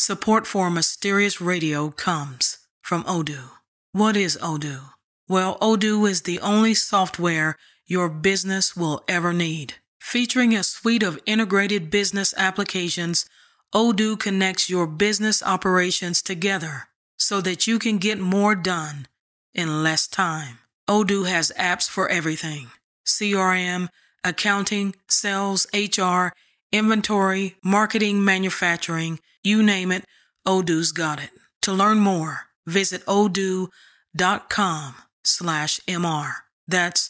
Support for Mysterious Radio comes from Odoo. What is Odoo? Well, Odoo is the only software your business will ever need. Featuring a suite of integrated business applications, Odoo connects your business operations together so that you can get more done in less time. Odoo has apps for everything: CRM, accounting, sales, HR, inventory, marketing, manufacturing, you name it, Odoo's got it. To learn more, visit odoo.com/MR. That's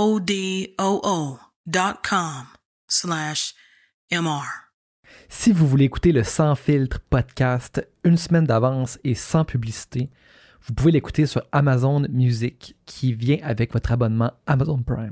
odoo.com/MR. Si vous voulez écouter le Sans Filtre podcast une semaine d'avance et sans publicité, vous pouvez l'écouter sur Amazon Music qui vient avec votre abonnement Amazon Prime.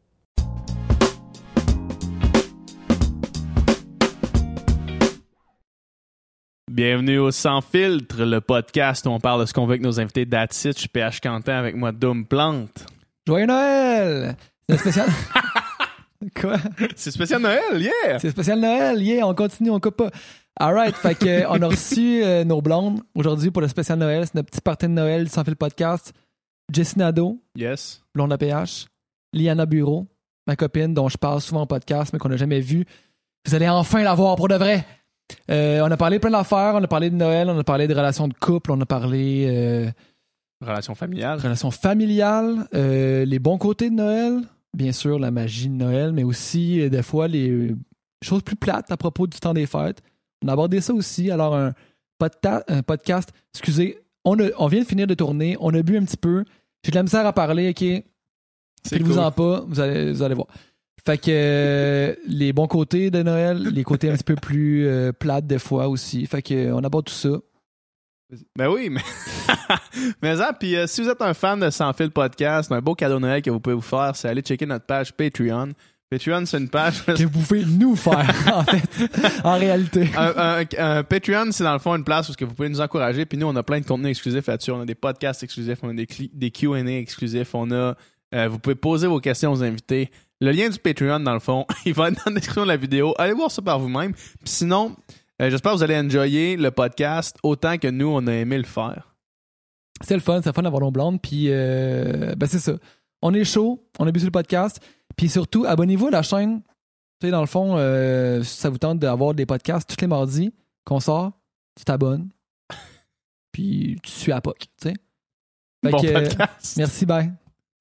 Bienvenue au Sans Filtre, le podcast où on parle de ce qu'on veut avec nos invités. That's it. Je suis PH Quentin avec moi, Doom Plante. Joyeux Noël! C'est spécial... Quoi? C'est spécial Noël, yeah! C'est spécial Noël, yeah! On continue, on coupe pas. Alright, fait que on a reçu nos blondes aujourd'hui pour le spécial Noël. C'est notre petit party de Noël Sans Filtre podcast. Jessie Nadeau, Yes. blonde à PH. Liana Bureau, ma copine dont je parle souvent en podcast mais qu'on n'a jamais vue. Vous allez enfin la voir pour de vrai! On a parlé plein d'affaires, on a parlé de Noël, on a parlé de relations de couple, on a parlé Relation familiale. Les bons côtés de Noël, bien sûr la magie de Noël, mais aussi des fois les choses plus plates à propos du temps des fêtes. On a abordé ça aussi. Alors un podcast, excusez, on vient de finir de tourner, on a bu un petit peu, j'ai de la misère à parler, ok? Faites-vous-en pas, vous allez voir. Fait que les bons côtés de Noël, les côtés un petit peu plus plates des fois aussi. Fait que on aborde tout ça. Ben oui, mais... mais ça, puis si vous êtes un fan de Sans Fil podcast, un beau cadeau de Noël que vous pouvez vous faire, c'est aller checker notre page Patreon. Patreon, c'est une page... que vous pouvez nous faire, en fait, en réalité. Un Patreon, c'est dans le fond une place où vous pouvez nous encourager. Puis nous, on a plein de contenu exclusif là-dessus. On a des podcasts exclusifs, on a des Q&A exclusifs. On a... vous pouvez poser vos questions aux invités. Le lien du Patreon, dans le fond, il va être dans la description de la vidéo. Allez voir ça par vous-même. Puis sinon, j'espère que vous allez enjoyer le podcast autant que nous, on a aimé le faire. C'est le fun d'avoir nos blondes. Puis, c'est ça. On est chaud, on a bu sur le podcast. Puis surtout, abonnez-vous à la chaîne. Tu sais, dans le fond, si ça vous tente d'avoir des podcasts tous les mardis qu'on sort, tu t'abonnes. Puis tu suis à POC, tu sais. Bon podcast. Merci, bye.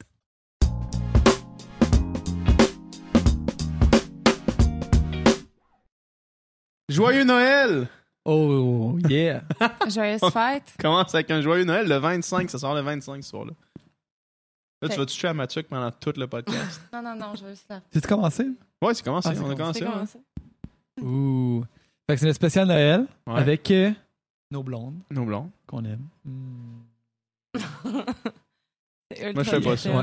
Joyeux Noël! Oh, yeah! Joyeuse fête! Commence avec un joyeux Noël le 25, ça sort le 25 ce soir-là. Là, tu vas toucher à Mathieu pendant tout le podcast. Non, je veux ça. C'est-tu commencé? Ouais, c'est commencé. On a commencé. Ouh! Fait que c'est le spécial Noël avec nos blondes. Nos blondes. Qu'on aime. Moi, je fais pas ça. Ouais.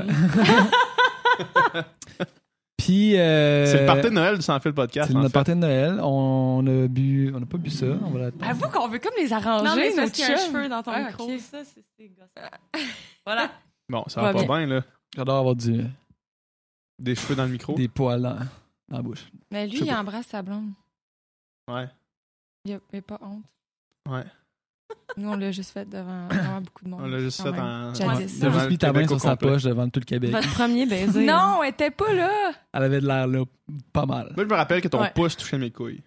Puis, c'est le party de Noël du Sans Fil podcast. C'est notre party de Noël. On n'a pas bu ça. On va l'attendre. Avoue qu'on veut comme les arranger. Non, mais c'est parce nos qu'il y a un chums. cheveu dans ton micro. Okay. Ça, c'est gossant. Voilà. Bon, ça va pas bien, là. J'adore avoir des cheveux dans le micro. Des poils dans la bouche. Mais lui, il embrasse sa blonde. Ouais. Il a pas honte. Ouais. Nous, on l'a juste fait devant vraiment beaucoup de monde. On l'a juste fait en... Jadis. T'as juste mis ta main sur sa poche devant tout le Québec. Votre premier baiser. Non, elle était pas là. Elle avait de l'air là, pas mal. Moi, je me rappelle que ton pouce touchait mes couilles.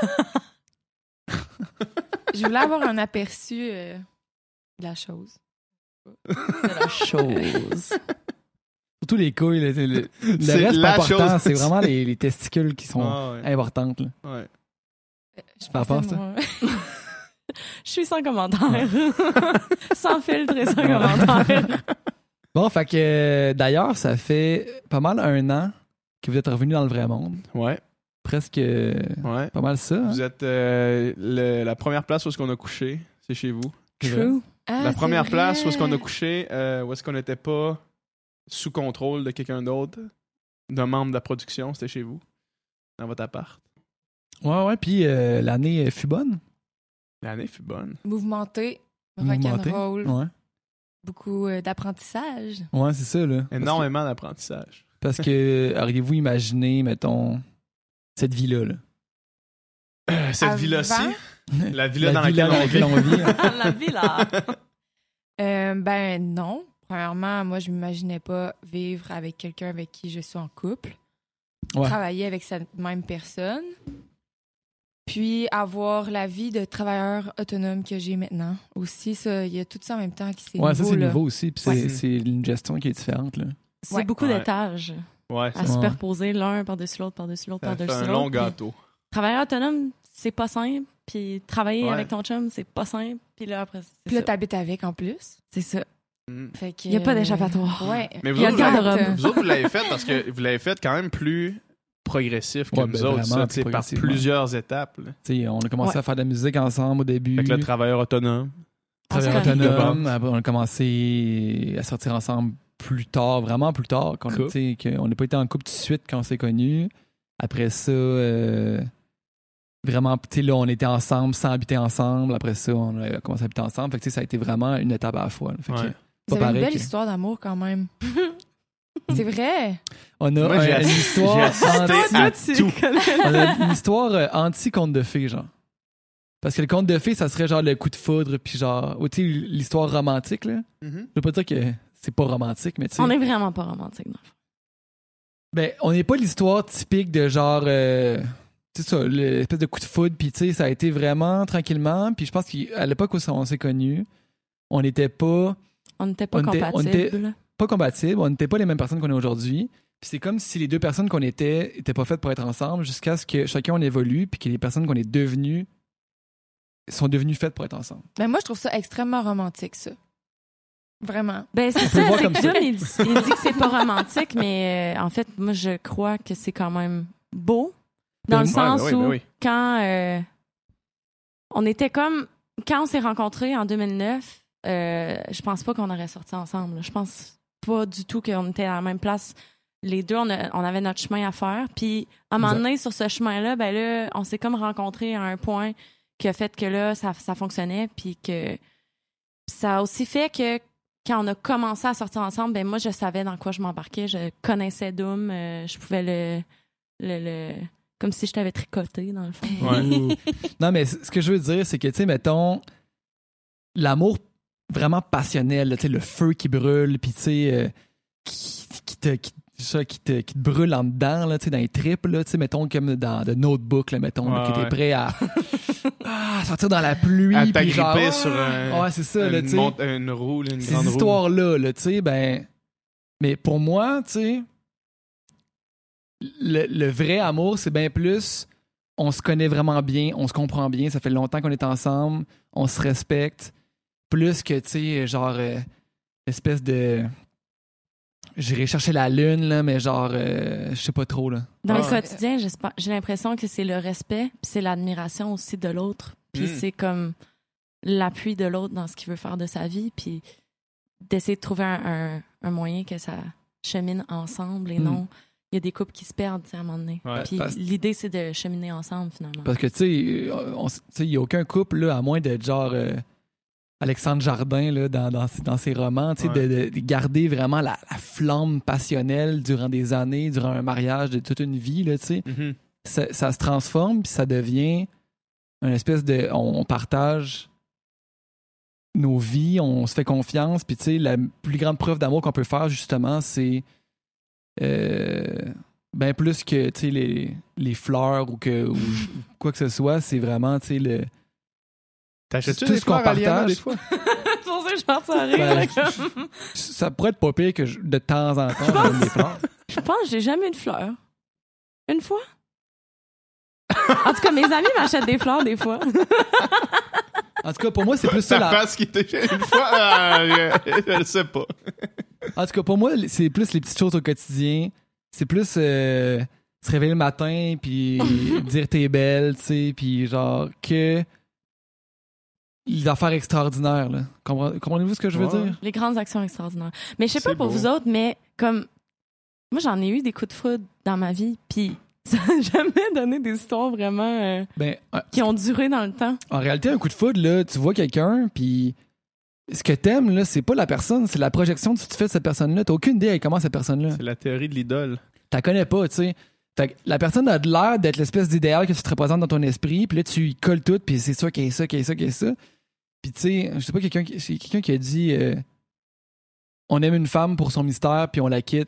Je voulais avoir un aperçu de la chose. De la chose. Surtout les couilles. Le reste pas important. C'est vraiment les testicules qui sont importantes. Là. Ouais. Je pas ça. Je suis sans commentaire. Sans filtre et sans commentaire. Bon, fait que d'ailleurs, ça fait pas mal 1 an que vous êtes revenu dans le vrai monde. Ouais. Presque pas mal ça. Vous êtes la première place où est-ce qu'on a couché, c'est chez vous. True. La première place où est-ce qu'on a couché, où est-ce qu'on n'était pas sous contrôle de quelqu'un d'autre, d'un membre de la production, c'était chez vous, dans votre appart. Ouais, puis l'année fut bonne. L'année fut bonne. Mouvementé, rock'n'roll. Ouais. Beaucoup d'apprentissage. Ouais, c'est ça, là. Énormément d'apprentissage. Parce que, auriez-vous imaginé, mettons, cette vie-là, là? Cette vie-là-ci. La villa dans villa laquelle on vit. La villa. Ben non. Premièrement, moi, je m'imaginais pas vivre avec quelqu'un avec qui je suis en couple. Ouais. Travailler avec cette même personne. Puis avoir la vie de travailleur autonome que j'ai maintenant. Aussi, ça, il y a tout ça en même temps qui c'est Ouais, nouveau. ça, c'est là. nouveau aussi. Puis Ouais. c'est une gestion qui est différente. Là. C'est Ouais. beaucoup Ouais. d'étages Ouais, à ça superposer l'un par-dessus l'autre, par-dessus l'autre, fait par-dessus un l'autre. long Puis gâteau. travailleur autonome, c'est pas simple. Puis travailler Ouais. avec ton chum, c'est pas simple. Puis là, après, c'est Puis là, ça. t'habites avec en plus. C'est ça. Mm. Fait que, Il y a pas d'échappatoire. Ouais. Mais Il y a le vous autres, garde-robe. vous autres, vous l'avez fait parce que vous l'avez fait quand même plus progressif que Ouais, nous ben, autres, vraiment ça, plus tu sais, par progressivement. plusieurs étapes. Là. T'sais, on a commencé Ouais. à faire de la musique ensemble au début. Avec le travailleur autonome. Travailleur On se connaît. autonome. Après, on a commencé à sortir ensemble plus tard, vraiment plus tard. Couple. On n'a pas été en couple tout de suite quand on s'est connus. Après ça, vraiment, là, on était ensemble sans habiter ensemble. Après ça, on a commencé à habiter ensemble. Fait que, ça a été vraiment une étape à la fois. Là. Fait que, Ouais. Vous pas avez une pareil belle que- histoire d'amour quand même. C'est vrai. On a Moi, j'ai une histoire assisté à tout. on a une histoire anti-conte de fées, genre. Parce que le conte de fées, ça serait genre le coup de foudre, puis genre, ou tu sais, l'histoire romantique, là. Mhm. Je veux pas dire que c'est pas romantique, mais tu sais. On est vraiment pas romantique, dans le fond. Ben, on n'est pas l'histoire typique de genre, tu sais ça, l'espèce de coup de foudre, puis tu sais, ça a été vraiment tranquillement, puis je pense qu'à l'époque où on s'est connus, on n'était pas On n'était pas On était- compatibles. pas compatibles, on n'était pas les mêmes personnes qu'on est aujourd'hui. Puis c'est comme si les deux personnes qu'on était étaient pas faites pour être ensemble jusqu'à ce que chacun on évolue puis que les personnes qu'on est devenues sont devenues faites pour être ensemble. Mais moi, je trouve ça extrêmement romantique, ça. Vraiment. Ben, c'est peut le ça, voir c'est comme que ça. Dom, il dit que c'est pas romantique, mais en fait, moi, je crois que c'est quand même beau. Dans le Ouais, sens ben oui, où, ben oui. quand on était comme... Quand on s'est rencontrés en 2009, je pense pas qu'on aurait sorti ensemble. là. Je pense pas du tout qu'on était à la même place. Les deux, on avait notre chemin à faire. Puis, à un moment donné, sur ce chemin-là, ben là, on s'est comme rencontrés à un point qui a fait que là, ça fonctionnait. Puis que ça a aussi fait que quand on a commencé à sortir ensemble, ben moi, je savais dans quoi je m'embarquais. Je connaissais Doom. Je pouvais le comme si je t'avais tricoté, dans le fond. Ouais. Non, mais ce que je veux dire, c'est que, tu sais, mettons, l'amour vraiment passionnel, là, tu sais, le feu qui brûle, puis tu sais, qui te brûle en dedans, là, tu sais, dans les tripes, là, tu sais, mettons, comme dans The Notebook, là, mettons, là, Ouais, que t'es ouais. prêt à sortir dans la pluie, À puis t'agripper genre, sur ouais, c'est ça, là, tu sais. une roue, là, une Ces grande roue. histoires-là, là, tu sais, ben... Mais pour moi, tu sais, le vrai amour, c'est bien plus... On se connaît vraiment bien, on se comprend bien, ça fait longtemps qu'on est ensemble, on se respecte, plus que, tu sais, genre, espèce de... J'irai chercher la lune, là, mais genre, je sais pas trop, là. Dans le Ah. quotidien, j'ai l'impression que c'est le respect, puis c'est l'admiration aussi de l'autre. Puis c'est comme l'appui de l'autre dans ce qu'il veut faire de sa vie, puis d'essayer de trouver un moyen que ça chemine ensemble et non... Il y a des couples qui se perdent, tu sais, à un moment donné. Ouais, Puis l'idée, c'est de cheminer ensemble, finalement. Parce que, tu sais, il n'y a aucun couple, là, à moins d'être genre Alexandre Jardin, là, dans ses romans, tu sais, Ouais. de garder vraiment la flamme passionnelle durant des années, durant un mariage de toute une vie, là, tu sais. Mhm. Ça se transforme, puis ça devient une espèce de... On partage nos vies, on se fait confiance, puis tu sais, la plus grande preuve d'amour qu'on peut faire, justement, c'est... ben plus que tu sais les fleurs ou quoi que ce soit, c'est vraiment tu sais le T'achètes-tu tout des ce qu'on fleurs à Liana, partage. des fois? C'est pour ça que je pense à rire. Ben, là, comme- ça pourrait être pas pire que de temps en temps je donne des fleurs. Je pense que j'ai jamais eu de fleurs. Une fois? En tout cas, mes amis m'achètent des fleurs des fois. En tout cas pour moi c'est plus ça Ta la... face qui était une fois, je le sais pas. En tout cas pour moi c'est plus les petites choses au quotidien, c'est plus se réveiller le matin puis dire t'es belle, tu sais, puis genre que les affaires extraordinaires là. Comprenez-vous ce que je veux Ouais. dire? Les grandes actions extraordinaires. Mais je sais pas C'est pour beau. vous autres, mais comme... Moi, j'en ai eu des coups de foudre dans ma vie, puis ça n'a jamais donné des histoires vraiment Ben qui ont duré dans le temps. en réalité, un coup de foudre, là, tu vois quelqu'un, puis ce que t'aimes, là, c'est pas la personne, c'est la projection que tu te fais de cette personne-là. T'as aucune idée avec comment cette personne-là. C'est la théorie de l'idole. T'as connais pas, tu sais. Fait que la personne a de l'air d'être l'espèce d'idéal que tu te représentes dans ton esprit, puis là, tu y colles tout, puis c'est sûr qu'il y a ça, qu'il y a ça, qu'il y a ça. Puis tu sais, je sais pas, c'est quelqu'un qui a dit on aime une femme pour son mystère, puis on la quitte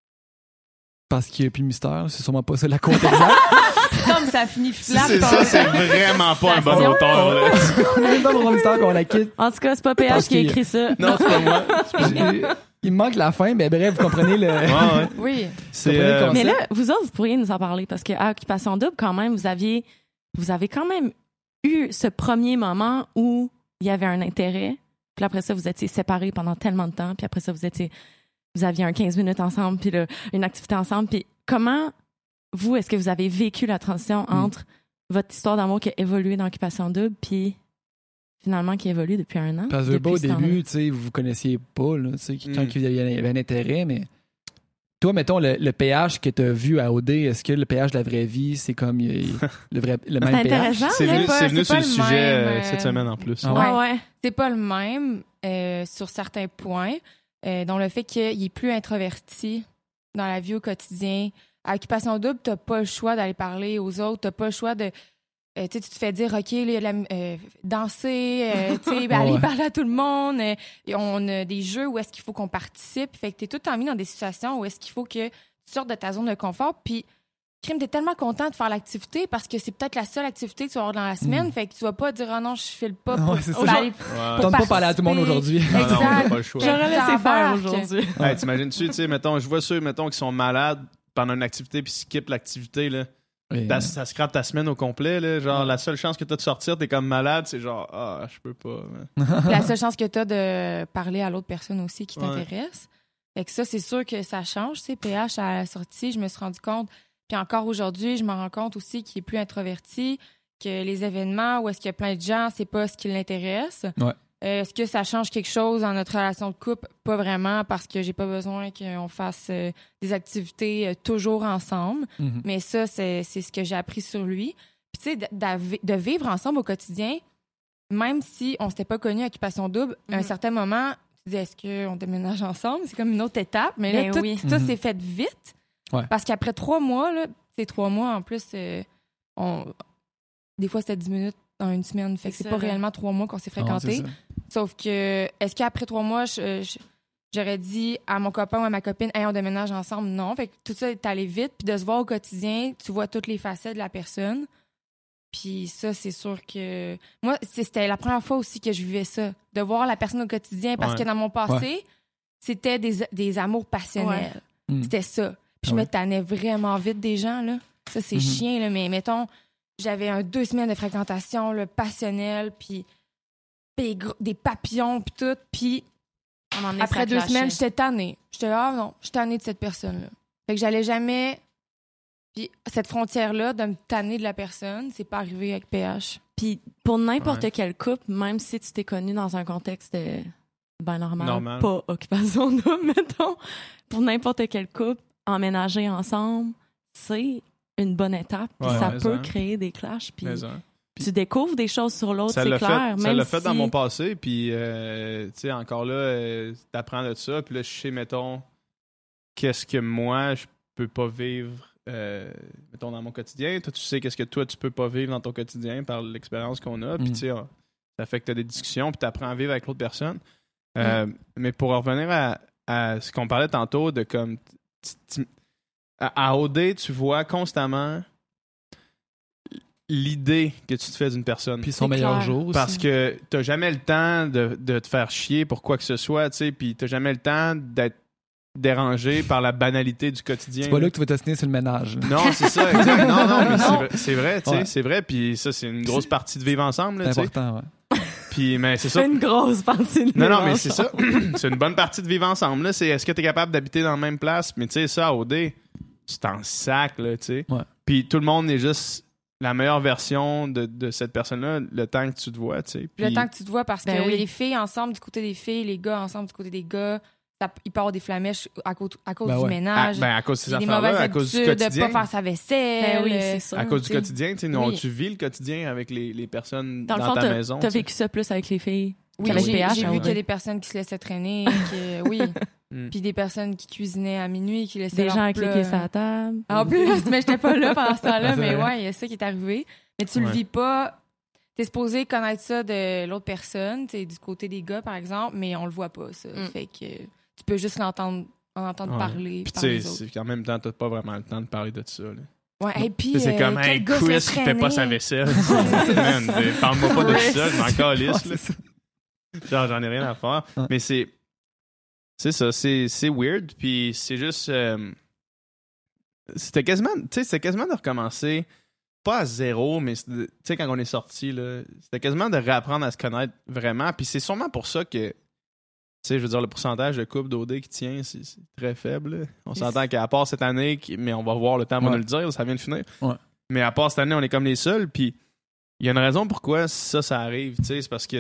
parce qu'il n'y a plus de mystère. C'est sûrement pas ça la quote exacte. Comme ça finit flat. C'est vraiment pas un bon auteur, là. On aime une femme pour son mystère, puis on la quitte. En tout cas, c'est pas PH qui a écrit ça. Non, c'est pas moi. Il me manque la fin, mais bref, vous comprenez le... Ouais. Oui. C'est, Mais là, vous autres, vous pourriez nous en parler parce qu'à Occupation Double, quand même, vous avez quand même eu ce premier moment où il y avait un intérêt. Puis après ça, vous étiez séparés pendant tellement de temps. Puis après ça, vous aviez un 15 minutes ensemble, puis là, une activité ensemble. Puis comment, vous, est-ce que vous avez vécu la transition entre votre histoire d'amour qui a évolué dans Occupation Double, puis finalement qui évolue depuis un an? Parce que au début, tu sais, vous vous connaissiez pas, là, tu sais, quand il y avait un intérêt, mais toi, mettons, le PH que tu as vu à OD, est-ce que le PH de la vraie vie, c'est comme le même PH? Intéressant. c'est venu sur pas le le sujet même, cette semaine en plus. Ouais. C'est pas le même sur certains points, dont le fait qu'il est plus introverti dans la vie au quotidien. À Occupation Double, t'as pas le choix d'aller parler aux autres, t'as pas le choix de... tu te fais dire, OK, danser, aller parler à tout le monde. Et on a des jeux où est-ce qu'il faut qu'on participe. Fait que t'es tout le temps mis dans des situations où est-ce qu'il faut que tu sortes de ta zone de confort. Puis, crime, t'es tellement content de faire l'activité parce que c'est peut-être la seule activité que tu vas avoir dans la semaine. Fait que tu vas pas dire, oh non, je file pas pour, c'est pour ça. aller Tente pas parler à tout le monde aujourd'hui. Non, on n'a Exact. pas le choix. J'aurais laissé faire aujourd'hui. Hey, t'imagines-tu, tu sais, mettons, je vois ceux, mettons, qui sont malades pendant une activité puis skippent l'activité, là. Ça scrape ta semaine au complet, là. Genre, la seule chance que t'as de sortir, t'es comme malade, c'est genre, je peux pas. La seule chance que t'as de parler à l'autre personne aussi qui t'intéresse. Fait que ça, c'est sûr que ça change. Tu sais, PH, à la sortie, je me suis rendu compte. Puis encore aujourd'hui, je me rends compte aussi qu'il est plus introverti, que les événements où est-ce qu'il y a plein de gens, c'est pas ce qui l'intéresse. Ouais. Est-ce que ça change quelque chose dans notre relation de couple? Pas vraiment, parce que j'ai pas besoin qu'on fasse des activités toujours ensemble. Mm-hmm. Mais ça, c'est ce que j'ai appris sur lui. Puis tu sais, de vivre ensemble au quotidien, même si on s'était pas connus à Occupation Double, à un certain moment, tu dis, est-ce qu'on déménage ensemble? C'est comme une autre étape. Mais là, tout s'est fait vite. Ouais. Parce qu'après 3 mois, là, c'est 3 mois, en plus, des fois, c'était 10 minutes dans une semaine. Fait que c'est pas réellement 3 mois qu'on s'est fréquentés. Sauf que, est-ce qu'après 3 mois, j'aurais dit à mon copain ou à ma copine, hey, on déménage ensemble? Non. Fait que tout ça est allé vite. Puis de se voir au quotidien, tu vois toutes les facettes de la personne. Puis ça, c'est sûr que... Moi, c'était la première fois aussi que je vivais ça. De voir la personne au quotidien. Parce que dans mon passé, c'était des amours passionnels. Ouais. C'était ça. Puis je me tannais vraiment vite des gens, là. Ça, c'est chiant, là. Mais mettons, j'avais 2 semaines de fréquentation, là, passionnel, puis des papillons, puis tout. Puis après 2 semaines, j'étais tannée. J'étais là, non, je suis tannée de cette personne-là. Fait que j'allais jamais... Puis cette frontière-là, de me tanner de la personne, c'est pas arrivé avec PH. Puis pour n'importe quel couple, même si tu t'es connu dans un contexte ben normal, pas Occupation Double, mettons, pour n'importe quel couple, emménager ensemble, c'est une bonne étape. Puis ça peut créer des clashs. Puis tu découvres des choses sur l'autre, c'est clair. Ça l'a fait dans mon passé. Puis, tu sais, encore là, t'apprends de ça. Puis là, je sais, mettons, qu'est-ce que moi, je peux pas vivre, mettons, dans mon quotidien. Toi, tu sais qu'est-ce que toi, tu peux pas vivre dans ton quotidien par l'expérience qu'on a. Puis, tu sais, ça fait que t'as des discussions. Puis t'apprends à vivre avec l'autre personne. Mais pour revenir à ce qu'on parlait tantôt de comme... À OD, tu vois constamment l'idée que tu te fais d'une personne. Puis son meilleur jour aussi. Parce que t'as jamais le temps de te faire chier pour quoi que ce soit, tu sais, puis t'as jamais le temps d'être dérangé par la banalité du quotidien. C'est pas là que tu vas t'assiner sur le ménage. Non, c'est ça, exact. Non, mais c'est vrai, tu sais, c'est vrai, puis ça, c'est une grosse partie de vivre ensemble, là, c'est important, Puis, mais c'est ça. C'est une grosse partie de vivre Non, mais c'est ça. C'est une bonne partie de vivre ensemble, là. C'est est-ce que t'es capable d'habiter dans la même place? Mais tu sais, ça, à OD, tu t'en sac, là, tu sais. Ouais. Puis tout le monde est juste la meilleure version de cette personne-là le temps que tu te vois, tu sais. Puis... Le temps que tu te vois, parce que les filles ensemble du côté des filles, les gars ensemble du côté des gars, il peut y avoir des flamèches à cause du ménage. À cause de ces des affaires-là, à cause du quotidien. De pas faire sa vaisselle. Oui, c'est ça. À cause du quotidien, tu sais, tu vis le quotidien avec les personnes dans ta maison. T'as vécu ça plus avec les filles. Oui, Avec j'ai PH, vu à qu'il y OD. a des personnes qui se laissaient traîner, oui. Puis des personnes qui cuisinaient à minuit, qui laissaient Des leur gens à plat. cliquer sur la table. En plus, mais j'étais pas là pendant ce temps-là, C'est mais vrai. ouais, il y a ça qui est arrivé. Mais tu le Ouais. vis pas. T'es supposé connaître ça de l'autre personne, t'es du côté des gars, par exemple, mais on le voit pas, ça. Fait que tu peux juste en entendre Ouais. parler Puis par tu les sais, autres. c'est qu'en même temps, t'as pas vraiment le temps de parler de ça. Là. Ouais, et puis, C'est comme, quel hey, gars se Chris laisse qui fait pas traîner? sa vaisselle. Man, parle-moi pas de ça, je m'en calisse. Ouais, c'est ça. Genre, j'en ai rien à faire. Ouais. Mais c'est ça, c'est weird. Puis c'est juste. C'était quasiment de recommencer, pas à zéro, mais tu sais, quand on est sorti, là, c'était quasiment de réapprendre à se connaître vraiment. Puis c'est sûrement pour ça que, tu sais, je veux dire, le pourcentage de couple d'OD qui tient, c'est très faible. Là. On s'entend qu'à part cette année, mais on va voir, le temps va Ouais. nous le dire, ça vient de finir. Ouais. Mais à part cette année, on est comme les seuls. Puis il y a une raison pourquoi ça arrive, tu sais, c'est parce que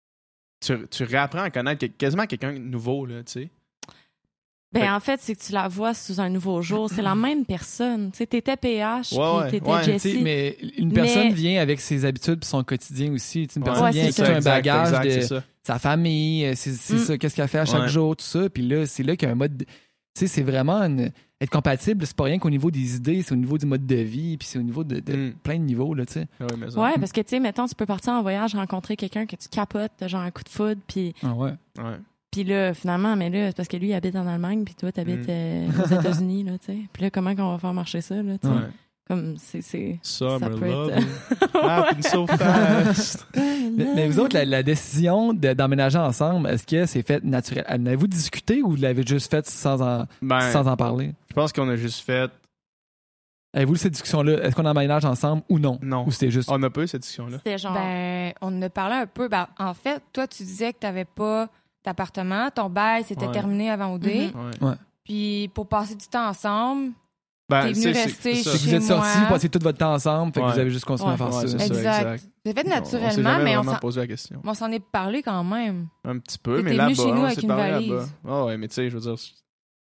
tu réapprends à connaître quasiment quelqu'un de nouveau, là, tu sais. Ben, en fait, c'est que tu la vois sous un nouveau jour. C'est la même personne. Tu sais, t'étais PH, Ouais, puis t'étais ouais. Tu sais, Jessie. mais une personne Mais- vient avec ses habitudes et son quotidien aussi. Tu sais, une personne Ouais, vient avec c'est tout ça. un bagage exact, de c'est ça. sa famille, c'est ça, qu'est-ce qu'elle fait à chaque Ouais. jour, tout ça. Puis là, c'est là qu'il y a un mode. Tu sais, c'est vraiment être compatible. C'est pas rien qu'au niveau des idées, c'est au niveau du mode de vie, puis c'est au niveau de plein de niveaux, là, tu sais. Ouais, mais ça. Ouais, parce que, tu sais, mettons, tu peux partir en voyage, rencontrer quelqu'un que tu capotes, t'as genre un coup de foudre, puis Ah ouais. Ouais. Puis là, finalement, mais là, c'est parce que lui, il habite en Allemagne, puis toi, t'habites aux États-Unis, là, tu sais. Puis là, comment qu'on va faire marcher ça, là, tu sais? Ouais. Comme, c'est... Summer ça peut love. être- Happen so fast. Mais vous autres, la décision d'emménager ensemble, est-ce que c'est fait naturel? En avez-vous discuté ou vous l'avez juste fait sans Ben, en parler? je pense qu'on a juste fait. Avez-vous cette discussion-là? Est-ce qu'on emménage ensemble ou non? Non. Ou c'était juste. On n'a pas eu cette discussion-là. C'était genre... Ben, on en a parlé un peu. Ben, en fait, toi, tu disais que t'avais pas d'appartement, ton bail s'était Ouais. terminé avant OD. Mhm. Ouais. Puis pour passer du temps ensemble, Ben, t'es venu c'est- rester c'est ça. C'est que vous chez êtes sortis, moi. vous passez tout votre temps ensemble, fait que Ouais. vous avez juste continué à Ouais. faire Ouais, ça. c'est ça. exact. C'est fait On s'est naturellement, jamais mais vraiment posé la question. on s'en est parlé quand même. Un petit peu, T'étais mais venu là-bas, chez nous on avec s'est une parlé valise. là-bas. Ah ouais, mais tu sais, je veux dire, tu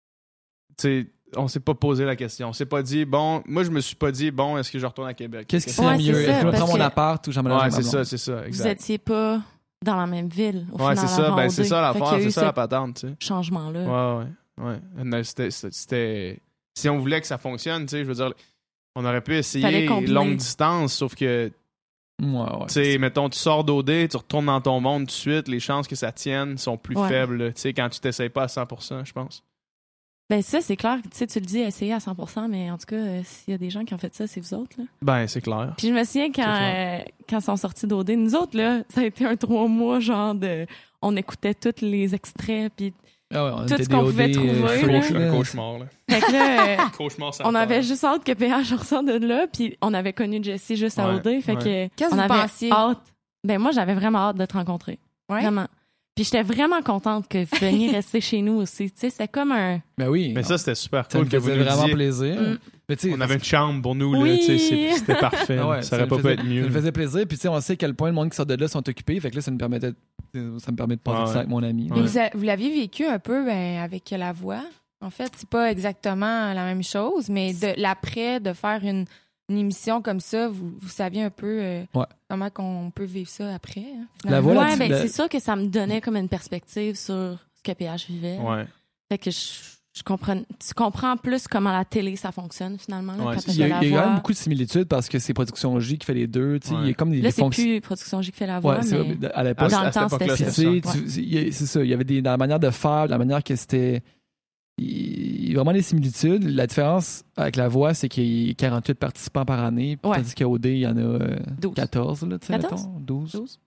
sais, on s'est pas posé la question. On s'est pas dit, bon, moi je me suis pas dit, bon, est-ce que je retourne à Québec? Qu'est-ce qui que- serait Ouais, mieux? c'est ça, Est-ce que je me parce prends mon que- appart ou j'emménage Ouais, avec ma c'est blonde? ça, c'est ça, Vous exact. étiez pas dans la même ville, au Ouais, final, c'est ça, avant ben c'est OD. ça Fait l'affaire, qu'il y a c'est eu ça la ce patente, tu sais. changement-là. Ouais, ouais. Non, c'était. Si on voulait que ça fonctionne, tu sais, je veux dire, on aurait pu Fallait essayer combiner. longue distance, sauf que, Ouais. tu sais, mettons, tu sors d'OD, tu retournes dans ton monde tout de suite, les chances que ça tienne sont plus Ouais. faibles, là, tu sais, quand tu t'essayes pas à 100%, je pense. Ben ça, c'est clair. Tu sais, tu le dis, essayer à 100%, mais en tout cas, s'il y a des gens qui ont fait ça, c'est vous autres, là. Ben, c'est clair. Puis je me souviens quand ils sont sortis d'OD, nous autres, là, ça a été un 3 mois, genre de... On écoutait tous les extraits, puis... Ah ouais, on Tout était ce qu'on des pouvait OD, trouver, freak, là. Un là. cauchemar, là. Fait que là, Cauchemar, ça on avait juste hâte que PH ressorte de là, puis on avait connu Jessie juste à Ouais, OD, fait que Qu'est-ce que on vous avait pensiez? hâte. Ben moi, j'avais vraiment hâte de te rencontrer. Ouais? Vraiment. Puis j'étais vraiment contente que vous veniez rester chez nous aussi. Tu sais, c'était comme un... Ben oui. Mais ça, c'était super ça me cool que vous faisait nous vraiment disiez. plaisir. Mm. Mais tu sais, On avait une chambre pour nous, Oui. là, tu sais, c'était parfait. ah ouais, ça aurait me pas pu faisait- être mieux. Ça me faisait plaisir. Puis tu sais, on sait à quel point le monde qui sort de là sont occupés. Fait que là, ça me permet de passer Ouais, ça avec mon ami. Mais Ouais. vous l'aviez vécu un peu ben, avec la voix. En fait, c'est pas exactement la même chose, mais de l'après, de faire une émission comme ça, vous saviez un peu Ouais. comment qu'on peut vivre ça après. Hein, La finalement. voix, ouais, là, ben la- c'est sûr que ça me donnait comme une perspective sur ce que PH vivait. Ouais. Fait que je comprends... Tu comprends plus comment la télé, ça fonctionne, finalement, là, Ouais, quand c'est t'as Il y a, fait la il y a quand voix. même beaucoup de similitudes parce que c'est Production J qui fait les deux. Tu sais, Ouais. il y a comme des Là, des c'est fonctions. plus Production J qui fait la voix, Ouais, c'est mais... à l'époque. Dans le à cette temps, époque-là, c'était Puis, ça. tu sais, c'est ça. Il y avait dans la manière de faire, la manière que c'était. Il y a vraiment des similitudes. La différence avec la voix, c'est qu'il y a 48 participants par année, Ouais. tandis qu'à OD, il y en a 12. 14, là, tu sais, 14? mettons, 12. 12.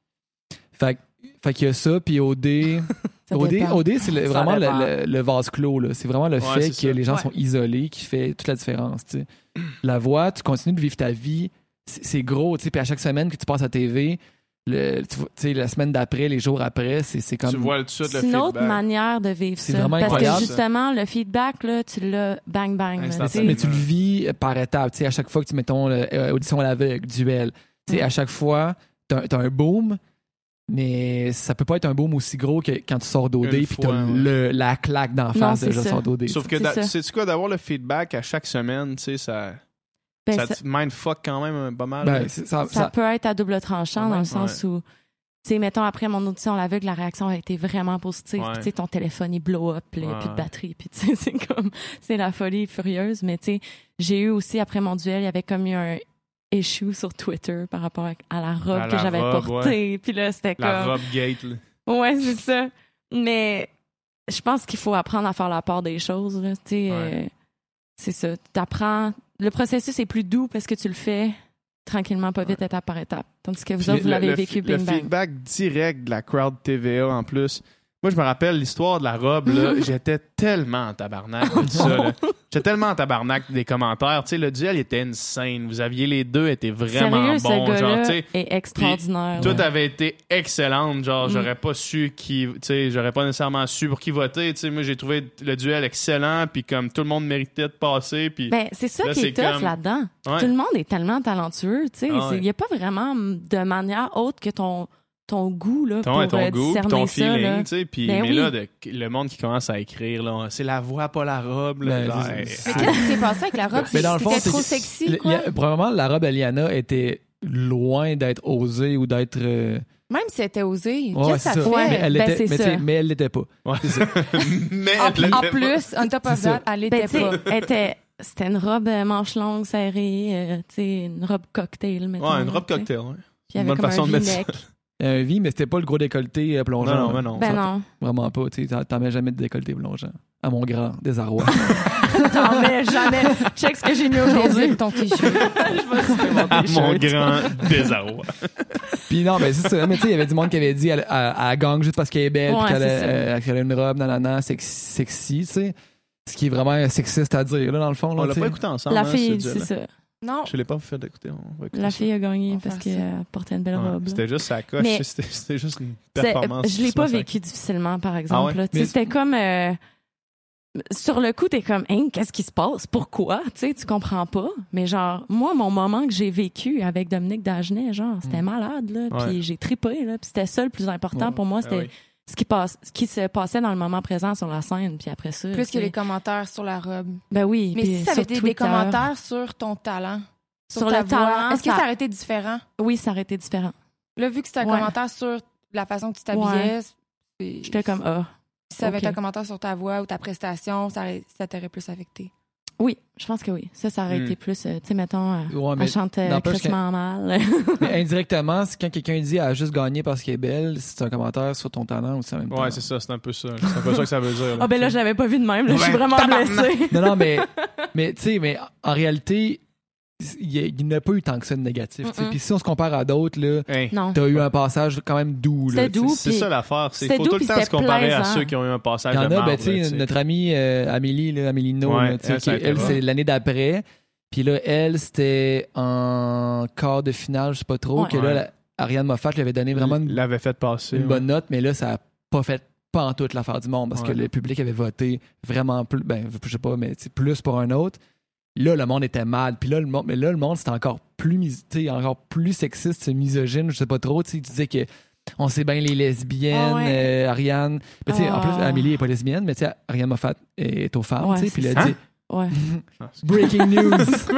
Fait qu'il y a ça, puis OD. Ça OD, dépend. OD, c'est Ça vraiment dépend. le vase clos. Là. C'est vraiment le Ouais, fait c'est que ça. les gens Ouais. sont isolés qui fait toute la différence. Tu sais. La voix, tu continues de vivre ta vie. C'est gros. Tu sais, puis à chaque semaine que tu passes à TV, tu sais, la semaine d'après, les jours après, c'est comme. Tu vois tout de suite le C'est une autre feedback. manière de vivre C'est ça. vraiment Parce incroyable. que justement, le feedback, là, tu l'as bang bang. là, Instantanément. tu sais. Mais tu le vis par étapes. Tu sais, à chaque fois que tu mettons audition à l'aveugle, duel, tu sais, à chaque fois, t'as un boom, mais ça peut pas être un boom aussi gros que quand tu sors d'OD Une puis t'as fois, ouais. la claque d'en Non, face c'est de je ça. sors d'OD. Sauf que, C'est ça. sais-tu quoi, d'avoir le feedback à chaque semaine, tu sais, ça Ben, ça ça, te mindfuck quand même pas mal. Ben, là. ça, ça peut être à double tranchant Ouais, dans le sens où Tu sais, mettons, après mon audition à l'aveugle, la réaction a été vraiment positive. Ouais. Puis, tu sais, ton téléphone, il blow up, puis il n'y a plus de batterie. Puis, tu sais, c'est la folie furieuse. Mais, tu sais, j'ai eu aussi, après mon duel, il y avait comme eu un issue sur Twitter par rapport à la robe que j'avais portée. Puis là, c'était comme... La robe gate, là. Ouais, c'est ça. Mais je pense qu'il faut apprendre à faire la part des choses, là. Tu sais, c'est ça. T'apprends... Le processus est plus doux parce que tu le fais tranquillement, pas vite, étape par étape. Tandis que vous autres, vous l'avez vécu bing le bang. feedback direct de la crowd TVA en plus. Moi, je me rappelle l'histoire de la robe, là. J'étais tellement en tabarnak de ça, là. J'étais tellement en tabarnak des commentaires. Tu sais, le duel était insane. Vous aviez les deux, étaient vraiment Sérieux, bons. ce Genre, gars-là tu sais. est extraordinaire. Tout là. avait été excellente. Genre, j'aurais pas su qui. Tu sais, j'aurais pas nécessairement su pour qui voter. Tu sais, moi, j'ai trouvé le duel excellent. Puis comme tout le monde méritait de passer. Puis. Ben, c'est ça Là, qui c'est est tough comme- là-dedans. Ouais. Tout le monde est tellement talentueux. Tu sais, Ah ouais. il n'y a pas vraiment de manière autre que ton goût là, pour Ton goût, puis discerner ton ça. Là. feeling, tu sais. Puis, Ben mais oui. là, le monde qui commence à écrire, là, c'est la voix, pas la robe. Là, Ben, genre, c'est- Mais qu'est-ce qui s'est passé avec la robe? Mais dans le fond, C'était c'est trop que- sexy, quoi? Probablement, la robe Eliana était loin d'être osée ou d'être. Même si elle était osée. Ouais, Qu'est-ce que c'est ça ça. fait? Mais elle Ben, l'était, c'est mais, ça. tu sais, mais elle l'était pas. Ouais. C'est ça. mais En, elle l'était en pas. plus, on top of C'est ça. that, elle Ben, l'était tu sais, pas. c'était une robe manche longue, serrée, tu sais, une robe cocktail, mettons. Ouais, une robe tu sais. cocktail, ouais. Puis il y avait Bonne comme façon un de mettre V-neck. Un V, mais c'était pas le gros décolleté plongeant. Non, non, mais non. Ben Ça, non. Vraiment pas. Tu sais, t'en mets jamais de décolleté plongeant. À mon grand désarroi. T'en mets jamais. Check ce que j'ai mis aujourd'hui. Dézip ton t-shirt. Je vais supprimer mon À t-shirt. mon grand désarroi. Puis non, mais c'est ça. Mais tu sais, il y avait du monde qui avait dit elle gang juste parce qu'elle est belle, Ouais, puis qu'elle c'est qu'elle a une robe, nanana, sexy, tu sais. Ce qui est vraiment sexiste à dire, là, dans le fond. Là, On l'a tu sais. pas écouté ensemble. La hein, fille, ce c'est duel-là. ça. Non. Je l'ai pas fait d'écouter. On va écouter La ça. fille a gagné On va parce faire ça. qu'elle portait une belle Ouais, robe. là. C'était juste sa coche. Mais- C'était juste une C'est- performance. Je l'ai pas super vécu difficilement, par exemple. ouais? là. Tu sais, Mais- C'était comme... sur le coup, t'es comme, hein, qu'est-ce qui se passe? Pourquoi? Tu sais, tu comprends pas. Mais genre, moi, mon moment que j'ai vécu avec Dominique Dagenet, genre, c'était malade, là. Ouais. Puis j'ai trippé, là. Puis c'était ça le plus important Ouais. pour moi. Ah C'était oui. ce qui se passait dans le moment présent sur la scène. Puis après ça... Plus tu que sais. les commentaires sur la robe. Ben oui. Mais puis si ça avait sur été des Twitter. commentaires sur ton talent, Sur ta le talent, voix, est-ce que ça- ça aurait été différent? Oui, ça aurait été différent. Là, vu que c'était un Ouais. commentaire sur la façon que tu t'habillais, J'étais comme, si ça avait ok. été un commentaire sur ta voix ou ta prestation, ça t'aurait plus affecté. Oui, je pense que oui. Ça aurait Hmm. été plus, tu sais, mettons, Ouais, mais elle chante n'empêche crissement mal. Mais indirectement, c'est quand quelqu'un dit elle a juste gagné parce qu'elle est belle, c'est un commentaire sur ton talent aussi en même temps. Ouais, c'est ça. C'est un peu ça. C'est un peu ça que ça veut dire. Ah ben là, je l'avais pas vu de même. Là, je suis Ouais, vraiment blessée. Non, mais tu sais, mais en réalité, il n'a pas eu tant que ça de négatif. tu sais. Mm-mm. Puis si on se compare à d'autres, là, Hey, Non. t'as eu un passage quand même doux. là, C'était tu sais. doux. c'est puis- ça l'affaire. Il c'était faut doux, tout le puis temps se c'était comparer à plaisant. ceux qui ont eu un passage Il y en de a, marde. ben, tu sais, notre amie Amélie, là, Amélie No, Ouais, là, tu sais, elle, ça a été elle, rough. c'est l'année d'après. Puis là, elle, c'était en quart de finale, je sais pas trop, Ouais. que là, Ariane Moffat lui avait donné vraiment l'avait fait passer. une ouais. bonne note, mais là, ça a pas fait pas en toute l'affaire du monde parce que Ouais. le public avait voté vraiment plus, ben, je sais pas, mais tu sais, plus pour un autre. Là, le monde était mal. Puis là, le monde, c'était encore plus, tu sais, encore plus sexiste, misogyne, je sais pas trop. Tu sais, tu disais que on sait bien les lesbiennes, Ah ouais. Ariane. Mais tu sais, en plus, Ah. Amélie est pas lesbienne, mais tu sais, Ariane Moffat est aux femmes, Ouais, tu sais. Puis c'est là, ça. tu sais, Ouais. breaking news.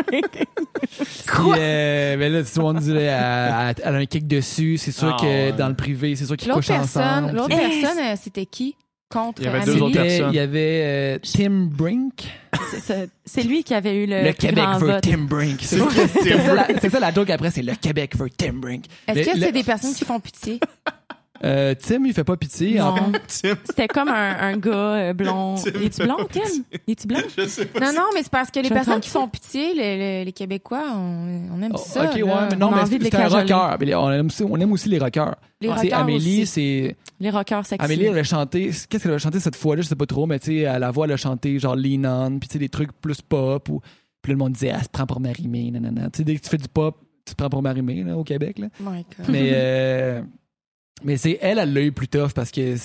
Puis, mais là, tout le monde dit, elle a un kick dessus. C'est sûr Ah, que ouais. dans le privé, c'est sûr qu'ils L'autre couchent ensemble. personne, tu sais. c'était qui? Contre Il y avait Amélie? deux autres personnes. Il y avait Tim Brink. C'est lui qui avait eu le, Le plus Québec grand veut vote. Tim Brink. C'est ça la joke après, c'est le Québec veut Tim Brink. Est-ce Mais que c'est le- des personnes qui font pitié? Tim, il fait pas pitié. Non. Tim, C'était comme un gars blond. Tim Es-tu blond, Tim? Es-tu blond? je sais pas. Non, c'est parce que les Je me personnes trompe qui font pitié, les Québécois, on aime Oh, ça. ok, ouais, là. mais non, On a mais envie de les c'est un cajoler. rocker. Mais on aime aussi les rockers. Les Tu sais, rockers Amélie, aussi. c'est. Les rockers sexy. Amélie, elle a chanté. Qu'est-ce qu'elle a chanté cette fois-là? Je sais pas trop, mais tu sais, à la voix, elle a chanté genre Lean On, puis tu sais, des trucs plus pop. Puis là, le monde disait, elle se prend pour Marie-Mé, nanana. Tu sais, dès que tu fais du pop, tu te prends pour Marie-Mé, là, au Québec, là. My God. Mais c'est elle l'a eu plus tough parce que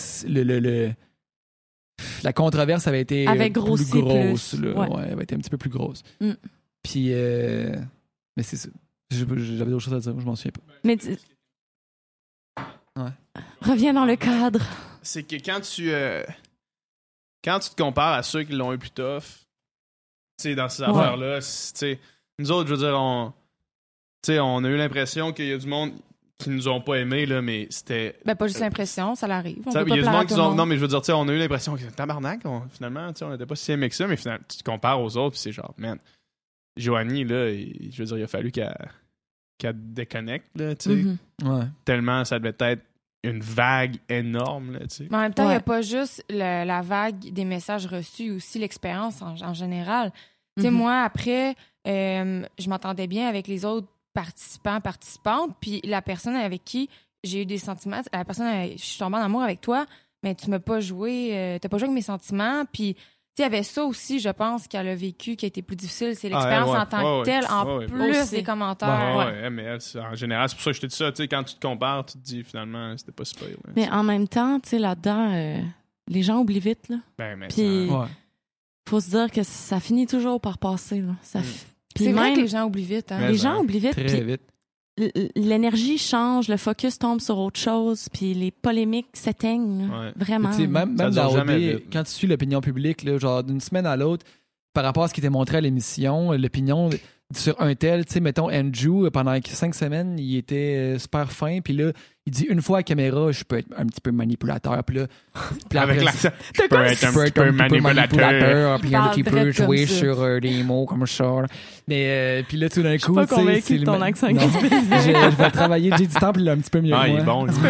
la controverse avait été Avait plus grossi grosse. plus. Là. Ouais. Ouais, elle avait été un petit peu plus grosse. Mm. Puis, mais c'est ça. J'avais d'autres choses à dire, je m'en souviens pas. Mais Ouais. reviens dans le cadre. C'est que quand tu te compares à ceux qui l'ont eu plus tough, tu sais, dans ces affaires-là, tu sais, nous autres, je veux dire, on a eu l'impression qu'il y a du monde qui nous ont pas aimés, là, mais c'était... Ben, pas juste l'impression, ça l'arrive. On Ça, peut il y a pas du plaire à monde tout qui le ont... monde. Non, mais je veux dire, tu sais, on a eu l'impression que tabarnak, finalement, tu sais, on n'était pas si aimé que ça, mais finalement, tu te compares aux autres, puis c'est genre, man, Joanie, là, je veux dire, il a fallu qu'elle déconnecte, là, tu sais. Mhm. Ouais. Tellement ça devait être une vague énorme, là, tu sais. Mais en même temps, il n'y Ouais. a pas juste la vague des messages reçus, aussi l'expérience en général. Tu sais, Mhm. moi, après, je m'entendais bien avec les autres participantes, puis la personne avec qui j'ai eu des sentiments, la personne, je suis tombée en amour avec toi, mais tu m'as pas joué, t'as pas joué avec mes sentiments, puis tu sais, il y avait ça aussi, je pense, qu'elle a vécu, qui a été plus difficile, c'est l'expérience ouais, en tant que telle, en ouais. plus Aussi. des commentaires. Ouais, mais elle, en général, c'est pour ça que je te dis ça, tu sais, quand tu te compares, tu te dis, finalement, c'était pas super. Mais en même temps, tu sais, là-dedans, les gens oublient vite, là. Ben, mais Puis- Ouais. Faut se dire que ça finit toujours par passer, là. Puis C'est vrai même, que les gens oublient vite. Hein? Mais- les gens oublient vite. Très Puis vite. l'énergie change, le focus tombe sur autre chose, puis les polémiques s'éteignent, là. Ouais. Vraiment. Tu sais, même Ça dans dure OD, jamais vite. quand tu suis l'opinion publique, là, genre d'une semaine à l'autre, par rapport à ce qui était montré à l'émission, l'opinion sur un tel, tu sais, mettons, Andrew, pendant 5 semaines, il était super fin, puis là, il dit une fois à la caméra, je peux être un petit peu manipulateur, puis là, Avec après, l'accent, T'as je peux comme être je un peux petit être peu un petit peu manipulateur. puis Il il y en a parle qui peut direct comme jouer ça. sur des mots comme ça. là. Mais puis là, tout d'un coup, pas tu sais, convaincue c'est de ton le- accent Non, je vais travailler Jay du Temple, il est un petit peu mieux Ah, que il moi. est bon, lui.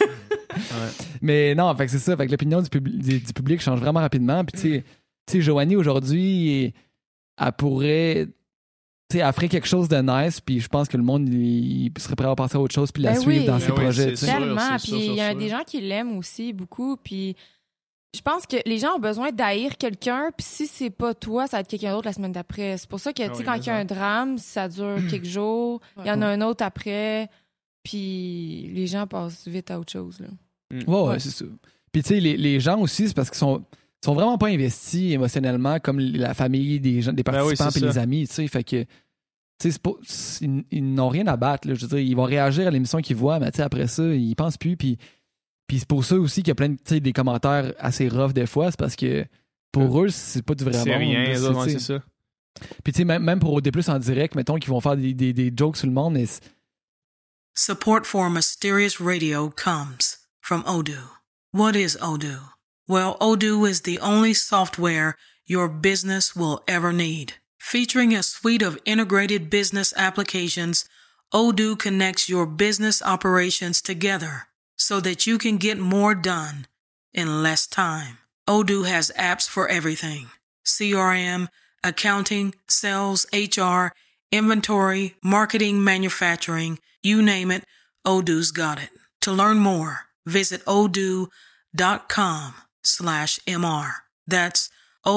Mais non, fait que c'est ça. Fait que l'opinion du public change vraiment rapidement. Puis tu sais, Joanie, aujourd'hui, elle pourrait... Tu sais, elle ferait quelque chose de nice, puis je pense que le monde il serait prêt à passer à autre chose, puis la Ben suivre oui. dans Ben ses oui, projets. c'est tu sais. sûr, Tellement. c'est Puis sûr, il y a sûr. des gens qui l'aiment aussi beaucoup. Puis je pense que les gens ont besoin d'haïr quelqu'un. Puis si c'est pas toi, ça va être quelqu'un d'autre la semaine d'après. C'est pour ça que, tu sais, oui, quand mais il y a un drame, ça dure quelques jours. Il y en a un autre après. Puis les gens passent vite à autre chose. Là. Ouais, c'est ça. Puis tu sais, les gens aussi, c'est parce qu'ils sont vraiment pas investis émotionnellement comme la famille des gens, des Ben oui, participants c'est et les ça. amis, tu sais. Fait que, tu sais, ils n'ont rien à battre, là. Je veux dire, ils vont réagir à l'émission qu'ils voient, mais tu sais, après ça, ils pensent plus. Puis c'est pour ça aussi qu'il y a plein de, tu sais, des commentaires assez rough des fois, c'est parce que pour eux, c'est pas du vrai C'est monde. rien, là, les autres, ouais, tu sais. c'est ça. Puis tu sais, même pour OD+, en direct, mettons qu'ils vont faire des jokes sur le monde, mais Support for Mysterious Radio comes from Odoo. What is Odoo? Well, Odoo is the only software your business will ever need. Featuring a suite of integrated business applications, Odoo connects your business operations together so that you can get more done in less time. Odoo has apps for everything: CRM, accounting, sales, HR, inventory, marketing, manufacturing, you name it, Odoo's got it. To learn more, visit odoo.com/MR. That's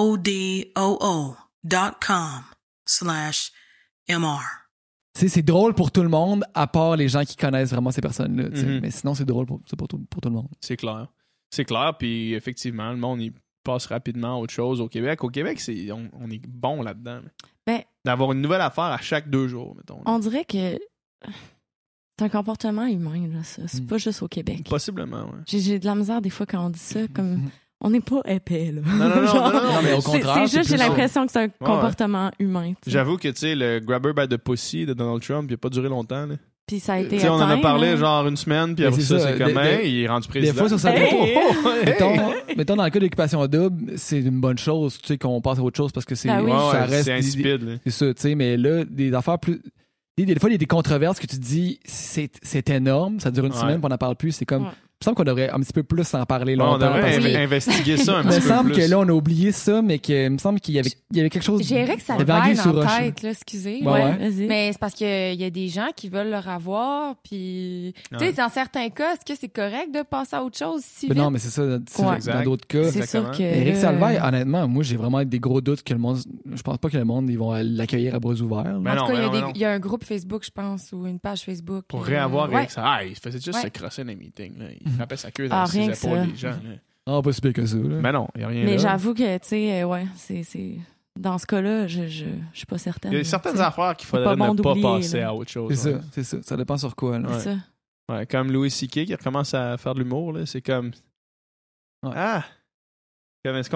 odoo.com/MR. tu sais, c'est drôle pour tout le monde, à part les gens qui connaissent vraiment ces personnes-là. tu sais. Mhm. Mais sinon, c'est drôle pour tout le monde. C'est clair. C'est clair, puis effectivement, le monde, il passe rapidement à autre chose au Québec. Au Québec, on est bon là-dedans. Ben- D'avoir une nouvelle affaire à chaque 2 jours, mettons. On dirait que c'est un comportement humain, là, ça. C'est Mm. pas juste au Québec. Possiblement, ouais. J'ai de la misère des fois quand on dit ça, comme on n'est pas épais, là. Non, Genre, Non, mais au c'est- contraire, c'est juste, j'ai plus- l'impression que c'est un comportement humain. tu sais. J'avoue que, tu sais, le grabber by the pussy de Donald Trump, il a pas duré longtemps, là. Puis ça a été Tu sais, on en a atteint, parlé là. genre une semaine, puis Mais après c'est ça, ça, c'est comme, des- il est rendu président. Des fois, sur certains Hey! mettons dans le cas d'Occupation Double, c'est une bonne chose, tu sais, qu'on passe à autre chose parce que c'est, Ben oui. Ouais, ça ouais, reste. c'est insipide, là. C'est ça, tu sais, mais là, des affaires plus. Des fois, il y a des controverses que tu te dis, c'est énorme, ça dure une Ouais. semaine, puis on n'en parle plus. C'est comme. Ouais. Il me semble qu'on devrait un petit peu plus en parler Ouais, on longtemps. devrait parce que- investiguer ça un il me petit peu semble plus. que là, on a oublié ça, mais que, il me semble qu'il y avait quelque chose. J'irais que ça il y le avait anguille vaille sous dans la roche, là. tête, là, excusez. Ouais, Ouais, ouais. vas-y. Mais c'est parce qu'il y a des gens qui veulent le revoir, puis... Tu sais, Ouais. dans certains cas, est-ce que c'est correct de passer à autre chose si Mais vite? non, mais c'est ça, Ouais. dans d'autres cas. C'est sûr exactement. que. Éric là, Salvaille, honnêtement, moi, j'ai vraiment des gros doutes que le monde. Je pense pas que le monde, ils vont l'accueillir à bras ouverts. là. Ben En non, tout cas, ben non. il y a un groupe Facebook, je pense, ou une page Facebook. Pour réavoir ouais. avec ça. Ah, il faisait juste Ouais. se crosser dans les meetings, là. Il frappait sa queue Ah, dans ses rien que épaules ça. des gens, là. Ah, pas si pire que ça, là. Mais non, il n'y a rien Mais là. j'avoue que, tu sais, ouais, c'est. Dans ce cas-là, je suis pas certaine. Il y a là, certaines tu sais. affaires qu'il C'est faudrait pas bon ne pas d'oublier, passer là. à autre chose. C'est ouais. ça, c'est ça. Ça dépend sur quoi, là. Ouais. C'est ça. Ouais, comme Louis C.K. qui recommence à faire de l'humour, là, c'est comme... Ouais. Ah!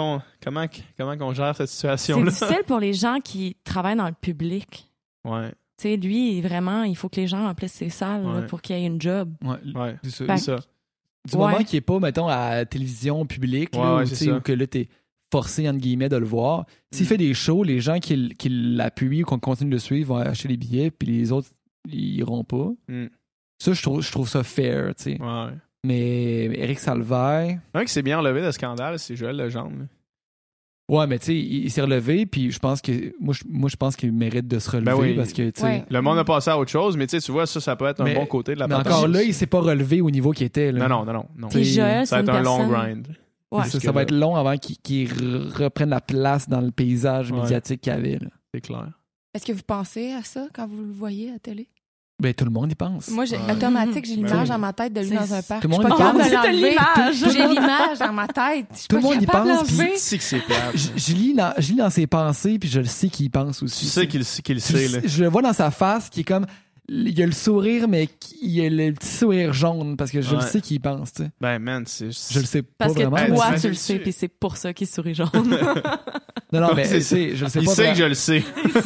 Comment qu'on gère cette C'est situation-là? difficile pour les gens qui travaillent dans le public. Ouais. Tu sais, lui, vraiment, il faut que les gens remplissent ses salles là, Ouais. pour qu'il y ait une job. Ouais, C'est ça. Fait- c'est ça. Du Ouais. moment qu'il n'est pas, mettons, à la télévision publique, Ouais, là, ouais, où, c'est tu sais, ça. où que là, t'es forcé, entre guillemets, de le voir. S'il fait des shows, les gens qui l'appuient ou qu'on continue de le suivre vont acheter les billets, puis les autres, ils iront pas. Mm. Ça, je trouve ça fair, tu sais. Ouais. Mais Éric Salvaire... Un qui s'est bien relevé de scandale, c'est Joël Legendre. là. Ouais, mais tu sais, il s'est relevé, puis je pense que... Moi, je pense qu'il mérite de se relever, Ben oui. parce que, tu sais... Ouais. Le monde a passé à autre chose, mais tu sais, tu vois, ça peut être un Mais- bon côté de la Mais patente. encore là, il s'est pas relevé au niveau qu'il était, là. Non. Puis Joël, Ça c'est va une être un long personne... grind. Ouais. Ça va être long avant qu'il reprenne la place dans le paysage Ouais. médiatique qu'il avait, là. C'est clair. Est-ce que vous pensez à ça quand vous le voyez à la télé? Ben, tout le monde y pense. Moi, j'ai Ouais. automatique, j'ai Ben l'image oui. dans ma tête de lui C'est- dans un parc. tout le Je suis monde pas y capable pense. de T'as l'enlever. l'image. J'ai l'image dans ma tête. Je suis Tout le pas monde y capable de pense, puis- l'enlever. C'est que c'est plate. Je lis dans ses pensées, puis je le sais qu'il y pense aussi. Tu sais qu'il sait, là. Je le vois dans sa face, qui est comme... Il y a le sourire, mais il y a le petit sourire jaune, parce que je le Ouais. sais qu'il y pense, tu sais. Ben, man, c'est... Je le sais Parce pas que vraiment. toi, mais tu le c'est- sais, puis c'est pour ça qu'il sourit jaune. Non, non, mais C'est tu sais, je le sais Il pas. sait que vraiment. je le sais.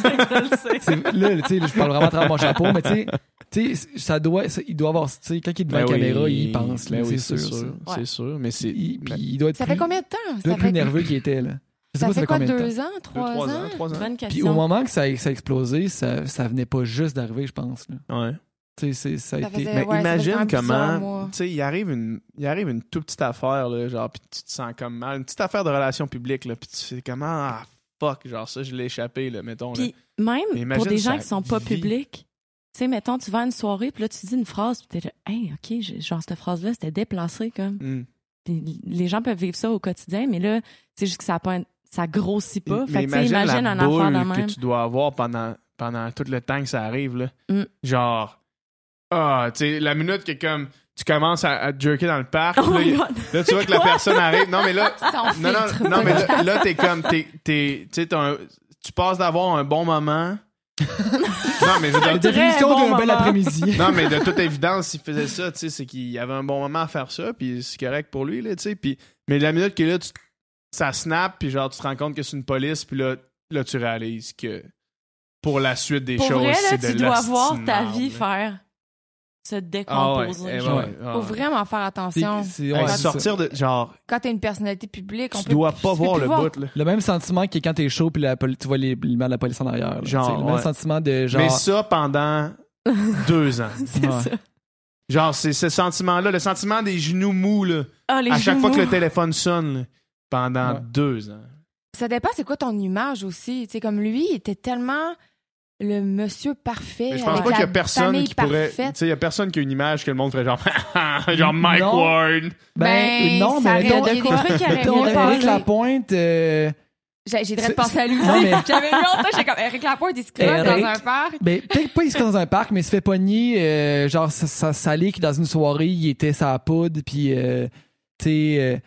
Là, tu sais, je parle vraiment à travers mon chapeau, mais tu sais, il doit avoir, tu sais, quand il est devant la Ben oui. caméra, il y pense, là, Ben oui, c'est sûr. ça. Ouais. C'est sûr, mais c'est... Puis il doit être Ça plus, fait combien de temps? il doit être plus nerveux qu'il était, là. Je sais Ça pas, fait quoi, combien de temps. 2 ans, 3 ans? 3 ans. Bonne Puis au question. moment que ça a explosé, ça venait pas juste d'arriver, je pense, là. Ouais. Tu sais, ça a Ça été... faisait- Mais ouais, ça fait imagine quand même plusieurs comment, mois. tu sais, il arrive une toute petite affaire, là, genre, puis tu te sens comme mal. Une petite affaire de relations publiques, là, puis tu fais comment, ah, fuck, genre, ça, je l'ai échappé, là, mettons. Puis Mais même imagine pour des gens sa qui sont pas vie. publics, tu sais, mettons, tu vas à une soirée, puis là, tu dis une phrase, puis t'es là, hey, OK, genre, cette phrase-là, c'était déplacé, comme. Hmm. Puis les gens peuvent vivre ça au quotidien, mais là, c'est juste que ça grossit pas. Mais Fait que, tu sais, imagine la un affaire de boule même. que tu dois avoir pendant tout le temps que ça arrive, là. Mm. Genre, tu sais, la minute que comme tu commences à te jerker dans le parc, Oh là, my God. là, tu vois que la personne arrive. Non, mais là, Sans non, filtre. non, mais là, t'es comme, tu sais, tu passes d'avoir un bon moment. Non, mais je veux La dire, définition bon d'un bel moment. après-midi. non, mais de toute évidence, s'il faisait ça, tu sais, c'est qu'il avait un bon moment à faire ça, puis c'est correct pour lui, là, tu sais. Puis, mais la minute que là, ça snap, puis genre, tu te rends compte que c'est une police, puis là, tu réalises que pour la suite des Pour choses, vrai, là, c'est de tu dois voir ta l'ostinade, vie là. faire se Ah ouais, décomposer. eh genre. ouais, ah Faut ouais. vraiment faire attention. C'est- Hey, ouais, c'est ça. sortir de, genre, Quand t'es une personnalité publique, on tu peut dois tu pas peux voir plus le bout, là. Le même sentiment que quand t'es chaud puis tu vois les lumières de la police en arrière. là. Genre, C'est le même ouais. sentiment de genre. Mais ça pendant 2 ans. C'est Ouais. ça. Genre, c'est ce sentiment-là, le sentiment des genoux mous, là, Ah, les à chaque fois que le genoux. téléphone sonne, là, pendant Ouais. 2 ans. Ça dépend, c'est quoi ton image aussi. Tu sais, comme lui, il était tellement le monsieur parfait. Mais je pense avec pas qu'il y a la personne famille qui pourrait. Tu parfaite. sais, il y a personne qui a une image que le monde ferait genre. genre Mike Non. Ward. Ben, non, ça mais aurait- mettons, il y a des trucs qui auraient mettons, mieux Éric passé. Lapointe. J'ai de penser à lui Non, aussi. mais- J'avais eu longtemps, j'étais comme Éric Lapointe, il se crosse Éric- dans un parc. Ben, peut-être pas il se fait dans un parc, mais il se fait pogner. Genre, ça leak dans une soirée, il était sa poudre, puis tu sais.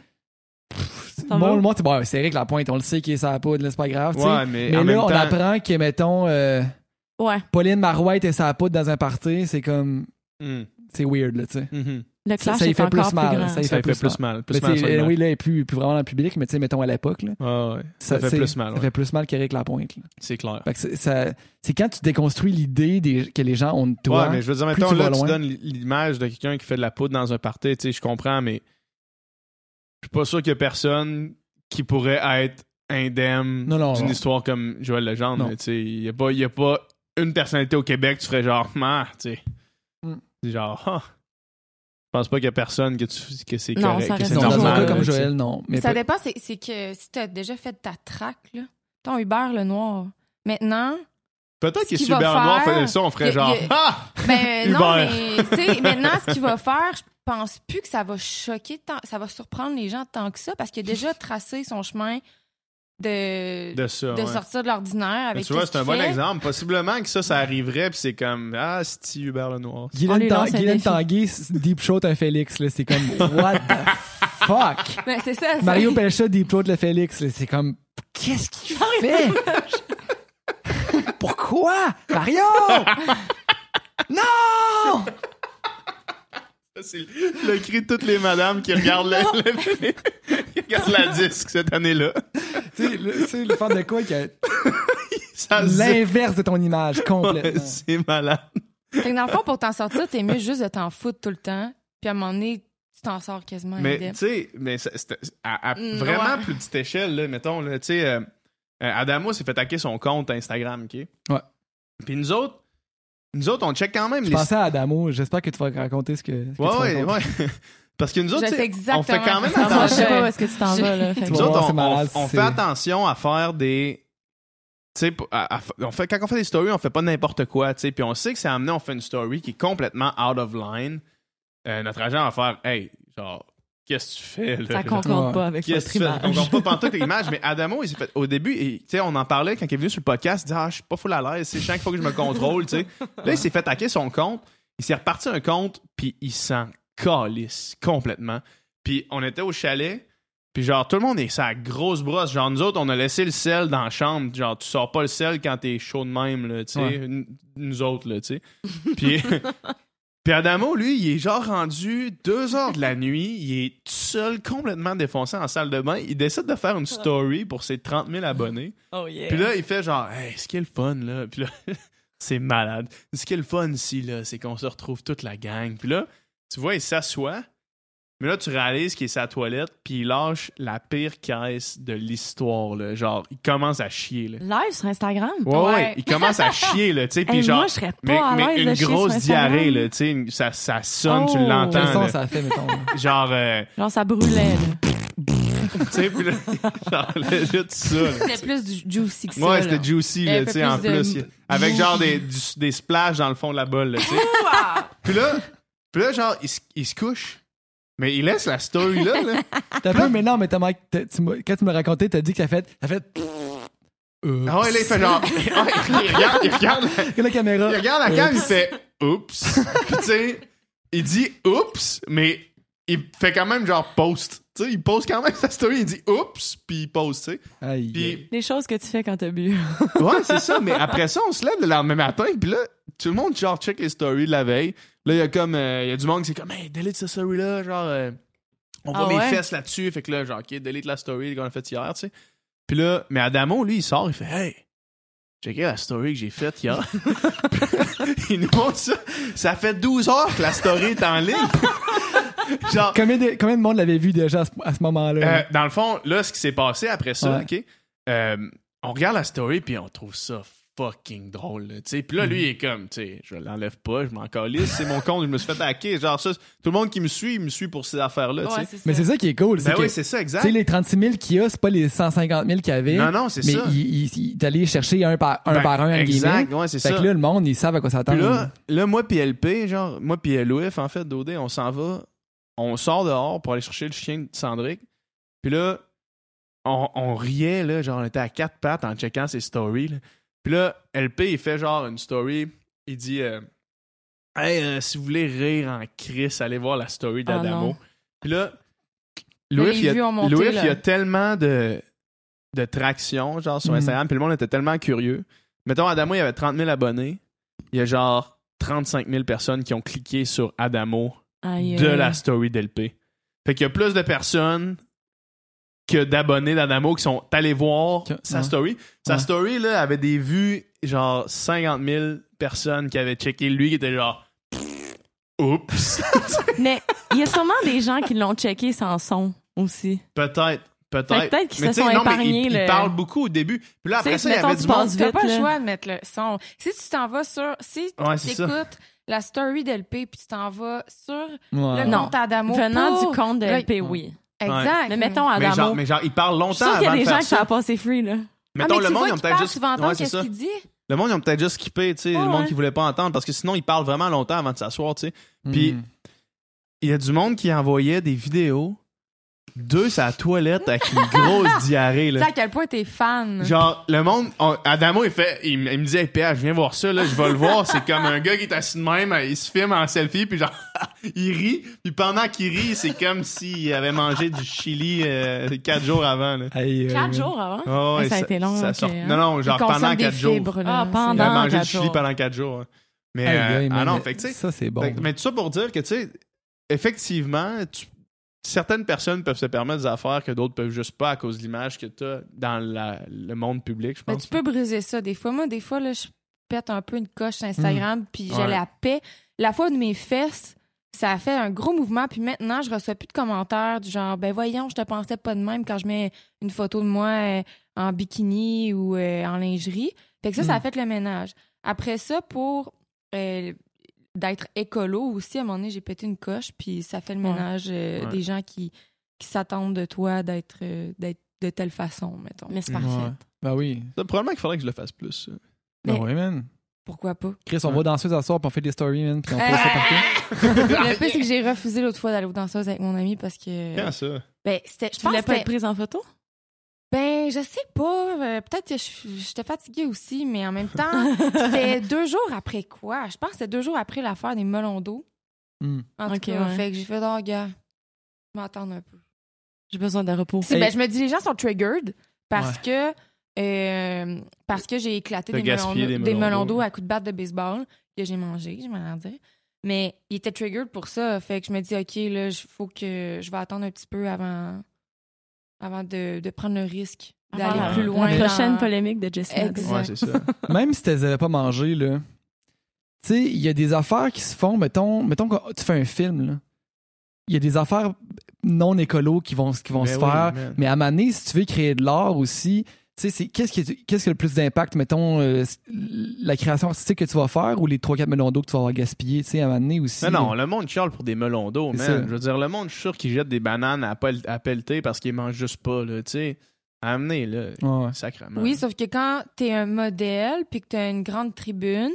Ça Bon, va? le monde, c'est bon, c'est Éric Lapointe, on le sait qu'il est sa poudre, là, c'est pas grave. tu sais. Ouais, mais Mais en là, même on temps. apprend que, mettons, Ouais. Pauline Marois était sa poudre dans un party, c'est comme. Hmm. C'est weird, là, tu sais. Mhm. Le Ça clash y est fait encore plus mal, plus grand. ça y Ça fait fait plus plus mal. Plus Mais mal tu sur sais, le oui, mal. là, il est plus vraiment dans le public, mais tu sais, mettons à l'époque, là. Ouais, ouais. Ça fait c'est- plus mal. Ça Ouais. fait plus mal qu'Éric Lapointe, là. C'est clair. Fait que c'est quand tu déconstruis l'idée que les gens ont de toi. Ouais, mais je veux dire, plus mettons, tu vas là, tu loin. donnes l'image de quelqu'un qui fait de la poudre dans un party, tu sais, je comprends, mais je suis pas sûr qu'il y a personne qui pourrait être indemne Non, non, d'une non. histoire comme Joël Legendre. Non. mais tu sais, il y a pas une personnalité au Québec, tu ferais genre, ah, tu sais. Mm. C'est genre, ah. Je pense pas qu'il y a personne que c'est Non, correct, ça que reste c'est Non, dans un normal. cas comme tu sais. Joël, non. Mais Ça pas- dépend, c'est que si t'as déjà fait ta traque, là, ton Hubert Lenoir, maintenant, Peut-être Ce que si qu'il va Hubert Noir faire, faisait ça, on ferait il y a- genre, il y a- ah! ben non, Hubert. mais tu sais, maintenant, ce qu'il va faire, je pense plus que ça va choquer, ça va surprendre les gens tant que ça, parce qu'il a déjà tracé son chemin de Ça, ouais. sortir de l'ordinaire Mais avec tu vois, qu'est-ce c'est un qu'il bon fait. exemple. Possiblement que ça arriverait, puis c'est comme, ah, c'est Hubert Lenoir. On Guylaine lui lance un Guylaine défi. Tanguay, Deep Throat un Félix, là, c'est comme what the fuck? Ben, c'est ça. Mario Pelcha Deep Throat le Félix, là, c'est comme qu'est-ce qu'il fait? Pourquoi? Mario! Non! Ça, c'est le cri de toutes les madames qui regardent qui regardent la disque cette année-là. Tu sais, le fan de quoi qui a... l'inverse de ton image, complètement. Ouais, c'est malade. Fait que dans le fond, pour t'en sortir, t'es mieux juste de t'en foutre tout le temps. Puis à un moment donné, tu t'en sors quasiment Mais indemne. tu sais, à vraiment plus petite échelle, là, mettons, là, tu sais, Adamo s'est fait hacker son compte Instagram, OK? Ouais. Puis nous autres, on check quand même Je les... pensais à Adamo, j'espère que tu vas raconter ce que tu Ouais. Parce que nous autres, Je tu sais sais, on fait quand même exactement Moi, je sais attention. pas où est-ce que tu t'en vas, là. Fait que- Nous autres, c'est malade, on c'est- fait attention à faire des... Tu sais, quand on fait des stories, on fait pas n'importe quoi, tu sais. Puis on sait que c'est amené, on fait une story qui est complètement out of line. Notre agent va faire « Hey, genre, qu'est-ce que tu fais, là? » Ça concorde pas avec Qu'est-ce votre que tu fais? image. On comprend pas pantoute avec l'image, mais Adamo, il s'est fait... Au début, tu sais, on en parlait quand il est venu sur le podcast, il dit « Ah, je suis pas full à l'aise, c'est chiant qu'il faut que je me contrôle, tu sais. » Là, il s'est fait hacker son compte, il s'est reparti un compte, puis il s'en calisse complètement. Puis on était au chalet, puis genre, tout le monde est sa grosse brosse. Genre, nous autres, on a laissé le sel dans la chambre. Genre, tu sors pas le sel quand t'es chaud de même, là, tu sais. Ouais. Nous autres, là, tu sais. Puis... Puis Adamo, lui, il est genre rendu 2h de la nuit, il est tout seul, complètement défoncé en salle de bain. Il décide de faire une story pour ses 30 000 abonnés. Oh yeah. Puis là, il fait genre, hey, ce qui est le fun, là. Puis là, c'est malade. Ce qui est le fun ici, là, c'est qu'on se retrouve toute la gang. Puis là, tu vois, il s'assoit. Mais là, tu réalises qu'il est sa toilette, puis il lâche la pire caisse de l'histoire, là. Genre, il commence à chier, là. Live sur Instagram? Ouais, il commence à chier, là, tu sais. Puis Hey, genre, moi, je serais pas mais, à mais l'aise une de chier grosse sur Instagram. diarrhée, là, tu sais. Ça sonne, tu Oh. l'entends. Quel son là. ça a fait, mettons? là? Genre, Genre, ça brûlait, là. tu sais, puis là, genre, legit ça, là. C'était plus du juicy que ça. Ouais, là. c'était juicy, Un là, peu tu sais, en plus de- plus. Avec genre des splashes dans le fond de la bolle, là, tu sais. Puis là, genre, il se couche. Mais il laisse la story là. T'as peu, mais non, mais quand tu m'as raconté, t'as dit que t'as fait. Ah ouais, là, il fait genre. il regarde la caméra. il regarde la cam, il fait oups. Puis tu sais, il dit oups, mais il fait quand même genre post. Tu sais, il poste quand même sa story, il dit oups, puis il poste, tu sais. Aïe. Puis Les choses que tu fais quand t'as bu. ouais, c'est ça, mais après ça, on se lève le lendemain matin, puis là, tout le monde genre check les stories de la veille. Là, il y a comme il y a du monde qui c'est comme hey, delete cette story là, genre on voit mes ouais? fesses là-dessus, fait que là genre OK, delete la story qu'on a faite hier, tu sais. Puis là, mais Adamo lui, il sort, il fait hey, checkez la story que j'ai faite hier. Il nous montre ça. Ça fait 12 heures que la story est en ligne. Genre Combien de monde l'avait vu déjà à ce moment-là? là? dans le fond, là ce qui s'est passé après ça, Ouais. OK? On regarde la story puis on trouve ça fucking drôle, tu sais. Puis là, lui, il est comme, tu sais, je l'enlève pas, je m'en calisse, c'est mon compte, je me suis fait hacker. Genre ça, tout le monde qui me suit, il me suit pour ces affaires-là, tu sais. Mais c'est ça qui est cool. Ben que, oui, c'est ça, exact. tu sais, les 36 000 qu'il y a, c'est pas les 150 000 qu'il y avait. Non, c'est mais ça. il est allé chercher un par un, entre exact, guillemets. ouais, c'est Fait ça. que là, le monde, ils savent à quoi Puis s'attendre. là, moi puis LP, genre, moi puis LOF, en fait, d'OD, on s'en va, on sort dehors pour aller chercher le chien de Cendric. Puis là, on riait, là, genre, on était à quatre pattes en checkant ses stories, là. Puis là, LP, il fait genre une story, il dit hey, si vous voulez rire en crise, allez voir la story d'Adamo. non. Puis là, Les vues ont monté, Louis, là. il y a tellement de traction, genre, sur Instagram, puis le monde était tellement curieux. Mettons, Adamo, il y avait 30 000 abonnés. Il y a genre 35 000 personnes qui ont cliqué sur Adamo Aïe, de la story d'LP. Fait qu'il y a plus de personnes que d'abonnés d'Adamo qui sont allés voir sa story. Sa story, là, avait des vues, genre 50 000 personnes qui avaient checké lui, qui étaient genre oups. Mais il y a sûrement des gens qui l'ont checké sans son aussi. Peut-être. Fait que peut-être qu'ils Mais se tu sais, sont non, mais épargnés il le- parle beaucoup au début. Puis là, après Tu ça, sais, il y mettons, avait tu du monde. passes T'as vite, pas le là. choix de mettre le son. Si tu t'en vas sur... Si Ouais, c'est tu ça. écoutes la story d'LP puis tu t'en vas sur le Ouais. Non. compte Adamo Venant pour- du compte de Ouais. LP, oui. Exact. Mais mettons Mais Adamo. genre, il parle Je suis longtemps sûre qu'il y a avant de des gens faire qui ça a ça. passé free, là. Mettons, le monde, ils ont peut-être juste... Tu vas entendre Ouais, c'est qu'est-ce ça. qu'il dit. Le monde, ils ont peut-être juste skippé, tu sais, le monde ouais. qui voulait pas entendre, parce que sinon, ils parlent vraiment longtemps avant de s'asseoir, tu sais. Puis, Mm. il y a du monde qui envoyait des vidéos d'eux sur la toilette avec une grosse diarrhée, Tu là. sais à quel point t'es fan. Genre, le monde, Adamo, il me disait, hey, PH, viens voir ça, là, je vais le voir. C'est comme un gars qui est assis de même, il se filme en selfie, puis genre, il rit, puis pendant qu'il rit, c'est comme s'il avait mangé du chili 4 jours avant, là. Hey, 4 jours avant. Oh, ouais, Ça a été long, ok, sort- hein. Non, genre Il consomme pendant des 4 jours. fibres, là. Ah, pendant Il a mangé 4 du chili jours. pendant 4 jours. hein. Mais, Hey, gars, non, mais fait que tu sais, ça, c'est bon. mais tout ça pour dire que, tu sais, effectivement, certaines personnes peuvent se permettre des affaires que d'autres peuvent juste pas à cause de l'image que tu as dans le monde public, je Ben, pense. tu peux briser ça des fois. Moi, des fois, là, je pète un peu une coche sur Instagram, puis j'ai la paix. La fois de mes fesses, ça a fait un gros mouvement, puis maintenant, je reçois plus de commentaires du genre, ben voyons, je te pensais pas de même quand je mets une photo de moi en bikini ou en lingerie. Fait que ça a fait le ménage. Après ça, pour d'être écolo aussi, à un moment donné, j'ai pété une coche, puis ça fait le ménage des gens qui s'attendent de toi d'être de telle façon, mettons. Mais c'est parfait. Ouais. Ben oui. Ça, probablement qu'il faudrait que je le fasse plus. Ben oui, man. Pourquoi pas? Chris, on va danser à soir, puis on fait des stories, man, puis on poste ça partout. Le pire, c'est que j'ai refusé l'autre fois d'aller aux danseuses avec mon ami parce que... Quand ça? Ben, c'était... Je Tu pense voulais que pas être c'était... prise en photo? Ben, je sais pas. Peut-être que j'étais fatiguée aussi, mais en même temps, c'était 2 jours après quoi? Je pense que c'était 2 jours après l'affaire des melons d'eau. En tout cas, fait que j'ai fait, oh, gars, je vais attendre un peu. J'ai besoin de repos. Ben, je me dis, les gens sont triggered parce que j'ai éclaté des melons d'eau à coups de batte de baseball que j'ai mangé, je m'en dire. Mais ils étaient triggered pour ça. Fait que je me dis, OK, là, faut que je vais attendre un petit peu avant de prendre le risque d'aller plus loin. La prochaine polémique de Jessie. Exact. Ouais, c'est ça. Même si tu les avais pas mangés, là, tu sais, il y a des affaires qui se font, mettons que tu fais un film, là. Il y a des affaires non écolo qui vont se faire. Mais à un moment donné, si tu veux créer de l'art aussi, tu sais, qu'est-ce qui a le plus d'impact, mettons, la création artistique que tu vas faire ou les 3-4 melons d'eau que tu vas avoir gaspillé, tu sais, à un moment donné aussi. Non, le monde chiale pour des melons d'eau, man. Ça. Je veux dire, le monde, je suis sûr qu'il jette des bananes à pelleter parce qu'ils mangent juste pas, là, tu sais. À amener, là, sacrément. Oui, sauf que quand t'es un modèle puis que t'as une grande tribune,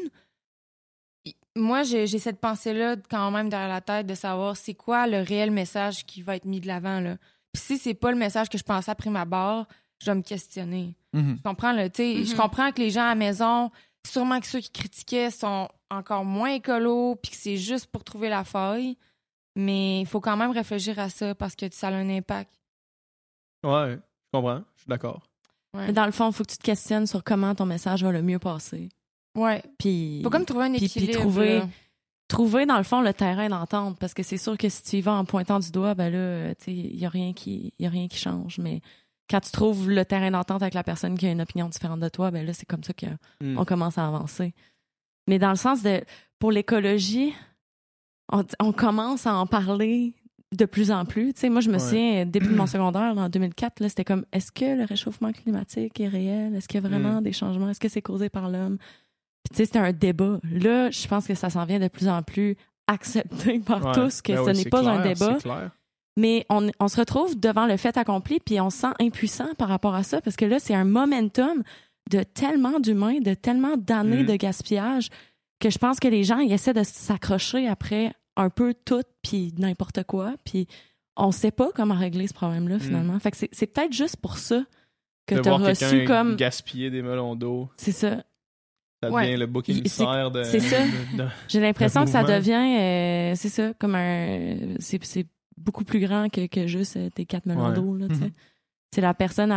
moi, j'ai cette pensée-là quand même derrière la tête de savoir c'est quoi le réel message qui va être mis de l'avant, là. Puis si c'est pas le message que je pensais après ma barre, je vais me questionner. Mm-hmm. Je comprends, là, tu sais, je comprends que les gens à la maison, sûrement que ceux qui critiquaient sont encore moins écolos puis que c'est juste pour trouver la faille, mais il faut quand même réfléchir à ça parce que ça a un impact. Ouais, je comprends, je suis d'accord. Ouais. Mais dans le fond, il faut que tu te questionnes sur comment ton message va le mieux passer. Ouais. Puis faut comme trouver un équilibre. Puis trouver, dans le fond, le terrain d'entente. Parce que c'est sûr que si tu y vas en pointant du doigt, ben là, tu sais, il y a rien qui change. Mais quand tu trouves le terrain d'entente avec la personne qui a une opinion différente de toi, ben là, c'est comme ça qu'on commence à avancer. Mais dans le sens de, pour l'écologie, on commence à en parler de plus en plus. Tu sais, moi, je me souviens, début de mon secondaire, en 2004, là, c'était comme, est-ce que le réchauffement climatique est réel? Est-ce qu'il y a vraiment des changements? Est-ce que c'est causé par l'homme? Puis, tu sais, c'était un débat. Là, je pense que ça s'en vient de plus en plus accepté par tous, que ce n'est pas un débat. Mais on se retrouve devant le fait accompli, puis on se sent impuissant par rapport à ça, parce que là, c'est un momentum de tellement d'humains, de tellement d'années de gaspillage, que je pense que les gens, ils essaient de s'accrocher après un peu tout, puis n'importe quoi, puis on sait pas comment régler ce problème-là, finalement. Fait que c'est peut-être juste pour ça que tu as reçu comme... gaspiller des melons d'eau. C'est ça. Ça devient le bouc émissaire de... C'est ça. J'ai l'impression que ça devient... c'est ça, comme un... C'est beaucoup plus grand que juste tes 4 melons d'eau, là, tu sais. C'est la personne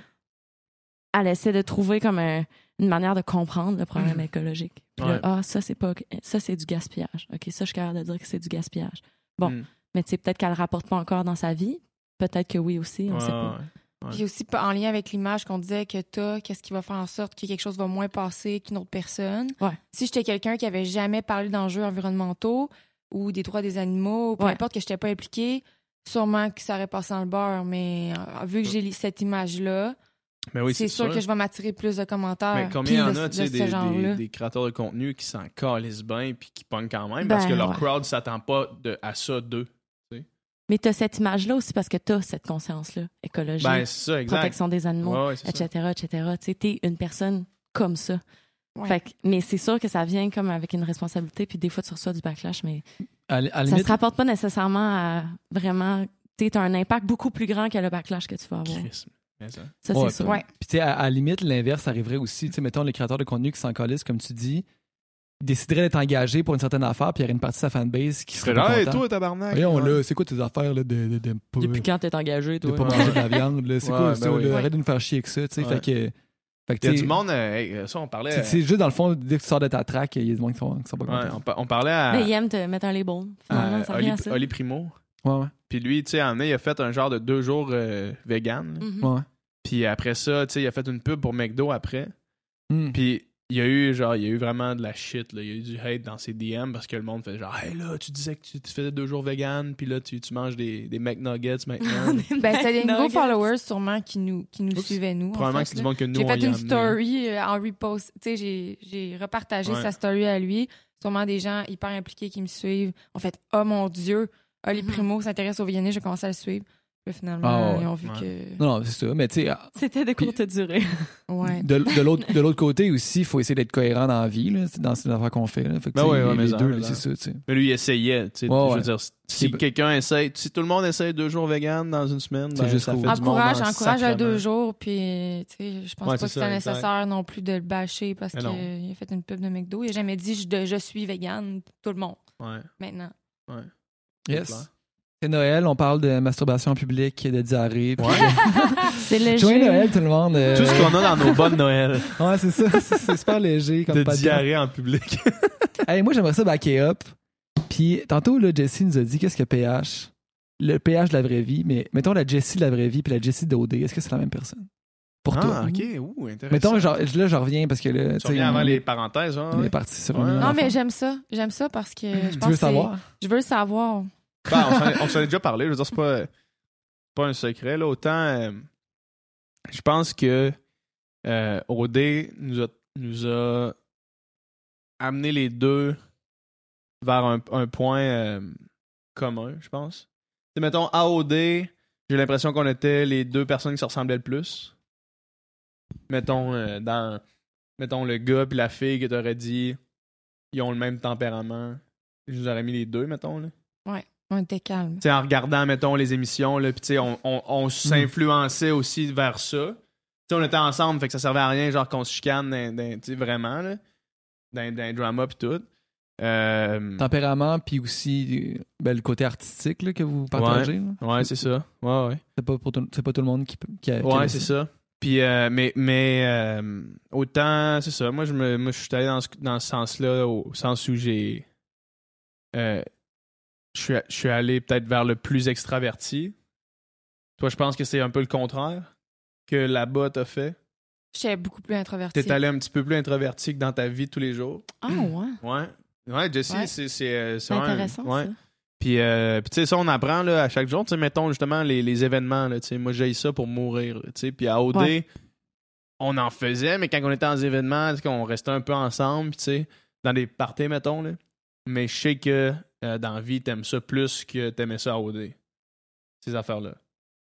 elle essaie de trouver comme une manière de comprendre le problème écologique. Puis là, ça, c'est du gaspillage. OK, ça, je suis capable de dire que c'est du gaspillage. Bon, mais tu sais, peut-être qu'elle le rapporte pas encore dans sa vie. Peut-être que oui aussi, on sait pas. Puis aussi, en lien avec l'image qu'on disait que qu'est-ce qui va faire en sorte que quelque chose va moins passer qu'une autre personne. Si j'étais quelqu'un qui avait jamais parlé d'enjeux environnementaux ou des droits des animaux, peu importe que je n'étais pas impliquée, sûrement que ça aurait passé dans le beurre. Mais vu que j'ai cette image-là, c'est sûr que je vais m'attirer plus de commentaires. Mais combien il y en a, tu sais, des créateurs de contenu qui s'en calissent bien puis qui pognent quand même parce que leur crowd ne s'attend pas à ça d'eux. Mais tu as cette image-là aussi parce que tu as cette conscience-là, écologique, c'est ça, exact. Protection des animaux, etc. Tu es une personne comme ça. Fait que, mais c'est sûr que ça vient comme avec une responsabilité, puis des fois tu reçois du backlash, mais ça ne se rapporte pas nécessairement à vraiment... Tu as un impact beaucoup plus grand que le backlash que tu vas avoir. Ça, c'est sûr. Puis tu sais, à la limite, l'inverse arriverait aussi. Tu sais, mettons, les créateurs de contenu qui s'en calissent, comme tu dis, ils décideraient d'être engagés pour une certaine affaire, puis il y aurait une partie de sa fanbase qui serait pas content. Toi, tabarnak! Voyons, là, c'est quoi tes affaires, là, Depuis quand t'es engagé, toi? De pas manger de la viande, là. C'est quoi ça, là? Arrête de nous faire chier avec ça, tu sais. Fait que il y a du monde, ça, on parlait... C'est juste, dans le fond, dès que tu sors de ta track, il y a du monde qui sont pas contents. On parlait à... Mais ils aiment te mettre un label. Finalement, ça revient à ça. Oli Primo. Ouais. Puis lui, tu sais, à un moment donné, il a fait un genre de 2 jours vegan. Mhm. Ouais. Puis après ça, tu sais, il a fait une pub pour McDo après. Mm. Puis il y a eu vraiment de la shit, là. Il y a eu du hate dans ses DM parce que le monde fait genre, hey là, tu disais que tu faisais 2 jours vegan, puis là, tu manges des McNuggets maintenant. Ben, c'est des nouveaux Nuggets. followers sûrement qui nous suivaient, nous. en Probablement fait, que c'est du là. monde que nous, J'ai on fait y a une amené. story en repost. Tu sais, j'ai repartagé Ouais. sa story à lui. Sûrement des gens hyper impliqués qui me suivent. En fait, oh mon Dieu, Oli Primo s'intéresse au véganisme, j'ai commencé à le suivre. Puis finalement, Ah ouais. ils ont vu Ouais. que. Non, c'est ça. Mais tu sais, C'était de courte durée. Ouais. de l'autre côté aussi, il faut essayer d'être cohérent dans la vie, là, dans ces affaires qu'on fait. Là. Fait que, Ben tu sais, ouais, les mais deux, mais c'est ça. Tu sais. Mais lui, il essayait. Tu sais, Ouais, je ouais. veux dire, si C'est- quelqu'un essaye, si tout le monde essaye 2 jours vegan dans une semaine, C'est ben, juste ça cool. fait du monde Encourage en à sacrement. 2 jours, puis tu sais, je pense Ouais, pas c'est que c'est ça, nécessaire non plus de le bâcher parce Mais qu'il non. a fait une pub de McDo. Il a jamais dit je suis vegan, tout le monde, Ouais, maintenant. ouais. Yes. clair. C'est Noël, on parle de masturbation en public, de diarrhée. puis- Ouais. C'est léger. Joyeux Noël, tout le monde. Tout ce qu'on a dans nos bonnes Noël. Ouais, c'est ça. C'est super léger comme De podcast. diarrhée en public. Hey, moi, j'aimerais ça backer up. Puis, tantôt, là, Jessie nous a dit qu'est-ce que PH? Le PH de la vraie vie, mais mettons la Jessie de la vraie vie puis la Jessie d'OD, est-ce que c'est la même personne? Pour toi. Ah, ok. Ouh, intéressant. Mettons, genre, là, je reviens parce que là, Tu tu sais, reviens avant on les est- parenthèses, hein? on ouais. est parti sur Ouais. une Non, mais affaire. j'aime ça. J'aime ça parce que je Tu pense veux que c'est- savoir? Je veux le savoir. Ben, on s'en est déjà parlé. Je veux dire, c'est pas un secret. Là. Autant, je pense que OD nous a amené les deux vers un point commun, je pense. T'sais, mettons, à OD, j'ai l'impression qu'on était les 2 personnes qui se ressemblaient le plus. Mettons, mettons le gars puis la fille que t'aurais dit, ils ont le même tempérament. Je vous aurais mis les 2, mettons, là. On était calme. T'sais, en regardant, mettons, les émissions, là, pis on s'influençait aussi vers ça. T'sais, on était ensemble, fait que ça servait à rien, genre qu'on se chicane vraiment, là, dans drama pis tout. Tempérament, puis aussi le côté artistique là, que vous partagez. là. Ouais, c'est ça. Ouais. C'est pas tout le monde qui a Ouais, c'est ça. Puis, mais autant, c'est ça. Moi, je suis allé dans ce sens-là, au sens où j'ai. Je suis allé peut-être vers le plus extraverti. Toi, je pense que c'est un peu le contraire que là-bas t'as fait. J'étais beaucoup plus introvertie. T'es allé un petit peu plus introverti que dans ta vie de tous les jours. Ah, ouais. Ouais, Jessie, Ouais. c'est C'est intéressant, ouais. ça. Puis tu sais, ça, on apprend là, à chaque jour. Tu sais, mettons justement les événements. Là, tu sais, moi, j'ai ça pour mourir. Tu sais, puis à OD, Ouais. on en faisait, mais quand on était dans des événements, tu sais, on restait un peu ensemble. Tu sais, dans des parties, mettons. Là. Mais je sais que dans la vie, t'aimes ça plus que t'aimais ça à OD. Ces affaires-là.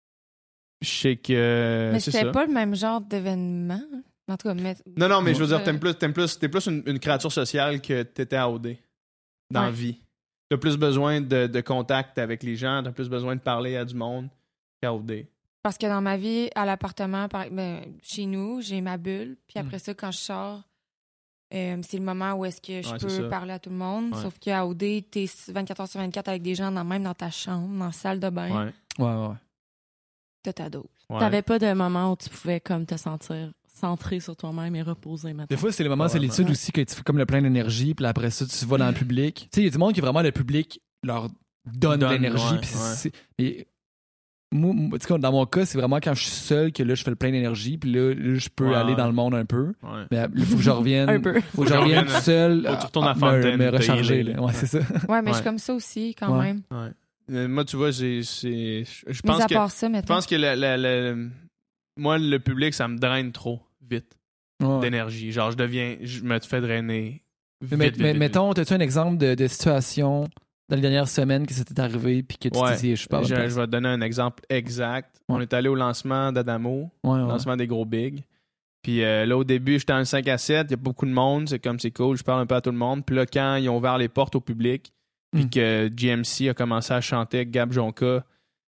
Je sais que. Mais c'est c'était ça. pas le même genre d'événement. En tout cas, Non, mais je veux dire, Euh, t'es plus une créature sociale que t'étais à OD. Dans la Ouais. vie. T'as plus besoin de contact avec les gens, t'as plus besoin de parler à du monde qu'à OD. Parce que dans ma vie, à l'appartement, chez nous, j'ai ma bulle. Puis après ça, quand je sors, c'est le moment où est-ce que je Ouais, c'est peux ça. parler à tout le monde. Ouais. Sauf qu'à OD, t'es 24 heures sur 24 avec des gens, même dans ta chambre, dans la salle de bain. Ouais. Ouais. T'as ta dose. Ouais. T'avais pas de moment où tu pouvais comme te sentir centré sur toi-même et reposer maintenant. Des fois, c'est les moments de Ouais, solitude ouais. aussi que tu fais comme le plein d'énergie, puis après ça, tu vas dans le public. Tu sais, il y a du monde qui vraiment le public leur donne de Donne, l'énergie. ouais, Puis ouais. et moi, tu sais, dans mon cas, c'est vraiment quand je suis seul que là, je fais le plein d'énergie, puis là, je peux Ouais, aller ouais. dans le monde un peu. Ouais. Mais il faut que je revienne. Un peu. Faut que je revienne tout seul. Faut que tu retournes à me- Fontaine, me t'as recharger. healé, là. là. Ouais, c'est ça. Ouais, mais je Ouais. suis comme ça aussi, quand Ouais. même. Ouais. Moi, tu vois, je Mais pense à que. part ça, Je mettons. pense que moi, le public, ça me draine trop vite Ouais. d'énergie. Genre, je me fais drainer. Vite, Mais, vite, vite, vite. mettons, as-tu un exemple de situation dans les dernières semaines que c'était arrivé, puis que tu Ouais. te dis, je suis pas à la bonne Je place? vais te donner un exemple exact. Ouais. On est allé au lancement d'Adamo, Ouais, ouais. lancement des gros bigs. Puis là, au début, j'étais en 5 à 7, il y a beaucoup de monde, c'est cool, je parle un peu à tout le monde. Puis là, quand ils ont ouvert les portes au public, puis que GMC a commencé à chanter avec Gab Jonka,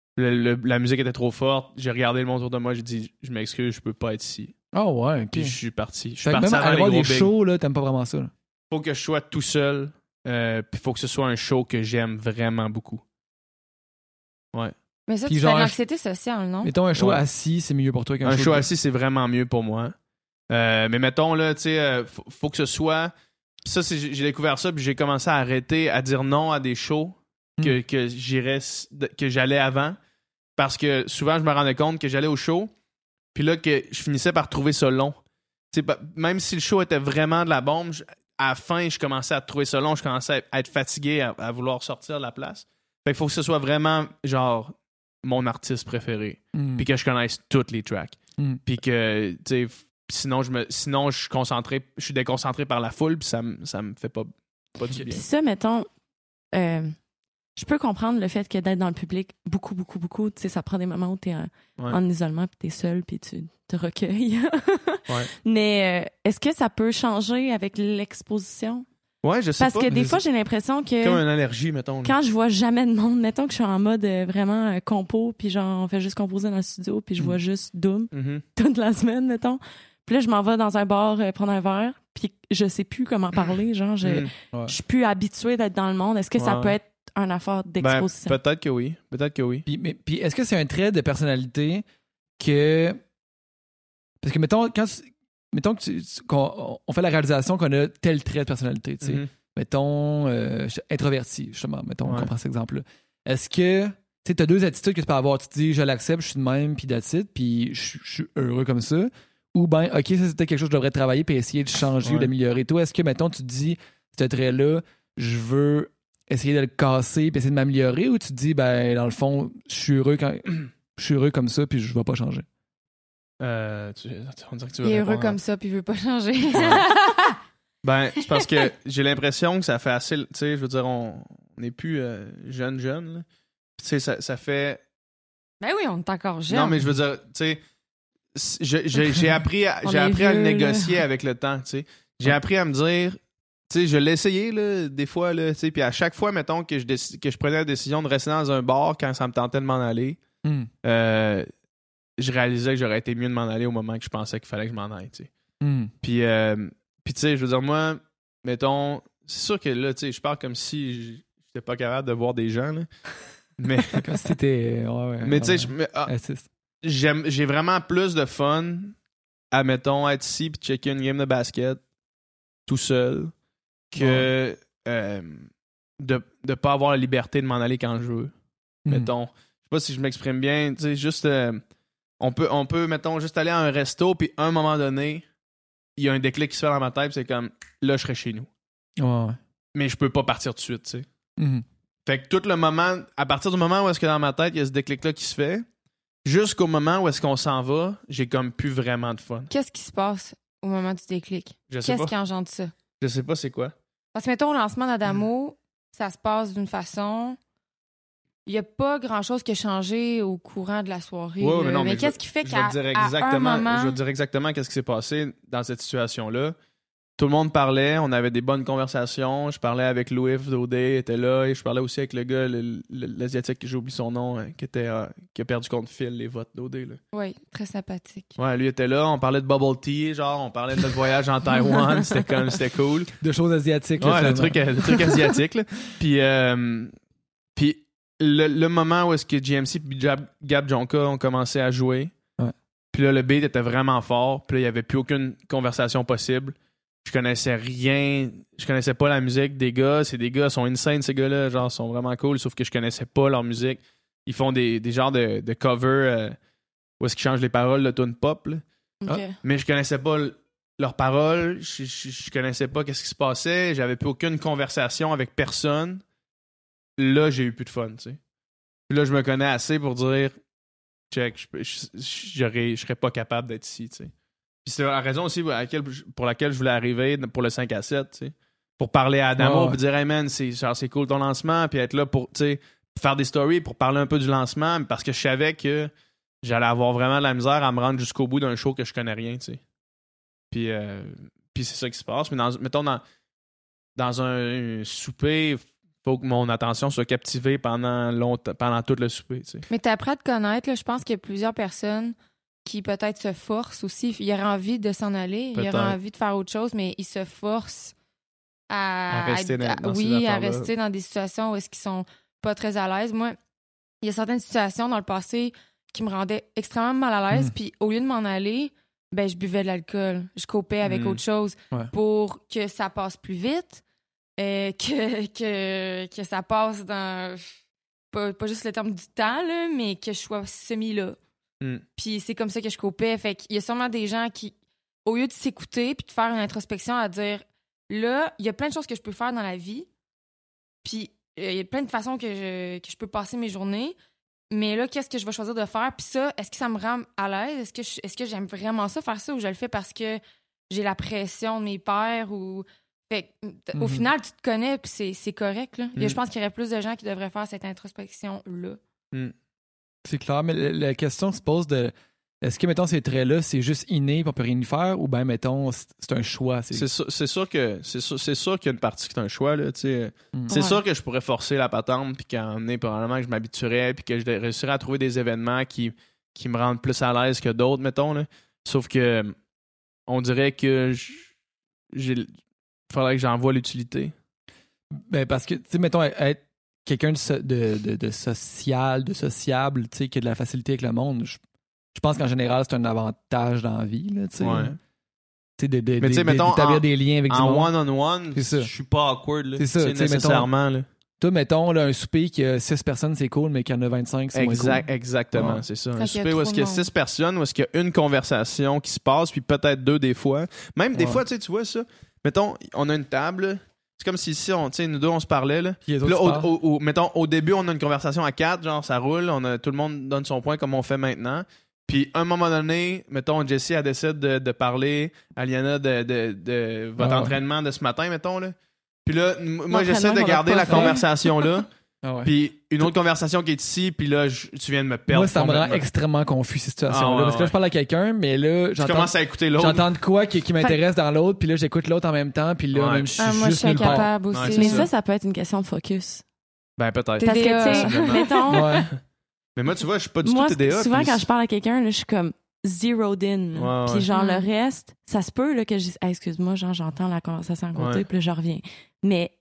la musique était trop forte, j'ai regardé le monde autour de moi, j'ai dit, je m'excuse, je peux pas être ici. Oh, ouais, ok. Puis je suis parti. Je suis Fait que parti même avant aller les voir gros des bigs. shows, là, t'aimes pas vraiment ça. Là. Faut que je sois tout seul, puis faut que ce soit un show que j'aime vraiment beaucoup. Mais ça, Puis tu genre, fais de l'anxiété sociale, non? Mettons un show Ouais. assis, c'est mieux pour toi qu'un Un show de- assis, c'est vraiment mieux pour moi. Mais mettons, là, tu sais, faut que ce soit... Ça, j'ai découvert ça, puis j'ai commencé à arrêter à dire non à des shows que j'allais avant. Parce que souvent, je me rendais compte que j'allais au show, puis là, que je finissais par trouver ça long. T'sais, même si le show était vraiment de la bombe, à la fin, je commençais à trouver ça long, je commençais à être fatigué, à vouloir sortir de la place. Fait qu'il faut que ce soit vraiment, genre, mon artiste préféré. Puis que je connaisse toutes les tracks. Puis que, tu sais, sinon, je suis concentré, je suis déconcentré par la foule, puis ça me fait pas du bien. Puis ça, mettons, je peux comprendre le fait que d'être dans le public, beaucoup, tu sais, ça prend des moments où t'es en isolement, puis t'es seul, puis tu te recueilles. Ouais. Mais est-ce que ça peut changer avec l'exposition? Ouais, je sais Parce pas. que des fois, j'ai l'impression que... Comme une allergie, mettons. Quand je vois jamais de monde, mettons que je suis en mode vraiment compo, puis genre, on fait juste composer dans le studio, puis je vois juste Doom toute la semaine, mettons. Puis là, je m'en vais dans un bar prendre un verre, puis je sais plus comment parler, genre, je suis plus habituée d'être dans le monde. Est-ce que ça peut être un affaire d'exposition? Peut-être que oui. Puis est-ce que c'est un trait de personnalité que... Parce que, mettons qu'on fait la réalisation qu'on a tel trait de personnalité, tu sais. Mettons, introverti, justement, mettons, on prend cet exemple-là. Est-ce que, tu sais, t'as deux attitudes que tu peux avoir. Tu te dis, je l'accepte, je suis de même, puis that's it, puis je suis heureux comme ça. Ou ben, OK, ça, c'était quelque chose que je devrais travailler puis essayer de changer ou d'améliorer. Toi, est-ce que, mettons, tu te dis, ce trait-là, je veux essayer de le casser puis essayer de m'améliorer, ou tu te dis, ben, dans le fond, je suis heureux comme ça, puis je vais pas changer? On dirait que tu veux il est répondre heureux comme ça, puis il veut pas changer. Ben, c'est parce que j'ai l'impression que ça fait assez... Tu sais, je veux dire, on n'est plus jeune. Tu sais, ça fait... Ben oui, on est encore jeune. Non, mais je veux dire, tu sais, j'ai appris à le négocier avec le temps, tu sais. J'ai appris à me dire... Tu sais, je l'ai essayé, là, des fois, là, tu sais, puis à chaque fois, mettons, que je prenais la décision de rester dans un bar quand ça me tentait de m'en aller, je réalisais que j'aurais été mieux de m'en aller au moment que je pensais qu'il fallait que je m'en aille, tu sais. Puis, tu sais, je veux dire, moi, mettons, c'est sûr que là, tu sais, je parle comme si j'étais pas capable de voir des gens, là. Mais, comme si t'étais... mais tu sais, j'ai vraiment plus de fun à, mettons, être ici puis checker une game de basket tout seul que de pas avoir la liberté de m'en aller quand je veux. Mettons, je sais pas si je m'exprime bien, tu sais, juste... On peut, mettons, juste aller à un resto, puis à un moment donné, il y a un déclic qui se fait dans ma tête, c'est comme, là, je serais chez nous. Ouais. Mais je peux pas partir tout de suite, tu sais. Fait que tout le moment, à partir du moment où est-ce que dans ma tête, il y a ce déclic-là qui se fait, jusqu'au moment où est-ce qu'on s'en va, j'ai comme plus vraiment de fun. Qu'est-ce qui se passe au moment du déclic? Qu'est-ce qui engendre ça? Je sais pas c'est quoi. Parce que, mettons, au lancement d'Adamo, ça se passe d'une façon... Il n'y a pas grand-chose qui a changé au courant de la soirée. Ouais, mais non, mais qu'est-ce qui fait qu'à un moment... Je vais te dire exactement qu'est-ce qui s'est passé dans cette situation-là. Tout le monde parlait, on avait des bonnes conversations. Je parlais avec Louis Daudé, il était là. Et je parlais aussi avec le gars, l'Asiatique, j'ai oublié son nom, qui a perdu contre Phil, les votes Daudé. Oui, très sympathique. Ouais, lui était là. On parlait de bubble tea, genre, on parlait de notre voyage en Taïwan. C'était cool. De choses asiatiques. Ouais, le truc asiatique. Là. Puis le moment où est-ce que GMC et Gab Jonka ont commencé à jouer, puis là, le beat était vraiment fort, puis là, il n'y avait plus aucune conversation possible. Je connaissais rien, je connaissais pas la musique des gars. Des gars sont insane, ces gars-là, genre, sont vraiment cool, sauf que je connaissais pas leur musique. Ils font des genres de covers où est-ce qu'ils changent les paroles de tune pop, là. Okay. Mais je connaissais pas leurs paroles, je connaissais pas qu'est-ce qui se passait, j'avais plus aucune conversation avec personne. Là, j'ai eu plus de fun, tu sais. Puis là, je me connais assez pour dire, check, je serais pas capable d'être ici, tu sais. Puis c'est la raison aussi pour laquelle je voulais arriver pour le 5 à 7, tu sais. Pour parler à Adamo, puis dire, hey man, c'est cool ton lancement, puis être là pour, tu sais, faire des stories, pour parler un peu du lancement, parce que je savais que j'allais avoir vraiment de la misère à me rendre jusqu'au bout d'un show que je connais rien, tu sais. Puis c'est ça qui se passe. Mais mettons, dans un souper, faut que mon attention soit captivée pendant tout le souper, tu sais. Mais t'es prêt à te connaître, là, je pense qu'il y a plusieurs personnes qui peut-être se forcent aussi. Il y aurait envie de s'en aller, il y aurait envie de faire autre chose, mais ils se forcent à rester dans des situations où est-ce qu'ils sont pas très à l'aise. Moi, il y a certaines situations dans le passé qui me rendaient extrêmement mal à l'aise, puis au lieu de m'en aller, ben je buvais de l'alcool. Je copais avec autre chose pour que ça passe plus vite. que ça passe dans pas juste le terme du temps, là, mais que je sois semi-là. Puis c'est comme ça que je copais. Fait qu'il y a sûrement des gens qui, au lieu de s'écouter puis de faire une introspection à dire là, il y a plein de choses que je peux faire dans la vie. Puis il y a plein de façons que je peux passer mes journées. Mais là, qu'est-ce que je vais choisir de faire? Puis ça, est-ce que ça me rend à l'aise? Est-ce que j'aime vraiment ça, faire ça, ou je le fais parce que j'ai la pression de mes pairs? Ou... Fait au final, tu te connais, puis c'est correct. Là. Je pense qu'il y aurait plus de gens qui devraient faire cette introspection-là. C'est clair, mais la question se pose de... Est-ce que, mettons, ces traits-là, c'est juste inné, puis on peut rien y faire, ou bien, mettons, c'est un choix? C'est sûr qu'il y a une partie qui est un choix, là, tu sais. C'est sûr que je pourrais forcer la patente, puis qu'à un moment donné, probablement que je m'habituerais, puis que je réussirais à trouver des événements qui me rendent plus à l'aise que d'autres, mettons, là. Sauf que on dirait que il faudrait que j'en vois l'utilité. Ben, parce que, tu sais, mettons, être quelqu'un de social, de sociable, tu sais, qui a de la facilité avec le monde, je pense qu'en général, c'est un avantage dans la vie, là, tu sais. Ouais. Tu sais, mettons, d'établir des liens avec du monde. En one-on-one, je suis pas awkward, là. C'est ça, nécessairement, là. Toi, mettons, là, un souper qui a 6 personnes, c'est cool, mais qu'il y en a 25, c'est moins cool. Exactement, ouais. C'est ça. Un souper où est-ce qu'il y a 6 personnes, où est-ce qu'il y a une conversation qui se passe, puis peut-être 2 des fois. Même des fois, tu sais, tu vois ça. Mettons, on a une table, c'est comme si ici, nous deux, on se parlait, là. Puis là, mettons, au début, on a une conversation à 4, genre, ça roule, tout le monde donne son point comme on fait maintenant. Puis, à un moment donné, mettons, Jessie, elle décide de parler à Liana de votre entraînement de ce matin, mettons, là. Puis là, moi, j'essaie de garder la conversation là. Puis une autre conversation qui est ici, puis là, tu viens de me perdre. Moi, ça me rend extrêmement confus, cette situation-là. Parce que là, je parle à quelqu'un, mais là, je commence à écouter l'autre. J'entends de quoi qui m'intéresse dans l'autre, puis là, j'écoute l'autre en même temps, puis là, même, je suis moi, juste je suis incapable aussi. Mais ça peut être une question de focus. Ben, peut-être. Parce que, tu sais, mettons... Mais moi, tu vois, je suis pas du tout TDA. Souvent, quand je parle à quelqu'un, là, je suis comme zeroed in. Puis genre, le reste, ça se peut là, que je dise hey, excuse-moi, genre, j'entends la conversation à côté, puis là, je reviens. Mais,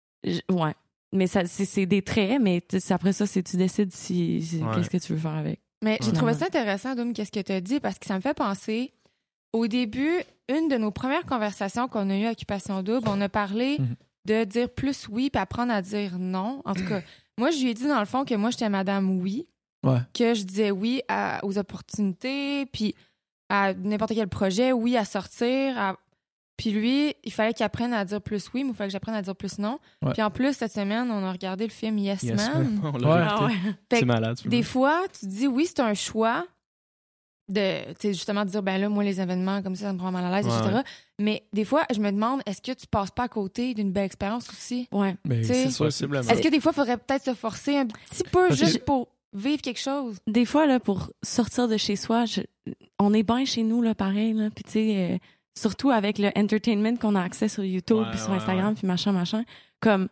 mais ça, c'est des traits, mais après ça, tu décides qu'est-ce que tu veux faire avec. Mais j'ai trouvé ça intéressant, Doom, qu'est-ce que tu as dit, parce que ça me fait penser, au début, une de nos premières conversations qu'on a eues à Occupation Double, on a parlé de dire plus oui, puis apprendre à dire non. En tout cas, moi, je lui ai dit, dans le fond, que moi, j'étais Madame Oui. Que je disais oui aux opportunités, puis à n'importe quel projet, oui à sortir. Puis lui, il fallait qu'il apprenne à dire plus oui, mais il fallait que j'apprenne à dire plus non. Puis en plus, cette semaine, on a regardé le film Yes Man. C'est malade. Des fois, tu dis oui, c'est un choix de justement de dire, ben là, moi, les événements comme ça me rend mal à l'aise, etc. Mais des fois, je me demande, est-ce que tu passes pas à côté d'une belle expérience aussi? Ouais. Mais c'est possiblement. Est-ce que des fois, il faudrait peut-être se forcer un petit peu juste pour vivre quelque chose? Des fois, là, pour sortir de chez soi, on est bien chez nous, là, pareil, là. Puis, tu sais, surtout avec le entertainment qu'on a accès sur YouTube, puis sur Instagram, puis machin. Comme,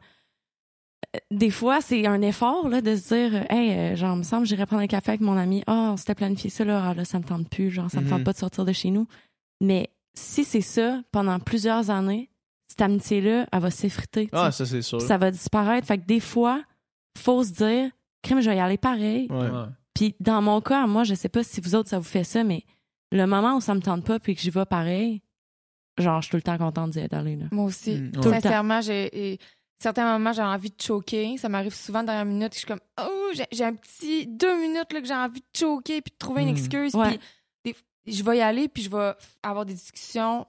des fois, c'est un effort, là, de se dire, hey, genre, me semble, j'irais prendre un café avec mon ami. Ah, on s'était planifié ça, là. Ah, là, ça me tente plus. Genre, ça me tente pas de sortir de chez nous. Mais si c'est ça, pendant plusieurs années, cette amitié-là, elle va s'effriter. Ah, ça, c'est sûr. Ça va disparaître. Fait que des fois, faut se dire, crème, je vais y aller pareil. Puis dans mon cas, moi, je sais pas si vous autres, ça vous fait ça, mais le moment où ça me tente pas puis que j'y vais pareil, genre, je suis tout le temps contente d'y être allée, là. Moi aussi. Sincèrement, certains moments, j'ai envie de choquer. Ça m'arrive souvent dans une minute. Je suis comme, oh, j'ai un petit 2 minutes là, que j'ai envie de choquer puis de trouver une excuse. Puis je vais y aller puis je vais avoir des discussions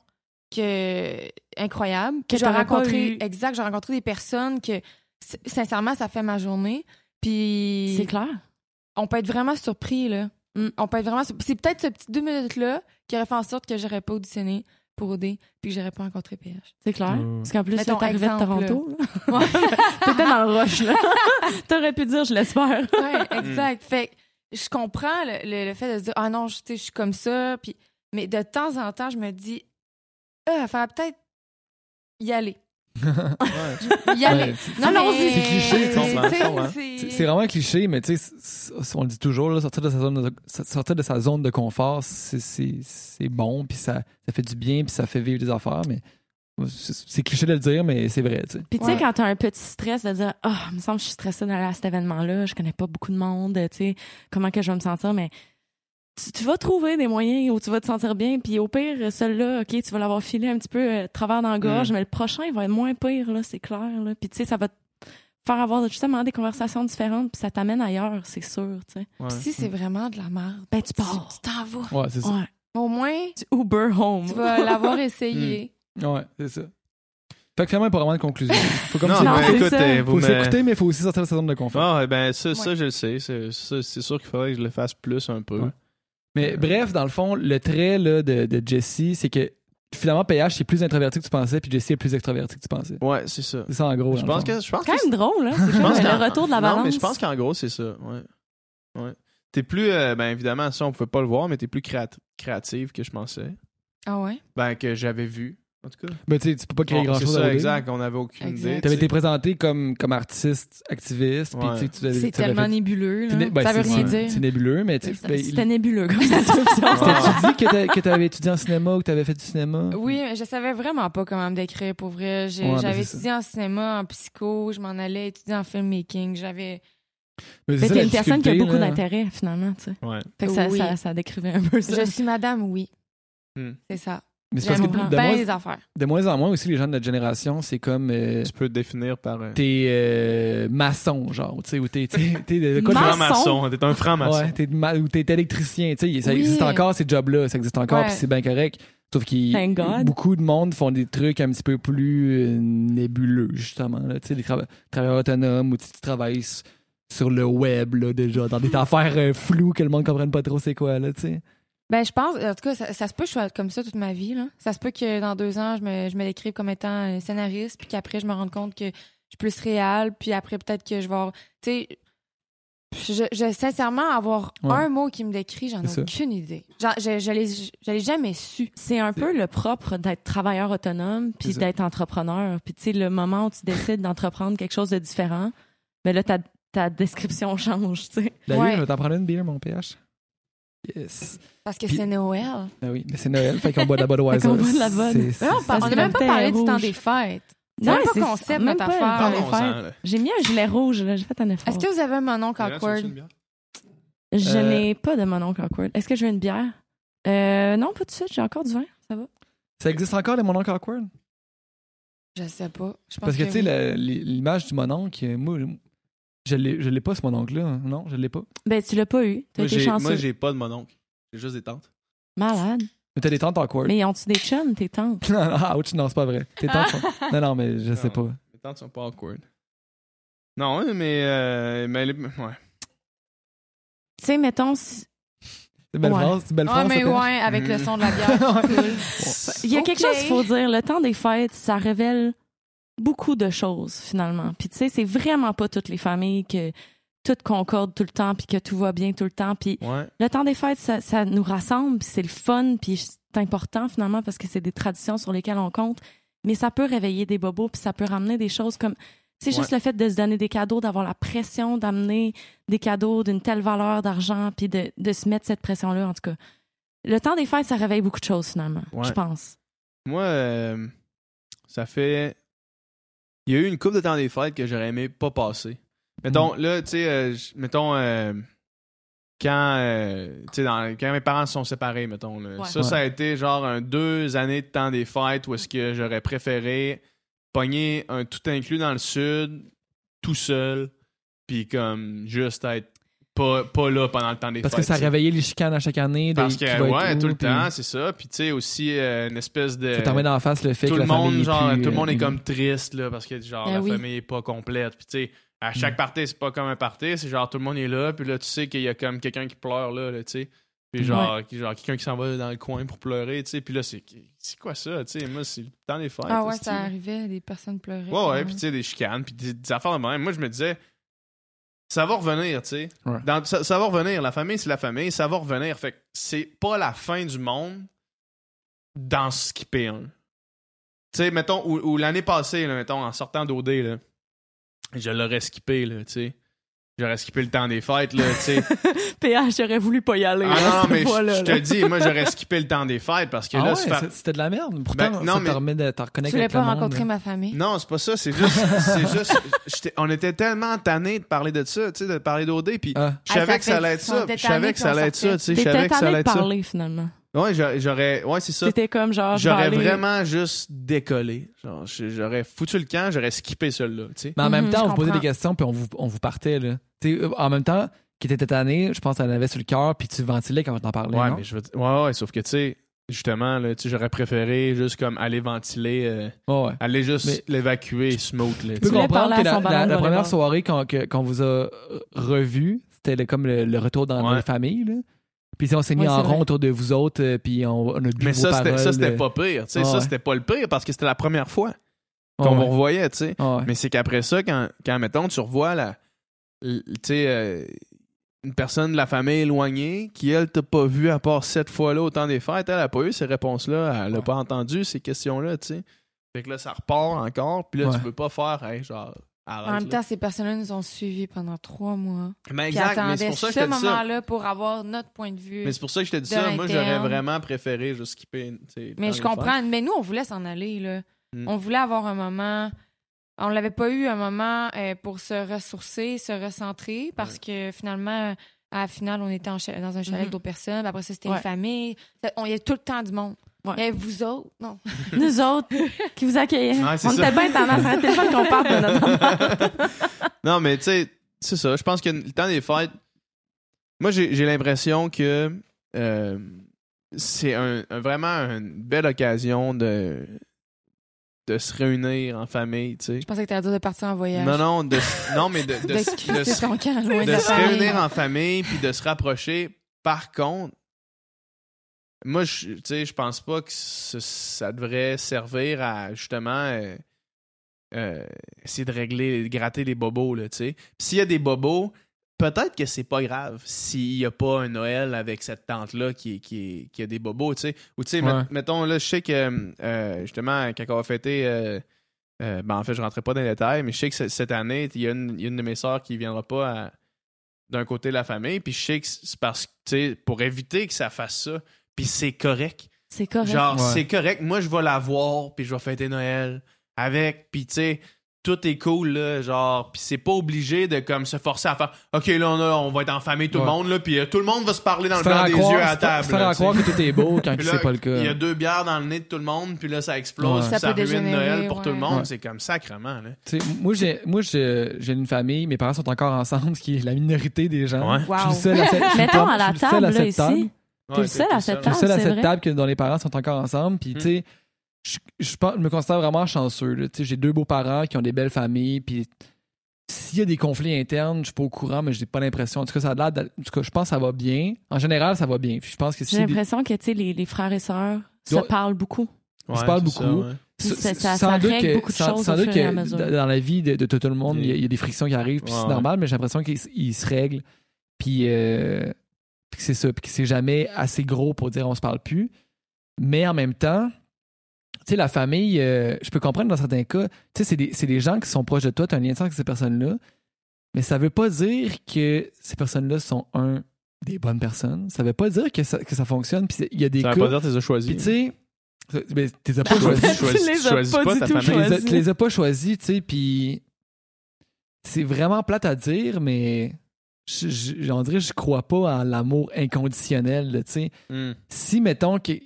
incroyables. Que je vais rencontrer des personnes que, sincèrement, ça fait ma journée. Puis c'est clair. On peut être vraiment surpris, là. On peut être vraiment surpris. C'est peut-être ce petit 2 minutes-là qui aurait fait en sorte que j'aurais pas auditionné pour OD puis que j'aurais pas rencontré PH. C'est clair. Parce qu'en plus, là, t'arrivais de Toronto. T'étais dans le rush, là. T'aurais pu dire, je laisse faire. Ouais, exact. Fait que je comprends le fait de se dire, ah non, je suis comme ça. Puis, mais de temps en temps, je me dis, il faudrait peut-être y aller. Y aller. Non, c'est cliché, c'est vraiment cliché, mais tu sais, on le dit toujours, là, sortir de sa zone de confort, c'est bon, puis ça fait du bien, puis ça fait vivre des affaires, mais c'est cliché de le dire, mais c'est vrai, tu sais. Puis tu sais, quand t'as un petit stress de dire, il me semble que je suis stressée d'aller à cet événement-là, je connais pas beaucoup de monde, tu sais, comment que je vais me sentir, mais tu vas trouver des moyens où tu vas te sentir bien, puis au pire, celui-là, OK, tu vas l'avoir filé un petit peu travers dans la gorge, mais le prochain, il va être moins pire, là, c'est clair, là. Puis tu sais, ça va te faire avoir justement des conversations différentes, puis ça t'amène ailleurs, c'est sûr, tu sais. Puis si c'est vraiment de la merde, Ben, tu pars. tu t'en vas. Ouais, c'est ça. Ouais. Au moins, Tu Uber home. tu vas l'avoir essayé. Ouais, c'est ça. Fait que finalement, il n'y a pas vraiment de conclusion. Faut comme Non, c'est- Non, mais c'est écoute, ça. vous faut me... s'écouter, mais il faut aussi sortir de sa zone de confort. Ah, ben ça, Ouais. je le sais. C'est sûr qu'il faudrait que je le fasse plus un peu. Ouais. Mais bref, dans le fond, le trait là, de Jesse, c'est que finalement, PH, c'est plus introverti que tu pensais, puis Jesse est plus extraverti que tu pensais. Ouais, c'est ça. C'est ça en gros. Je dans le pense fond. que C'est quand même drôle, hein? C'est Je pense comme qu'en- le retour de la balance. Non, mais je pense qu'en gros, c'est ça. Ouais. T'es plus, ben évidemment, ça, on pouvait pas le voir, mais t'es plus créative que je pensais. Ah ouais? Ben, que j'avais vu, en tout cas. Ben, tu sais, tu peux pas créer Bon, grand-chose c'est à ça, OD. exact. On n'avait aucune Exact. idée. T'avais tu sais. été présenté comme artiste, activiste, puis Ouais. tu sais, tu avais- C'est tu avais tellement fait- nébuleux, là. Ben, ça veut c'est- rien c'est- dire. C'est nébuleux, mais tu sais, ben, C'était nébuleux comme description. T'as-tu dit que t'avais étudié en cinéma ou que t'avais fait du cinéma? Oui, mais je savais vraiment pas comment me décrire, pour vrai. Ouais, ben, J'avais c'est étudié en cinéma, en psycho, je m'en allais étudier en filmmaking. J'avais... Mais Mais ça, t'es la une personne qui a difficulté, beaucoup là. d'intérêt, finalement, tu sais. Ouais. Fait que ça, Oui. ça décrivait un peu ça. Je suis madame, oui. Hmm. C'est ça. Mais c'est parce J'aime que bien les affaires. de moins en moins aussi, les gens de notre génération, c'est comme Tu peux te définir par... t'es maçon, genre, tu sais, ou t'es de quoi de- Maçon? franc-maçon. T'es un franc-maçon. Ouais, ou t'es électricien, tu sais, ça Oui. existe encore ces jobs-là, ça existe encore, Ouais. puis c'est bien correct. Sauf que Thank God. beaucoup de monde font des trucs un petit peu plus nébuleux, justement, là, tu sais, des travailleurs autonomes, ou tu travailles sur le web, là, déjà, dans des affaires floues que le monde ne comprenne pas trop c'est quoi, là, tu sais. Ben, je pense, en tout cas, ça se peut que je sois comme ça toute ma vie, là. Ça se peut que dans 2 ans, je me décrive comme étant scénariste, puis qu'après, je me rende compte que je suis plus réelle, puis après, peut-être que je vais avoir... Tu sais, je sincèrement, avoir Ouais. un mot qui me décrit, j'en ai C'est ça. aucune idée. Genre, je l'ai jamais su. C'est un peu le propre d'être travailleur autonome puis C'est ça. d'être entrepreneur. Puis tu sais, le moment où tu décides d'entreprendre quelque chose de différent, ben là, ta description change, tu sais. D'ailleurs, Ouais. je vais t'en prendre une bière, mon PH. Yes. Parce que Puis- c'est Noël. Ah oui, mais c'est Noël, fait qu'on boit de la Budweiser. Fait qu'on boit de la Bud. C'est- Ouais, Ça, on c'est n'a même la pas parlé du bouteille temps rouge. des fêtes. C'est Ouais, même pas c'est- concept, même notre pas affaire. Pardon, les fêtes. sang, là. J'ai mis un gilet rouge, là. J'ai fait un effort. Est-ce que vous avez un mononcle awkward? Je Euh, n'ai pas de mononcle awkward. Est-ce que je veux une bière? Non, pas tout de suite. J'ai encore du vin. Ça va? Ça existe encore, les mononcles awkward? Je sais pas. Je pense Parce que, tu sais, oui. l'image du mononcle, moi, je l'ai pas, ce mononcle-là. Non, je l'ai pas. Ben, tu l'as pas eu. T'as été chanceux. Moi, j'ai pas de mononcle. J'ai juste des tantes. Malade. Mais t'as des tantes awkward. Mais ont-tu des chums, tes tantes? Ah, ouch, non, c'est pas vrai. Tes tantes sont... Non, mais je sais Non. pas. Mes tantes sont pas awkward. Non, mais ouais. Tu sais, mettons, si- C'est une belle Ouais. phrase, c'est une belle Ah, phrase. mais ça, PH. ouais, avec le son de la bière. Cool. il y a Ok. quelque chose qu'il faut dire. Le temps des fêtes, ça révèle beaucoup de choses, finalement. Puis, tu sais, c'est vraiment pas toutes les familles que tout concorde tout le temps puis que tout va bien tout le temps. Puis, Ouais. le temps des fêtes, ça nous rassemble, puis c'est le fun, puis c'est important, finalement, parce que c'est des traditions sur lesquelles on compte. Mais ça peut réveiller des bobos, puis ça peut ramener des choses comme... C'est juste le fait de se donner des cadeaux, d'avoir la pression d'amener des cadeaux d'une telle valeur d'argent, puis de se mettre cette pression-là, en tout cas. Le temps des fêtes, ça réveille beaucoup de choses, finalement, Ouais. je pense. Moi, ça fait... Il y a eu une couple de temps des fêtes que j'aurais aimé pas passer. Mettons, là, tu sais, mettons, quand mes parents se sont séparés, mettons, là, Ouais. ça a été genre 2 années de temps des fêtes où est-ce que j'aurais préféré pogner un tout inclus dans le sud, tout seul, puis comme juste être pas là pendant le temps des Parce fêtes. que ça tu sais. réveillait les chicanes à chaque année. Parce qui que, va être ouais, où, tout le puis temps, c'est ça. Puis, tu sais, aussi une espèce de... Ça t'en met dans la face le fait tout que le la monde, famille est genre, plus, tout le monde est unie. comme triste, là, parce que, genre, Ben la oui. famille est pas complète. Puis, tu sais, à chaque party, c'est pas comme un party, c'est genre, tout le monde est là, puis là, tu sais qu'il y a comme quelqu'un qui pleure, là, tu sais. Puis, genre, quelqu'un qui s'en va dans le coin pour pleurer, tu sais. Puis là, c'est quoi ça, tu sais? Moi, c'est le temps des fêtes. Ah ouais, esti. ça arrivait, des personnes pleuraient. Ouais, puis tu sais, des chicanes, puis des affaires de même. Moi, je me disais, ça va revenir, tu sais. Ouais. Ça va revenir. La famille, c'est la famille. Ça va revenir. Fait que c'est pas la fin du monde d'en skipper un. Tu sais, mettons, ou l'année passée, là, mettons, en sortant d'OD, là, je l'aurais skippé, là, tu sais. j'aurais skippé le temps des fêtes, là, tu sais. PH, j'aurais voulu pas y aller. Ah là, non, cette mais fois-là, je te là. dis, moi, j'aurais skippé le temps des fêtes parce que là, c'était de la merde. Pourtant, Ben, non, ça mais- permet de te Tu reconnecter voulais avec pas le monde. rencontrer ma famille? Non, c'est pas ça, c'est juste on était tellement tannés de parler de ça, tu sais, de parler d'OD, puis Ah. je savais ça que ça fait- allait être on ça, était puis je savais tannés, que ça allait être puis on ça, tu sais, je T'étais savais que ça tanné allait de être ça. parler, finalement. Ouais, ouais, c'est ça. C'était comme genre, je vais J'aurais aller- vraiment juste décollé. Genre, j'aurais foutu le camp, j'aurais skippé celui-là, tu sais. Mais en même Mhm, temps, je on vous posait des comprends. questions, puis on vous partait. Là. En même temps, qui était tanné, je pense que t'en avais sur le cœur, puis tu ventilais quand on t'en parlait. Ouais, non? mais je veux dire, ouais, sauf que, tu sais, justement, là, tu sais, j'aurais préféré juste comme aller ventiler, Ouais. aller juste Mais- l'évacuer smooth, là, Je tu peux sais. voulais comprendre parler que à son ballon de la première volleyball. soirée qu'on vous a revu, c'était comme le retour dans Ouais. les familles. Là. Puis on s'est mis Oui, en c'est rond vrai. autour de vous autres, puis on a bu Mais vos ça, paroles. c'était pas pire, tu sais, ça, Ouais. c'était pas le pire parce que c'était la première fois Ouais, qu'on vous ouais. revoyait, tu sais. Ouais. Mais c'est qu'après ça, quand mettons, tu revois tu sais, une personne de la famille éloignée qui, elle, t'a pas vu à part cette fois-là au temps des fêtes, elle a pas eu ces réponses-là, elle a Ouais. pas entendu ces questions-là, tu sais. Fait que là, ça repart encore, puis là, Ouais. tu peux pas faire, hey, genre, arrête. En même là. temps, ces personnes-là nous ont suivis pendant 3 mois. Mais Puis exact, mais c'est attendaient pour ça que je ce te dis ça. moment-là pour avoir notre point de vue. Mais c'est pour ça que je te dis de ça. Moi, j'aurais l'interne. vraiment préféré juste skipper, tu sais, Mais dans je les fêtes. comprends. Mais nous, on voulait s'en aller, là. Mm. On voulait avoir un moment... On l'avait pas eu un moment pour se ressourcer, se recentrer, parce que finalement, à la finale, on était dans un chalet avec Mhm. d'autres personnes. Après ça, c'était Ouais. une famille. Il y a tout le temps du monde. Ouais. Il y avait vous autres, non. Nous autres, qui vous accueillaient. Ouais, c'est On ça. était bien tendance. Ça arrêtait pas qu'on parle de notre Non, mais tu sais, c'est ça. Je pense que le temps des fêtes, moi, j'ai l'impression que c'est vraiment une belle occasion de se réunir en famille, tu sais. Je pensais que tu allais dire de partir en voyage. Non, mais de crisser son camp loin de de la se famille. réunir en famille puis de se rapprocher. Par contre, moi, tu sais, je pense pas que ça devrait servir à justement essayer de gratter les bobos, là, tu sais. Puis s'il y a des bobos, peut-être que c'est pas grave s'il y a pas un Noël avec cette tante-là qui a des bobos, tu sais. Ou tu sais, Ouais. mettons, là, je sais que justement, quand on va fêter... ben en fait, je rentrais pas dans les détails, mais je sais que cette année, il y a une de mes sœurs qui viendra pas d'un côté de la famille, puis je sais que c'est parce que, tu sais, pour éviter que ça fasse ça, puis c'est correct. C'est correct. Genre, Ouais. c'est correct. Moi, je vais la voir, puis je vais fêter Noël avec, puis tu sais, tout est cool, là, genre, puis c'est pas obligé de comme se forcer à faire OK, là, on va être en famille, tout le Ouais. monde, là, puis tout le monde va se parler dans le Se faire blanc des croire- yeux à la se faire- table. se faire là, à tu sais. croire que tout est beau quand Puis c'est là, pas le cas. il y a 2 bières dans le nez de tout le monde, puis là, ça explose, Ouais. puis Ça ça peut ruine dégénérer, Noël pour tout le ouais. monde. Ouais. C'est comme sacrement, là. Tu sais, moi, j'ai une famille, mes parents sont encore ensemble, ce qui est la minorité des gens. Ouais. Je suis Wow. le seul à cette- je suis Mettons le- à la je suis le seul table, à là, cette table. ici. T'es le seul à cette Je suis table, le seul à c'est cette vrai. table dont les parents sont encore ensemble. Puis, tu sais, je me considère vraiment chanceux. Là. Tu sais, j'ai 2 beaux-parents qui ont des belles familles. Puis, s'il y a des conflits internes, je suis pas au courant, mais j'ai pas l'impression. En tout cas, ça a l'air en tout cas, je pense que ça va bien. En général, ça va bien. Puis, je pense que si J'ai l'impression que, tu sais, les frères et sœurs se Ouais. parlent beaucoup. Ils se parlent beaucoup. Puis ça règle beaucoup de choses sans au doute fur et à que mesure. dans la vie de tout le monde, il y a des frictions qui arrivent, puis Ouais, c'est ouais. normal, mais j'ai l'impression qu'ils se règlent. Puis que c'est ça, puis que c'est jamais assez gros pour dire on se parle plus. Mais en même temps, tu sais, la famille, je peux comprendre dans certains cas, tu sais, c'est des gens qui sont proches de toi, tu as un lien de sang avec ces personnes-là, mais ça veut pas dire que ces personnes-là sont des bonnes personnes. Ça veut pas dire que ça fonctionne. Puis il y a des Ça cas. veut pas dire que tu les as choisis. Puis tu sais, ben, tu les as pas En choisis. fait, tu les as pas du tout choisis. Tu les as pas choisis, tu sais, puis c'est vraiment plate à dire, mais on dirait que je crois pas en l'amour inconditionnel, là, tu sais. Hmm. Si, mettons, qu'il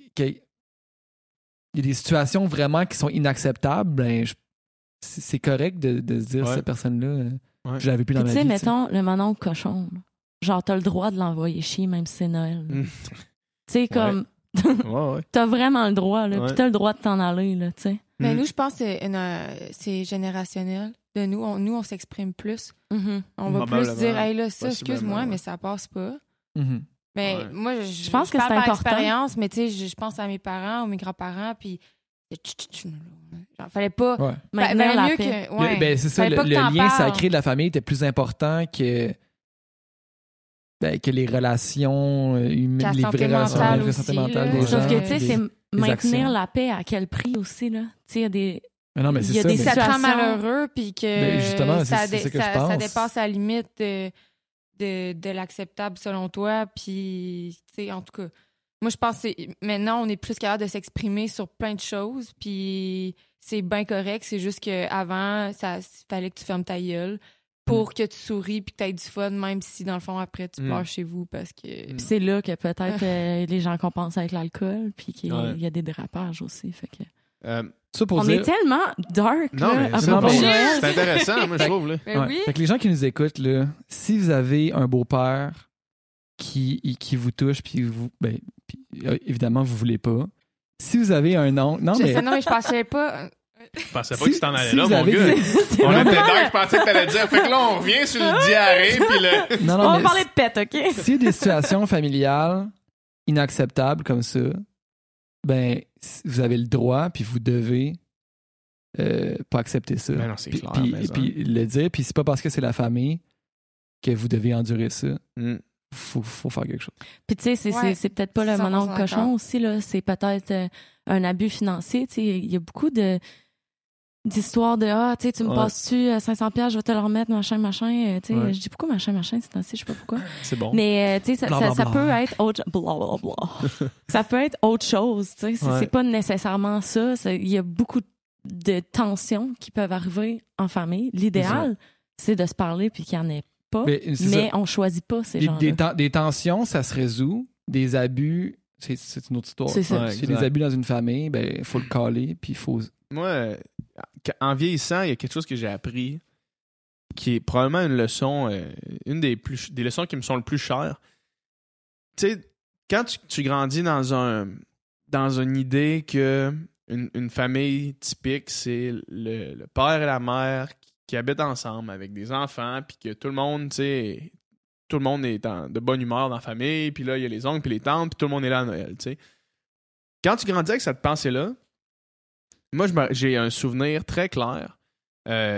y a des situations vraiment qui sont inacceptables, ben, c'est correct de se dire, Ouais. cette personne-là, Ouais. je l'avais plus dans Puis ma tu vie. sais, mettons, le manon cochon. là. Genre, t'as le droit de l'envoyer chier, même si c'est Noël. là. Mm. Tu sais, comme, Ouais. t'as vraiment le droit, là. Ouais. Puis t'as le droit de t'en aller, là, tu sais. Mais Mm. nous, je pense que c'est générationnel. De nous, on s'exprime plus. Mhm. On va plus Probablement. dire, hey là, ça, Possiblement, excuse-moi, ouais. mais ça passe pas. Mhm. Mais Ouais. moi, je pense que parle c'est par important. expérience, mais tu sais, je pense à mes parents ou mes grands-parents, puis genre, fallait pas. Ouais. Maintenir Valait la mieux paix. que. Ouais. Ben, c'est ça, Fallait le pas que t'en lien parles. sacré de la famille était plus important que les relations humaines, Que la les santé vraies relations, mentale la santé aussi, mentale là. des Sauf gens, que, tu sais, des- c'est maintenir actions. la paix à quel prix aussi, là. Tu sais, il y a des Mais non, mais il c'est y a ça. des mais- ça te rend situations- malheureux, puis que Ben, justement, ça, c'est ça que je ça pense. dépasse la limite de l'acceptable selon toi. Puis, tu sais, en tout cas, moi, je pense que maintenant, on est plus capable de s'exprimer sur plein de choses, puis c'est bien correct. C'est juste qu'avant, ça fallait que tu fermes ta gueule pour que tu souris puis que tu aies du fun, même si, dans le fond, après, tu pleures chez vous parce que... Puis c'est là que peut-être les gens compensent avec l'alcool, puis qu'il y a des dérapages aussi. Fait que... Ça pour on dire... est tellement dark, Non, là, mais à ça, propos mais- de Noël. c'est intéressant, moi, je trouve. Là. Ben Ouais. oui. Fait que les gens qui nous écoutent, là, si vous avez un beau-père qui vous touche, puis vous, ben, puis, évidemment, vous voulez pas. Si vous avez un oncle... Non, Je mais... sais, non, mais je pensais pas... Je pensais pas Si- que tu t'en allais si là, vous mon avez gars. des- C'est On vraiment- était dedans, je pensais que t'allais dire. Fait que là, on revient sur le diarrhée, puis le... Non, On non, va mais parler de pète, OK? s'il y a des situations familiales inacceptables comme ça, ben, vous avez le droit, puis vous devez pas accepter ça. Ben non, c'est Puis- clair, Puis, mais puis le dire, puis c'est pas parce que c'est la famille que vous devez endurer ça. Mm. Faut faire quelque chose. Puis tu sais, c'est peut-être pas le 100% mononcle d'accord. cochon aussi, là. C'est peut-être un abus financier. Tu sais, il y a beaucoup d'histoires de tu sais, tu me Ouais. passes-tu 500$, je vais te le remettre, machin. Tu sais, Ouais. je dis beaucoup machin, c'est temps-ci, je sais pas pourquoi. C'est bon. Mais tu sais, ça Blablabla. peut être autre blablabla. Ça peut être autre chose, tu sais. Ouais. C'est pas nécessairement ça. Il y a beaucoup de tensions qui peuvent arriver en famille. L'idéal, c'est de se parler puis qu'il y en ait pas. Mais c'est Mais ça. on choisit pas ces gens-là. Des tensions, ça se résout. Des abus, c'est une autre histoire. C'est ça. Ouais, S'il y a des exact. abus dans une famille, ben, il faut le caler, puis il faut... Moi, en vieillissant, il y a quelque chose que j'ai appris qui est probablement une leçon, une des leçons qui me sont le plus chères. Tu sais, quand tu grandis dans une idée que une famille typique, c'est le père et la mère qui habitent ensemble avec des enfants, puis que tout le monde, tu sais, tout le monde est de bonne humeur dans la famille, puis là, il y a les oncles, puis les tantes, puis tout le monde est là à Noël, tu sais. Quand tu grandis avec cette pensée-là, moi, j'ai un souvenir très clair là,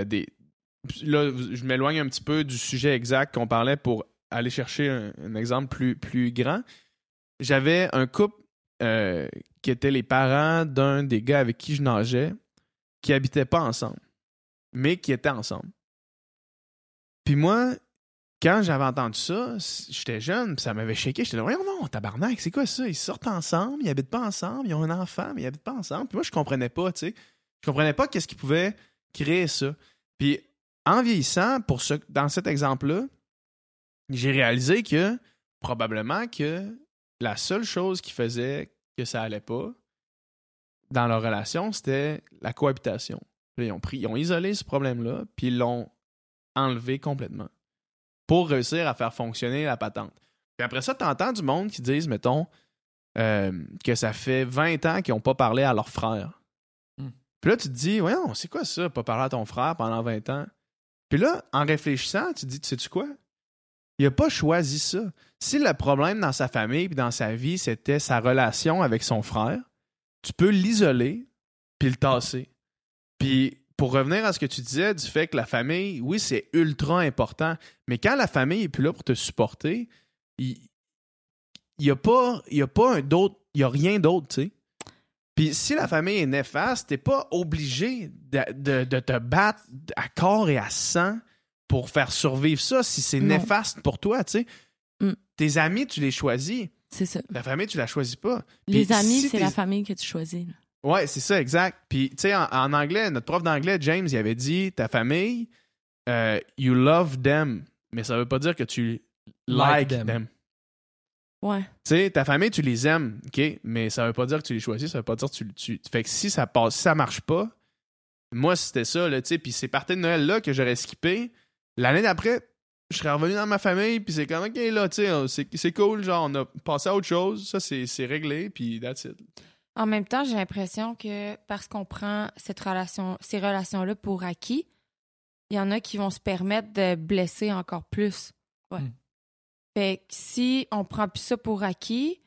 je m'éloigne un petit peu du sujet exact qu'on parlait pour aller chercher un exemple plus grand. J'avais un couple qui étaient les parents d'un des gars avec qui je nageais, qui habitaient pas ensemble, mais qui étaient ensemble. Puis moi, quand j'avais entendu ça, j'étais jeune, puis ça m'avait shaké. J'étais là, voyons non, tabarnak, c'est quoi ça? Ils sortent ensemble, ils habitent pas ensemble, ils ont un enfant, mais ils habitent pas ensemble. Puis moi, je comprenais pas, tu sais. Je comprenais pas qu'est-ce qui pouvait créer ça. Puis en vieillissant, dans cet exemple-là, j'ai réalisé que probablement que la seule chose qui faisait que ça allait pas dans leur relation, c'était la cohabitation. Puis ils ont isolé ce problème-là, puis ils l'ont enlevé complètement pour réussir à faire fonctionner la patente. Puis après ça, t'entends du monde qui disent, mettons, que ça fait 20 ans qu'ils n'ont pas parlé à leur frère. Puis là, tu te dis, voyons, c'est quoi ça, pas parler à ton frère pendant 20 ans? Puis là, en réfléchissant, tu te dis, tu sais-tu quoi? Il n'a pas choisi ça. Si le problème dans sa famille et dans sa vie, c'était sa relation avec son frère, tu peux l'isoler puis le tasser. Puis pour revenir à ce que tu disais du fait que la famille, oui, c'est ultra important, mais quand la famille est plus là pour te supporter, il y a rien d'autre, tu sais. Puis si la famille est néfaste, t'es pas obligé de te battre à corps et à sang pour faire survivre ça si c'est Non. néfaste pour toi, tu sais. Tes amis, tu les choisis. C'est ça. La famille, tu la choisis pas. Les Puis amis, si c'est tes- la famille que tu choisis. là. Ouais, c'est ça, exact. Puis, tu sais, en anglais, notre prof d'anglais, James, il avait dit ta famille, you love them, mais ça veut pas dire que tu like them. Ouais. Tu sais, ta famille, tu les aimes, OK, mais ça veut pas dire que tu les choisis, ça veut pas dire que tu... Fait que si ça marche pas, moi, c'était ça, là, tu sais, puis c'est parti de Noël là que j'aurais skippé. L'année d'après, je serais revenu dans ma famille, puis c'est comme, OK, là, tu sais, c'est cool, genre, on a passé à autre chose, ça, c'est réglé, puis that's it. En même temps, j'ai l'impression que parce qu'on prend ces relations-là pour acquis, il y en a qui vont se permettre de blesser encore plus. Ouais. Fait que si on prend plus ça pour acquis,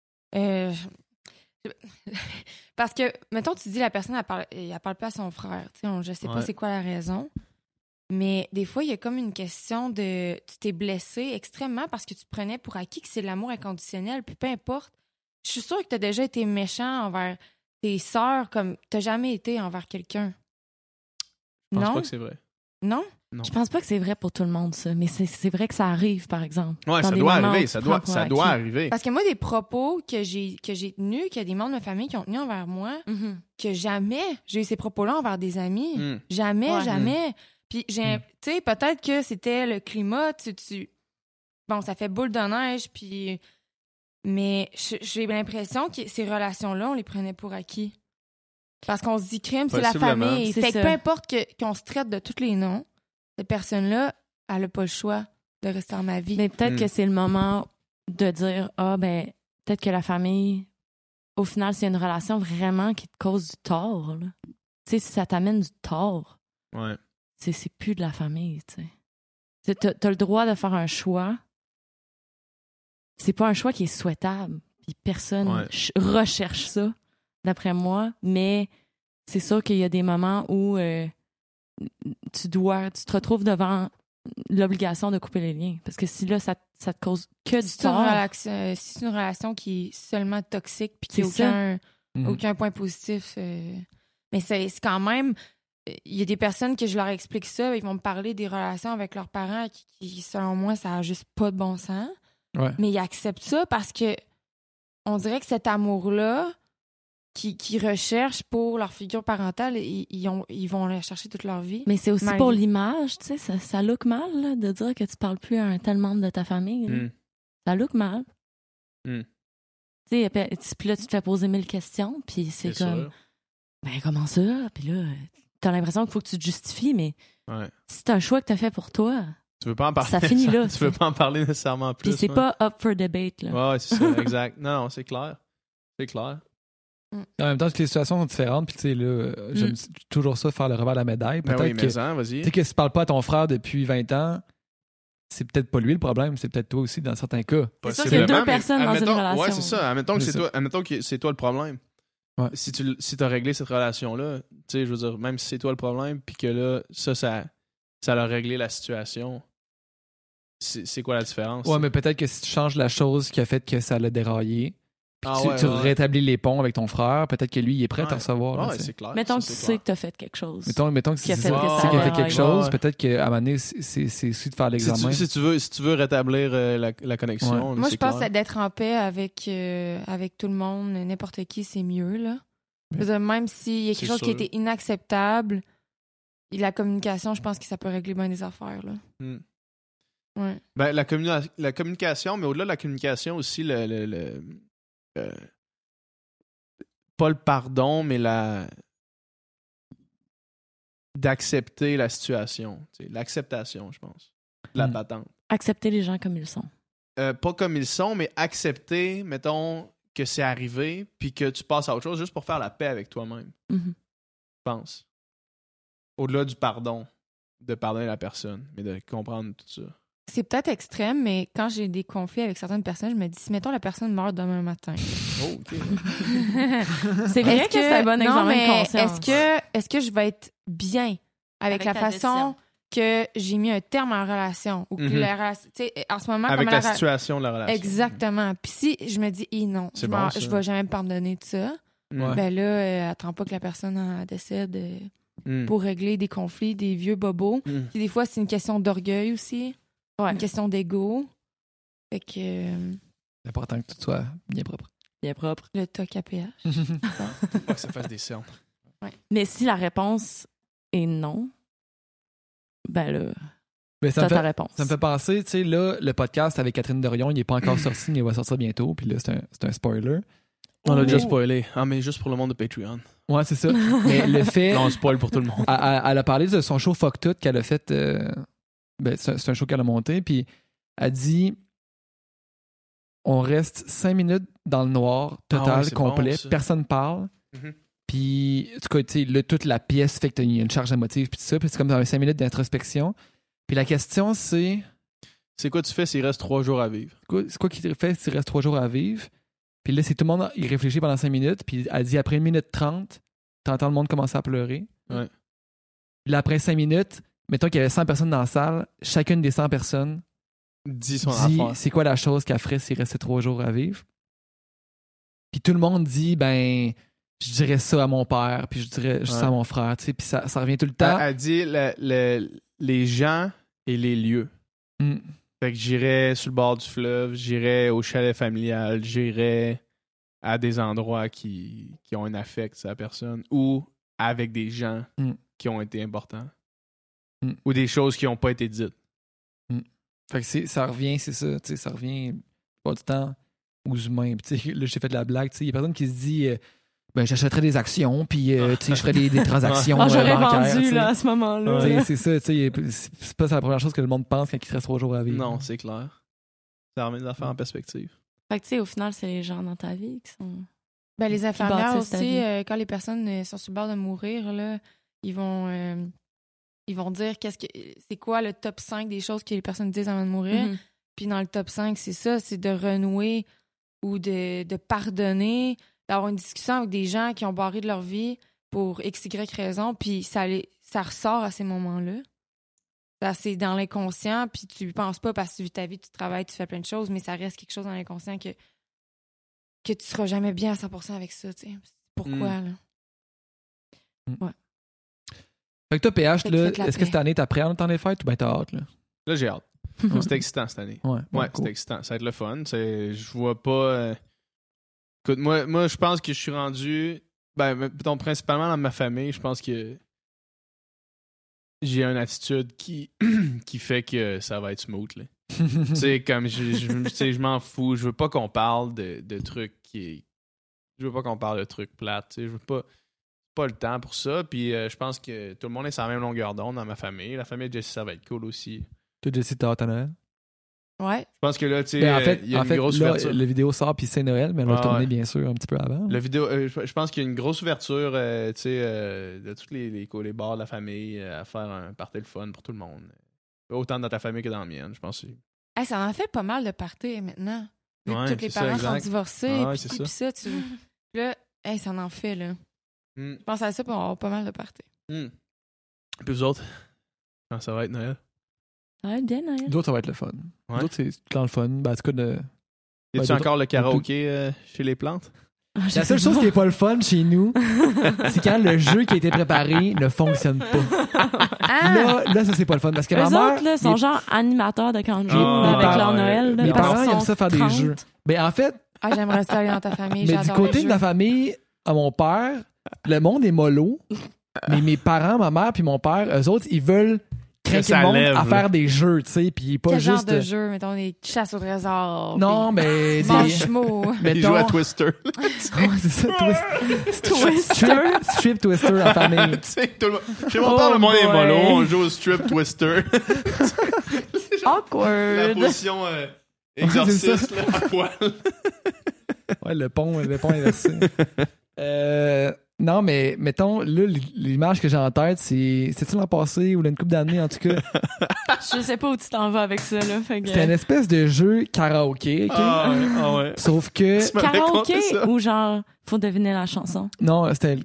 parce que, mettons, tu dis la personne, elle parle pas à son frère. Tu sais, je sais pas Ouais. c'est quoi la raison. Mais des fois, il y a comme une question de... Tu t'es blessé extrêmement parce que tu prenais pour acquis que c'est de l'amour inconditionnel. Puis peu importe. Je suis sûre que tu as déjà été méchant envers tes sœurs comme tu n'as jamais été envers quelqu'un. Je pense Non? pas que c'est vrai. Non? Non. Je pense pas que c'est vrai pour tout le monde, ça. Mais c'est vrai que ça arrive, par exemple. Ouais, Dans ça des doit moments arriver. où Ça tu doit, prends pour ça acquis. doit arriver. Parce que moi, des propos que j'ai tenus, qu'il y a des membres de ma famille qui ont tenus envers moi, Mhm. que jamais j'ai eu ces propos-là envers des amis. Mm. Jamais, Ouais. jamais. Puis, tu sais, peut-être que c'était le climat, Bon, ça fait boule de neige, puis... Mais j'ai l'impression que ces relations-là, on les prenait pour acquis. Parce qu'on se dit crime, c'est la Possiblement. famille. C'est Fait que ça. peu importe qu'on se traite de tous les noms, cette personne-là, elle n'a pas le choix de rester dans ma vie. Mais peut-être Mm. que c'est le moment de dire peut-être que la famille, au final, c'est une relation vraiment qui te cause du tort. Là. Tu sais, si ça t'amène du tort, Ouais. c'est plus de la famille. Tu sais. T'as le droit de faire un choix. C'est pas un choix qui est souhaitable. Puis personne Ouais. recherche ça, d'après moi. Mais c'est sûr qu'il y a des moments où tu te retrouves devant l'obligation de couper les liens. Parce que si là, ça te cause que du Si c'est tort. si c'est une relation qui est seulement toxique puis qui C'est n'a Mhm. aucun point positif. Mais c'est quand même... Il y a des personnes que je leur explique ça, ils vont me parler des relations avec leurs parents qui selon moi, ça n'a juste pas de bon sens. Ouais. Mais ils acceptent ça parce que on dirait que cet amour-là qu'ils recherchent pour leur figure parentale, ils vont la chercher toute leur vie. Mais c'est aussi Malgré- pour l'image, tu sais, ça look mal là, de dire que tu parles plus à un tel membre de ta famille. là. Mm. Ça look mal. Mm. Tu sais, puis là, tu te fais poser 1000 questions, puis c'est comme, sûr. ben comment ça? Puis là, t'as l'impression qu'il faut que tu te justifies, mais Ouais. si c'est un choix que t'as fait pour toi, Tu veux pas en parler. Ça finit là, Tu veux pas en parler nécessairement plus. puis c'est ouais. pas up for debate. Là. Ouais, c'est ça, exact. Non, c'est clair. C'est clair. En même temps, toutes les situations sont différentes. Puis, tu sais, là, j'aime toujours ça, faire le revers de la médaille. Ben Peut-être oui, que, mais ça, vas-y. tu sais, que si tu parles pas à ton frère depuis 20 ans, c'est peut-être pas lui le problème, c'est peut-être toi aussi dans certains cas. C'est sûr qu'il y a deux Possiblement, mais personnes dans une admettons- relation. Ouais, c'est ça. Admettons que C'est ça. admettons que c'est toi le problème. Ouais. Si t'as réglé cette relation-là, tu sais, je veux dire, même si c'est toi le problème, puis que là, ça a réglé la situation, c'est quoi la différence? Ouais, mais peut-être que si tu changes la chose qui a fait que ça l'a déraillé, puis Ah tu, ouais, tu ouais. rétablis les ponts avec ton frère, peut-être que lui, il est prêt à Ouais. recevoir. là, Ouais, tu sais. c'est clair. Mettons que ça, tu c'est sais clair. que t'as fait quelque chose. Mettons que Qui a c'est fait que tu ça sais qu'il a a fait quelque déraillé. chose, Ouais. peut-être qu'à un moment donné, c'est aussi de faire l'examen. Si tu veux rétablir la connexion, Moi, c'est je pense clair. que d'être en paix avec tout le monde, n'importe qui, c'est mieux, là. Je veux dire, même s'il y a C'est quelque chose qui sûr. était inacceptable, la communication, je pense que ça peut régler bien des affaires, là. Hmm. Ouais. Ben, la communication, mais au-delà de la communication aussi, pas le pardon, mais d'accepter la situation. Tu sais, l'acceptation, je pense. La Hmm. patente. Accepter les gens comme ils sont. Pas comme ils sont, mais accepter, mettons, que c'est arrivé, puis que tu passes à autre chose juste pour faire la paix avec toi-même, Mhm. je pense. Au-delà du pardon, de pardonner la personne, mais de comprendre tout ça. C'est peut-être extrême, mais quand j'ai des conflits avec certaines personnes, je me dis, si, mettons, la personne meurt demain matin. Oh, OK. C'est vrai que c'est un bon non, examen mais de conscience. Est-ce que je vais être bien avec la ta façon décision. que j'ai mis un terme à la relation? Ou que Mhm. la relation, tu sais, en ce moment, Avec comme la la situation de la relation. Exactement. Puis si je me dis, non, C'est bon, ça. je vais jamais me pardonner de ça, Ouais. ben là, attends pas que la personne décède Mm. pour régler des conflits, des vieux bobos. Mm. Puis des fois, c'est une question d'orgueil aussi, Ouais. une question d'ego. Fait que C'est important que tout soit bien propre. Bien propre. le TOC APH. Faut pas que ça fasse des cernes. Mais si la réponse est non, ben là, Mais ça t'as me ta fait, réponse. ça me fait penser, tu sais, là, le podcast avec Catherine Dorion, il n'est pas encore sorti, mais il va sortir bientôt. Puis là, c'est un spoiler. On l'a Oh. déjà spoilé. Ah, mais juste pour le monde de Patreon. Ouais, c'est ça. Mais le fait. Non, on spoil pour tout le monde. Elle a parlé de son show Fuck Tout qu'elle a fait. C'est un show qu'elle a monté. Puis elle dit on reste 5 minutes dans le noir, total, Ah ouais, c'est complet. bon, ça. Personne parle. Mhm. Puis, en tout cas, tu sais, là, toute la pièce fait qu'il y a une charge émotive. Puis tout ça. Puis c'est comme dans 5 minutes d'introspection. Puis la question, c'est C'est quoi tu fais s'il reste 3 jours à vivre? c'est quoi qui te fait s'il reste 3 jours à vivre? Puis là, c'est tout le monde, il réfléchit pendant 5 minutes. Puis elle dit après 1 minute 30, t'entends le monde commencer à pleurer. Ouais. Puis là, après 5 minutes, mettons qu'il y avait 100 personnes dans la salle, chacune des 100 personnes Dis son dit affaire. c'est quoi la chose qu'elle ferait s'il restait 3 jours à vivre. Puis tout le monde dit, ben, je dirais ça à mon père, puis je dirais ça à mon frère, tu sais, puis ça revient tout le temps. Elle dit les gens et les lieux. Fait que j'irais sur le bord du fleuve, j'irais au chalet familial, j'irais à des endroits qui ont un affect sur la personne ou avec des gens qui ont été importants ou des choses qui n'ont pas été dites. Fait que ça revient, c'est ça, tu sais, ça revient pas du temps aux humains. Puis tu sais, là, j'ai fait de la blague, tu sais, il y a personne qui se dit j'achèterais des actions, puis tu sais, je ferais des transactions j'aurais bancaires. vendu là, à ce moment-là. Tu sais, c'est ça, tu sais, c'est pas la première chose que le monde pense quand il te reste 3 jours à vivre. Non, c'est clair. Ça remet les affaires en perspective. Fait que tu sais, au final, c'est les gens dans ta vie qui sont... Ben, les infirmières bâtissent ta aussi, vie. quand les personnes sont sur le bord de mourir, là, ils vont dire c'est quoi le top 5 des choses que les personnes disent avant de mourir. Mhm. Puis dans le top 5, c'est ça, c'est de renouer ou de pardonner, d'avoir une discussion avec des gens qui ont barré de leur vie pour x, y raison, puis ça ressort à ces moments-là. Ça, c'est dans l'inconscient, puis tu y penses pas parce que tu vis ta vie, tu travailles, tu fais plein de choses, mais ça reste quelque chose dans l'inconscient que tu seras jamais bien à 100% avec ça, tu sais. Pourquoi, là? Ouais. Fait que toi, PH, Fait que là, faites la est-ce que paix. cette année, t'appréhendes le temps des fêtes ou ben t'as hâte, là? Là, j'ai hâte. C'était excitant cette année. Ouais, Ouais, cool. c'était excitant. Ça va être le fun. Je vois pas... Écoute, moi, je pense que je suis rendu... principalement dans ma famille, je pense que j'ai une attitude qui fait que ça va être smooth, là. Tu sais, comme je m'en fous. Je veux pas qu'on parle de trucs qui... Je veux pas qu'on parle de trucs plates. Tu sais, je veux pas le temps pour ça. Puis je pense que tout le monde est sur la même longueur d'onde dans ma famille. La famille de Jessie, ça va être cool aussi. Toi, Jessie, t'as hâte à Noël? Ouais. Je pense que là, tu sais, Ben, il y a une grosse là, ouverture. la vidéo sort puis c'est Noël, mais elle va tourner bien sûr un petit peu avant. La vidéo, je pense qu'il y a une grosse ouverture, tu sais, de tous les bars de la famille à faire un party de fun pour tout le monde. Autant dans ta famille que dans la mienne, je pense. Hey, ça en fait pas mal de parties maintenant. Vu que Ouais, tous les c'est ça, parents sont exact. divorcés, Ouais, puis c'est ci, puis ça, tu... Puis là, hey, ça en fait, là. Je pense à ça pour avoir pas mal de parties. Puis vous autres, quand ça va être Noël? Ça va être bien, Noël. D'autres, ça va être le fun. Ouais. D'autres, c'est quand le fun. Ben, en tout cas, Y a-tu encore le karaoké chez les plantes? la seule chose qui est pas le fun chez nous, c'est quand le jeu qui a été préparé ne fonctionne pas. Là, ça, c'est pas le fun. Parce que Eux ma mère. autres, là, sont genre animateurs de camp de jour Ah, avec leur ouais. Noël. Là, Mes parce parents qu'ils aiment sont ça faire des 30. jeux. Ben, en fait, Ah, j'aimerais ça aller dans ta famille. mais du j'adore côté les de ma jeux. famille, à mon père, le monde est mollo. Mais mes parents, ma mère puis mon père, eux autres, ils veulent craquer ça le monde lève, à là. faire des jeux, tu sais, puis pas Quel genre juste. de jeu? Mettons des chasses au trésor. Non, mais. Manchemo. Ils jouent à Twister. Ouais, c'est ça, strip Twister en famille. Tu sais, tout le monde... Chez mon père, le monde est boy. mollo. On joue au strip Twister. La Awkward. position exorciste, là, à poil. Ouais, le pont inversé. Non, mais mettons, là, l'image que j'ai en tête, c'est-tu l'an passé ou là, une couple d'années, en tout cas? Je sais pas où tu t'en vas avec ça, là. Fait que... C'était une espèce de jeu karaoké, OK? Ah ouais. Sauf que... Tu m'avais Karaoké conté ça. ou genre, faut deviner la chanson. Non, c'était...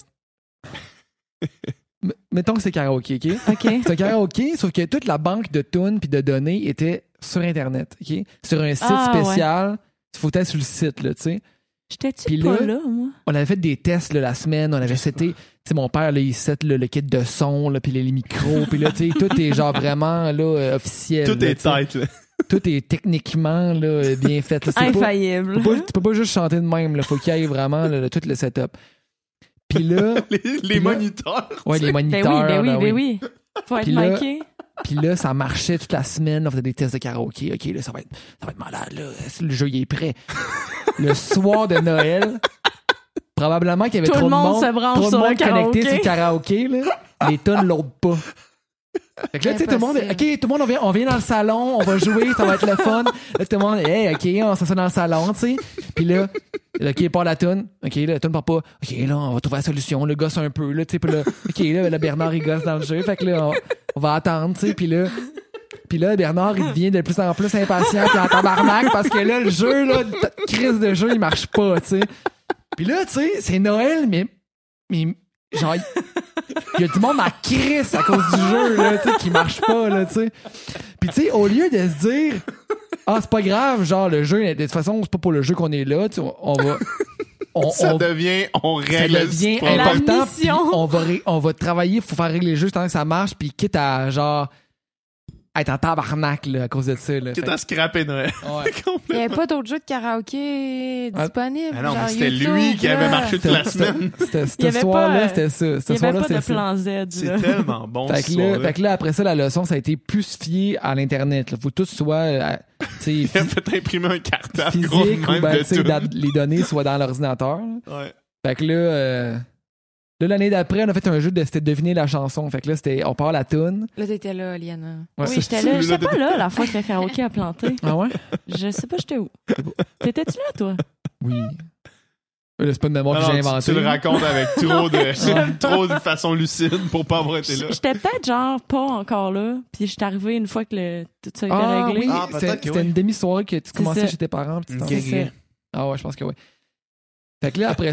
mettons que c'est karaoké, OK? OK. C'est un karaoké, sauf que toute la banque de tunes puis de données était sur Internet, OK? Sur un site Ah, spécial. Il faut être sur le site, là, tu sais. J'étais-tu Puis pas là- là, moi? On avait fait des tests là, la semaine, on avait seté, tu sais, mon père, là, il set le kit de son, là, puis les micros, puis là, tu sais, tout est genre vraiment là, officiel. Tout là, est tu sais. tight, là. Tout est techniquement là, bien fait. Là, c'est pas- Infaillible. tu peux pas juste chanter de même, là, faut qu'il y ait vraiment là, tout le setup. Puis là, Les Puis là- moniteurs. ouais, les Ben moniteurs. oui, oui. Faut être Puis là- miqué. Puis là, ça marchait toute la semaine. On faisait des tests de karaoké. OK, là, ça va être malade. Là. Le jeu, il est prêt. Le soir de Noël, probablement qu'il y avait Tout trop le de monde monde, se branche trop de sur le monde connecté sur le karaoké. karaoké. Là. Les tonnes l'autre pas. Fait que là, tu sais, tout le monde, Impossible. OK, tout le monde, on vient dans le salon, on va jouer, ça va être le fun. Là, tout le monde, hey, OK, on s'assoit dans le salon, tu sais. Puis là, OK, part la toune. OK, là, la toune part pas. OK, là, on va trouver la solution. Le gosse un peu, là, tu sais. Puis là, OK, là, Bernard, il gosse dans le jeu. Fait que là, on va attendre, tu sais. Puis là, Bernard, il devient de plus en plus impatient puis en tabarnak parce que là, le jeu, là, crise de jeu, il marche pas, tu sais. Puis là, tu sais, c'est Noël, mais genre, il y a du monde à crise à cause du jeu, là, tu sais, qui marche pas, là, tu sais. Puis, tu sais, au lieu de se dire, ah, c'est pas grave, genre, le jeu, de toute façon, c'est pas pour le jeu qu'on est là, tu sais, on va. Ça devient, on règle ça devient ce problème. important. La mission. Puis on va travailler, faut faire régler le jeu tant que ça marche, puis quitte à genre être en tabarnak là, à cause de ça. Là. Quitte à scraper Noël. Ouais. Il n'y avait pas d'autres jeux de karaoké disponibles. Ah non, genre mais c'était YouTube, lui qui avait là. marché toute la semaine. Il y Ce avait soir-là, pas, c'était ça. Il Ce n'y soir-là, avait pas c'était de ça. plan Z. là. C'est tellement bon, Fait ce que, là, soir-là. fait que là, après ça, la leçon, ça a été plus fié à l'Internet. Là. Faut que tout soit Il a fait imprimer un cartable physique gros de ou même ben, de tu sais, tout. les données soient dans l'ordinateur. Là. Ouais. Fait que là, l'année d'après, on a fait un jeu de c'était deviner la chanson. Fait que là, on part la toune. Là, t'étais là, Liana. Ouais. Oui, j'étais là. J'étais pas là la fois que le karaoké a planté. Ah ouais? Je sais pas, j'étais où. T'étais-tu là, toi? Oui. Là, c'est pas une mémoire que j'ai inventée. Tu le racontes avec trop de façon lucide pour pas avoir été là. J'étais peut-être genre pas encore là, puis j'étais arrivée une fois que tout ça a été Ah réglé. oui, Ah, peut-être que c'était oui. une demi-soirée que tu commençais ça. chez tes parents. Puis tu t'en Ok. vas. C'est ça. Ah ouais, je pense que oui. Fait que là, après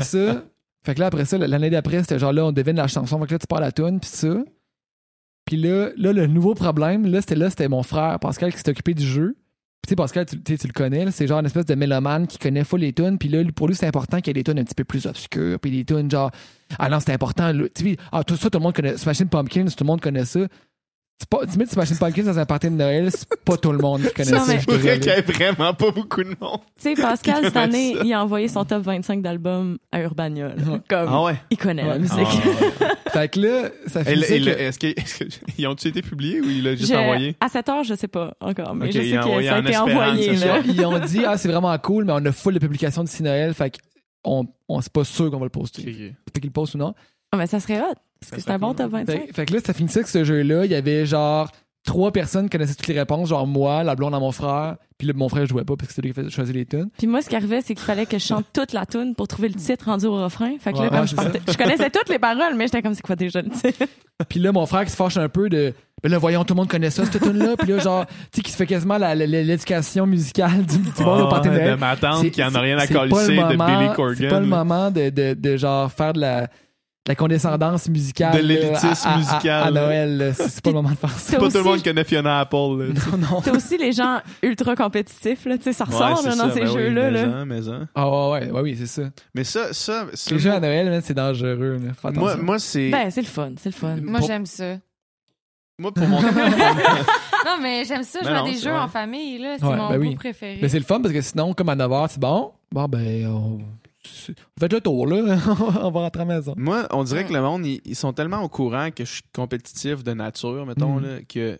ça, l'année d'après, c'était genre là, on devine la chanson. Fait que là, tu pars la toune, puis ça. Puis là, le nouveau problème, c'était mon frère Pascal qui s'est occupé du jeu. Puis tu sais, Pascal, tu le connais, là, c'est genre une espèce de mélomane qui connaît full les tunes. Puis là, pour lui, c'est important qu'il y ait des tunes un petit peu plus obscures. Puis des tunes genre, ah non, c'est important. Là, tu sais, tout ça, tout le monde connaît. Smashing Pumpkins, tout le monde connaît ça. Tu mets Smashing Pumpkins dans un party de Noël, c'est pas tout le monde qui connaît Non, ça. mais- je suis C'est vrai désolé. qu'il y avait vraiment pas beaucoup de monde. Tu sais, Pascal, cette Ouais, année, ça. il a envoyé son top 25 d'albums à Urbania. là. Comme, Ah ouais? il connaît la Ouais. musique. Fait que là, ça Et finissait que... Est-ce qu'ils ont-ils été publiés ou il l'a juste envoyé? À cette heure, je sais pas encore, mais Ok, je sais il a que envoyé ça a en été espérant envoyé. que ça Là. Ils ont dit, c'est vraiment cool, mais on a full de publications d'ici Noël, fait qu'on c'est pas sûr qu'on va le poster. Fait qu'il le poste ou non. Ah, mais ça serait hot, parce que c'est un bon top 25. Fait que là, ça finissait que ce jeu-là, il y avait genre 3 personnes qui connaissaient toutes les réponses, genre moi, la blonde à mon frère, puis là, mon frère jouait pas parce que c'est lui qui faisait choisir les tunes. Puis moi, ce qui arrivait, c'est qu'il fallait que je chante toute la tune pour trouver le titre rendu au refrain. Fait que là, Ouais, comme ouais, je c'est partais, je connaissais toutes les paroles, mais j'étais comme, c'est quoi déjà le titre? Puis là, mon frère qui se fâche un peu de. Ben là, voyons, tout le monde connaît ça, cette tune-là. Puis là, genre, tu sais, qui se fait quasiment l'éducation musicale du monde au party de Noël. De ma tante qui en a rien à C'est pas le colisser de moment- Billy Corgan. C'est pas le moment de genre faire de la condescendance musicale. De l'élitisme là, à musical, là. Noël. Là. C'est pas le moment de faire ça. C'est pas tout le monde connaît Fiona Apple. Là. Non, non. T'as aussi les gens ultra compétitifs, là, tu sais, ça ressort là, dans ces jeux-là. Là. Ah ouais, oui, c'est ça. Mais ça Les jeux à Noël, man, c'est dangereux. Là. Fais attention. moi, c'est. Ben, c'est le fun, c'est le fun. Moi, Pour- j'aime ça. Moi, pour mon. Non, mais j'aime ça, Ben jouer à non, des c'est jeux vrai. en famille, là. C'est Ouais, mon ben goût oui. préféré. Mais c'est le fun parce que sinon, comme à 9h, c'est bon. Bon, ben, on fait le tour, là. On va rentrer à la maison. Moi, on dirait que le monde, ils sont tellement au courant que je suis compétitif de nature, mettons, là, que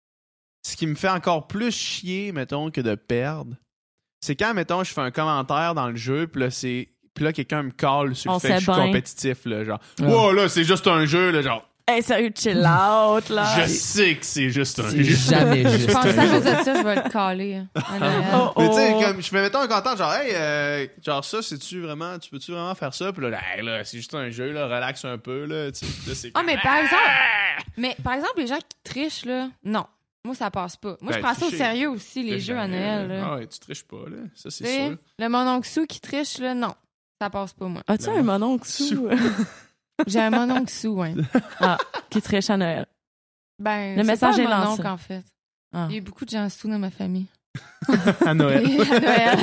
ce qui me fait encore plus chier, mettons, que de perdre, c'est quand, mettons, je fais un commentaire dans le jeu, puis là, quelqu'un me colle sur le On fait que je suis sait bien. compétitif, là, genre, Ouais. wow, là, c'est juste un jeu, là, genre, Hey, sérieux, chill out, là. je sais que c'est juste un C'est jeu. jamais juste. Je pense un à jeu. cause de ça, je vais le caler. à Noël. Oh, Mais tu sais, oh. comme je fais mettons un commentaire genre hey genre ça tu peux-tu vraiment faire ça? Puis là, hey, là c'est juste un jeu là, relax un peu là, tu sais. Là, c'est Ah, comme, mais par exemple, les gens qui trichent, là, non. Moi, ça passe pas. Moi, Ben, je prends ça au tricher. sérieux aussi, les jeux à Noël, là. Ah ouais, tu triches pas là, ça c'est Tu sais, sûr. le mononcle sous qui triche, là, non. Ça passe pas, moi. As-tu un mononcle sous J'ai un mononcle sous, ouais. qui triche à Noël? Ben, Le c'est message pas est un lancé. mononcle, en fait. Ah. Il y a eu beaucoup de gens sous dans ma famille. À Noël. Et à Noël.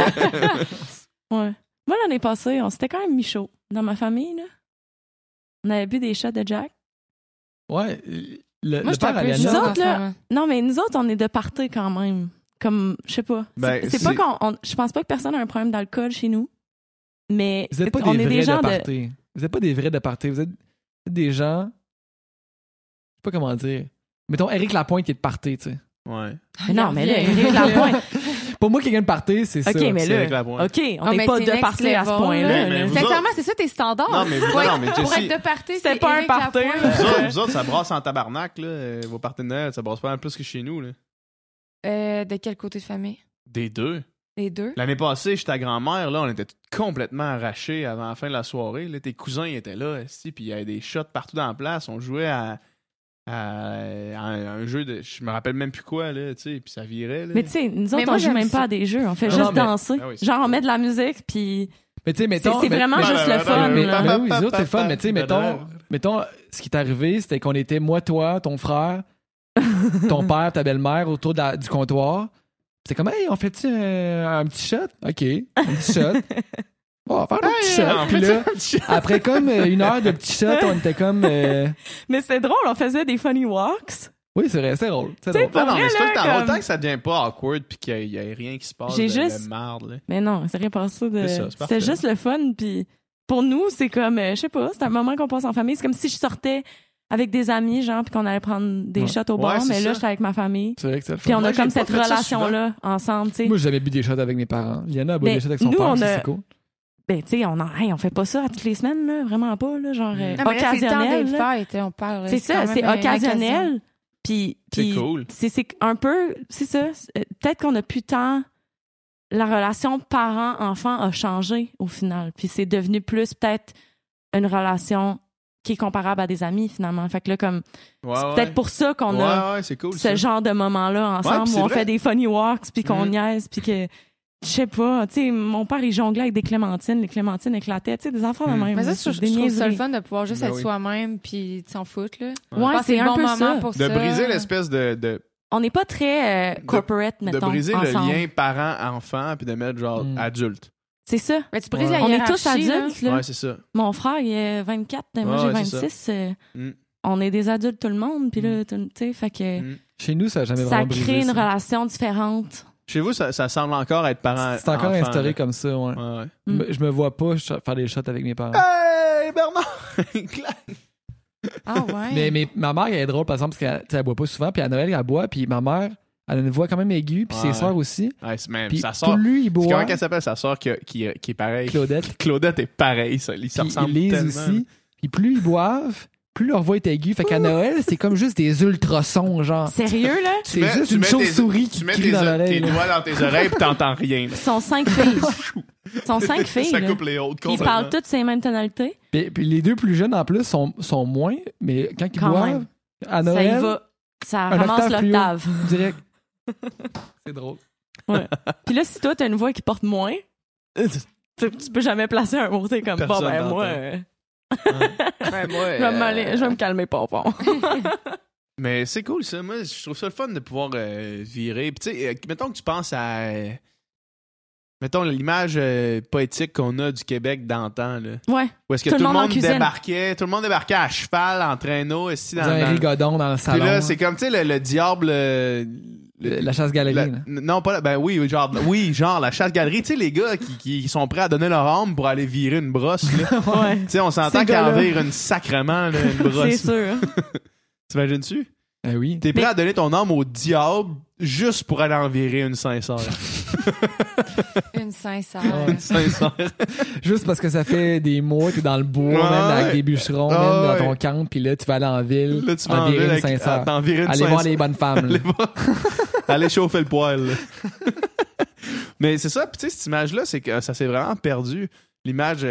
Ouais. Moi, l'année passée, on s'était quand même mis chaud. Dans ma famille, là. On avait bu des shots de Jack. Ouais. Moi, Le je père un peu Aliana. Nous chaud en autres, ce là, moment. Non, mais nous autres, on est de party quand même. Comme, je sais pas. Ben, C'est pas c'est- qu'on. Je pense pas que personne a un problème d'alcool chez nous. Mais Vous êtes pas on des est vrais des gens de de. party. Vous êtes pas des vrais de party. Vous êtes des gens. Je sais pas comment dire. Mettons Éric Lapointe qui est de party, tu sais. Ouais. Mais non, mais là, Il revient. Éric Lapointe. Pour moi, quelqu'un de party, c'est ça. OK, mais C'est avec là. la pointe. OK, on Ah, n'est mais pas c'est de next party à ce level, point-là. là. Mais là. vous Sincèrement, c'est ça tes standards. Non, mais vous- Pour non, être- mais pour Jessie- être de party, C'était c'est pas un Éric party, Lapointe. là. Vous autres, ça brasse en tabarnak là, vos parties de Noël, ça brasse pas mal plus que chez nous là. De quel côté de famille? Des deux. Les deux? L'année passée, j'étais à grand-mère, là, on était complètement arrachés avant la fin de la soirée. Là, tes cousins ils étaient là, aussi, puis il y avait des shots partout dans la place. On jouait à un jeu de. Je me rappelle même plus quoi, là, tu sais, puis ça virait. Là. Mais tu sais, nous Mais autres, moi, on joue j'aime même ça. pas à des jeux. On fait Ah, juste non, mais- danser. Ah oui, c'est Genre, on ça. met de la musique, puis. Mais tu sais, mettons. C'est vraiment mais- juste le fun, là. Ben oui, les autres, c'est le fun. Mais tu sais, mettons, ce qui est arrivé, c'était qu'on était moi, toi, ton frère, ton père, ta belle-mère autour du comptoir. C'est comme, hey, on fait-tu un petit shot? OK, un petit shot. Bon, on va faire notre petit shot. Puis là, après comme 1 heure de petit shot, on était comme... Mais c'était drôle, on faisait des funny walks. Oui, c'est vrai, c'est drôle. C'est T'sais, drôle. Non, mais c'est tout le temps. comme- Autant que ça devient pas awkward puis qu'il y ait rien qui se passe J'ai de juste- marde, là. Mais non, c'est rien passé de... C'est ça, c'est parfait. C'était juste le fun, puis pour nous, c'est comme, je sais pas, c'est un moment qu'on passe en famille. C'est comme si je sortais avec des amis, genre, puis qu'on allait prendre des Ouais. shots au Ouais, bar, c'est mais là, ça. j'étais avec ma famille. C'est vrai que c'est le fun. Puis on Moi, a comme j'ai pas cette fait ça relation-là ensemble, tu sais. Moi, j'ai jamais bu des shots avec mes parents. Liana a bu Mais des shots avec son nous, père, on ça, a- c'est cool. Ben, tu sais, on fait pas ça toutes les semaines, là, vraiment pas, là, genre, Non, mais là, c'est le temps occasionnel. des là. fêtes, on parle. C'est ça, quand c'est même une occasion. occasionnel. Puis C'est cool. c'est un peu, c'est ça. Peut-être qu'on a plus tant. La relation parent-enfant a changé au final. Puis c'est devenu plus peut-être une relation qui est comparable à des amis finalement. Fait que là, comme Ouais, c'est ouais. peut-être pour ça qu'on a Ouais, c'est cool. ce ça. genre de moment-là ensemble Ouais, puis où c'est on vrai. fait des funny walks puis qu'on Mhm. niaise puis que je sais pas, tu sais, mon père il jonglait avec des clémentines, les clémentines éclataient, tu sais, des enfants de Mhm. même. Mais ça, là, je c'est trouve des ça le niaiseries. fun de pouvoir juste Ben être oui. soi-même puis de s'en foutre, là. Ouais, Je pense que c'est le un bon peu moment ça. pour De ça. briser l'espèce de On n'est pas très corporate, mettons, briser ensemble. le lien parent-enfant puis de mettre genre adulte. C'est ça. Mais tu brises Ouais. la On est tous hiérarchie, là. adultes, là. Ouais, c'est ça. Mon frère, il est 24, moi Ouais, j'ai ouais, c'est 26. Mm. On est des adultes tout le monde, puis là, tu sais, fait que Mm. Chez nous, ça a jamais ça vraiment brisé. crée une ça. relation différente. Chez vous, ça semble encore être parent. C'est encore enfant, instauré là. comme ça, ouais. Ouais, ouais. Mm. Je me vois pas faire des shots avec mes parents. Hey, Bernard! Clac! Ah ouais. Mais ma mère, elle est drôle, par exemple, parce qu'elle tu sais, elle boit pas souvent, puis à Noël, elle boit, puis ma mère, elle a une voix quand même aiguë, puis Ouais. ses sœurs aussi. Ouais, même, Puis sa sœur. plus ils Comment boivent, qu'elle s'appelle, sa sœur qui est pareille? Claudette, Claudette est pareille, ça. Ils se puis ressemblent ils lisent tellement. aussi, puis plus ils boivent, plus leur voix est aiguë. Fait qu'à Noël, c'est comme juste des ultrasons, genre. Sérieux, là? C'est juste une chauve-souris qui Tu mets crie dans tes l'oreille. là. doigts dans tes oreilles pis t'entends rien. Ils sont 5 filles. Ils sont 5 filles, Ça là. coupe les autres. Puis ils parlent toutes ces mêmes tonalités. Puis les deux plus jeunes, en plus, sont moins, mais quand ils Quand boivent, même. à Ça y Noël, va. Ça un ramasse octave plus haut. l'octave. direct. C'est drôle. Puis là, si toi, t'as une voix qui porte moins, tu peux jamais placer un mot. T'es comme, bon, Personne ben, moi, Ben, moi, je vais me calmer, pompon. Mais c'est cool, ça. Moi, je trouve ça le fun de pouvoir virer. Puis, tu sais, mettons que tu penses à. Mettons l'image poétique qu'on a du Québec d'antan, là. Ouais. Où est-ce que Tout tout le le monde en monde cuisine. débarquait, à cheval, en traîneau, ici Dans dans un rigodon dans le Puis salon. là, là. c'est comme, tu sais, le diable. La chasse-galerie. là. Non, pas. Ben oui, genre la chasse-galerie. Tu sais, les gars qui sont prêts à donner leur âme pour aller virer une brosse, là. Ouais. Tu sais, on s'entend Ces qu'elle en gars-là. vire une sacrement, là, une brosse. C'est sûr. T'imagines-tu? Ah oui. T'es prêt à donner ton âme au diable juste pour aller en virer une sincère. une sincère. Une sincère. Juste parce que ça fait des mois que t'es dans le bois, Ouais, même ouais. avec des bûcherons, Ah, même dans ouais. ton camp, puis là, tu vas aller en ville, Là, tu vas en en ville virer une avec- sincère. t'en virer une Aller voir sincère. les bonnes femmes. là. Allez voir. Allez chauffer le poêle. là. Mais c'est ça, puis tu sais, cette image-là, c'est que ça s'est vraiment perdu. L'image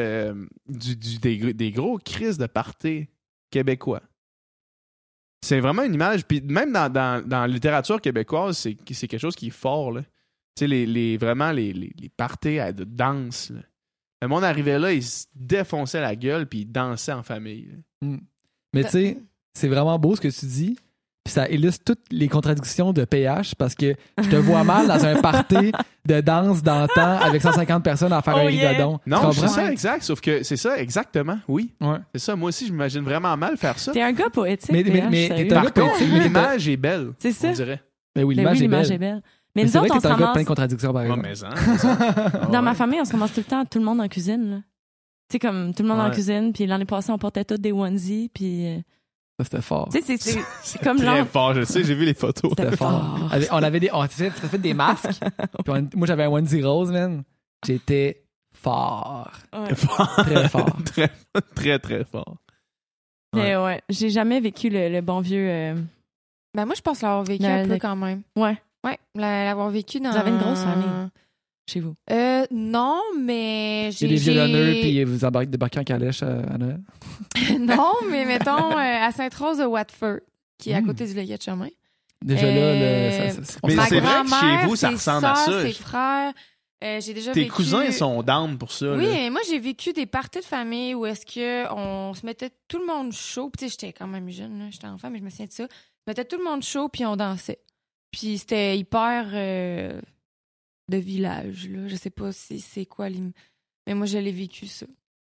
des gros crises de party québécois. C'est vraiment une image, puis même dans la littérature québécoise, c'est quelque chose qui est fort, là. Tu sais, vraiment les parties de danse, là. Le monde arrivait là, il se défonçait la gueule, puis il dansait en famille, là. Mais tu sais, c'est vraiment beau ce que tu dis. Puis ça illustre toutes les contradictions de PH parce que je te vois mal dans un party de danse d'antan avec 150 personnes à faire Oh un yeah. rigodon. Tu Non, comprends? c'est ça, exact. Sauf que c'est ça, exactement. Oui, Ouais. c'est ça. Moi aussi, je m'imagine vraiment mal faire ça. T'es un gars poétique, Mais- PH, mais sérieux. t'es un Par gars contre, poétique, mais l'image est belle, C'est ça. on dirait. Mais oui, Mais l'image oui, est l'image belle. est belle. Mais Mais nous c'est vrai autres, que on t'es se un gars de plein ramasse... de contradictions, par exemple. Dans ma famille, on se ramasse tout le temps, tout le monde en cuisine, là. Tu sais, comme tout le monde en Ouais. cuisine, puis l'année passée, on portait tous des onesies, puis... Ça, c'était fort. Tu sais, c'est comme Très l'an... fort, je sais, j'ai vu les photos. C'était fort. On avait on s'était fait des masques. Puis moi, j'avais un onesie rose, man. J'étais fort. Ouais. Très fort. très, très, très fort. Mais ouais, j'ai jamais vécu le bon vieux... Ben, moi, je pense l'avoir vécu Noël un peu de- quand même. Ouais, Ouais, l'avoir vécu dans... Vous avez une grosse famille. chez vous. Non, mais Il y a des violonneux, puis vous débarquez en calèche à Noël. Non, mais mettons à Sainte-Rose de Watford, qui est à côté du Leguet de Chemin. Déjà là, on Mais se Ma c'est rapproche. vrai que chez vous, ça ses ressemble à sœurs, ça. Ses frères, j'ai déjà Tes vécu... cousins sont down pour ça. Oui, là. mais moi, j'ai vécu des parties de famille où est-ce que on se mettait tout le monde chaud. Puis, tu sais, j'étais quand même jeune, là, j'étais enfant, mais je me souviens de ça. On se mettait tout le monde chaud, puis on dansait. Puis c'était hyper de village, là. Je sais pas si c'est quoi. Mais moi, je l'ai vécu, ça.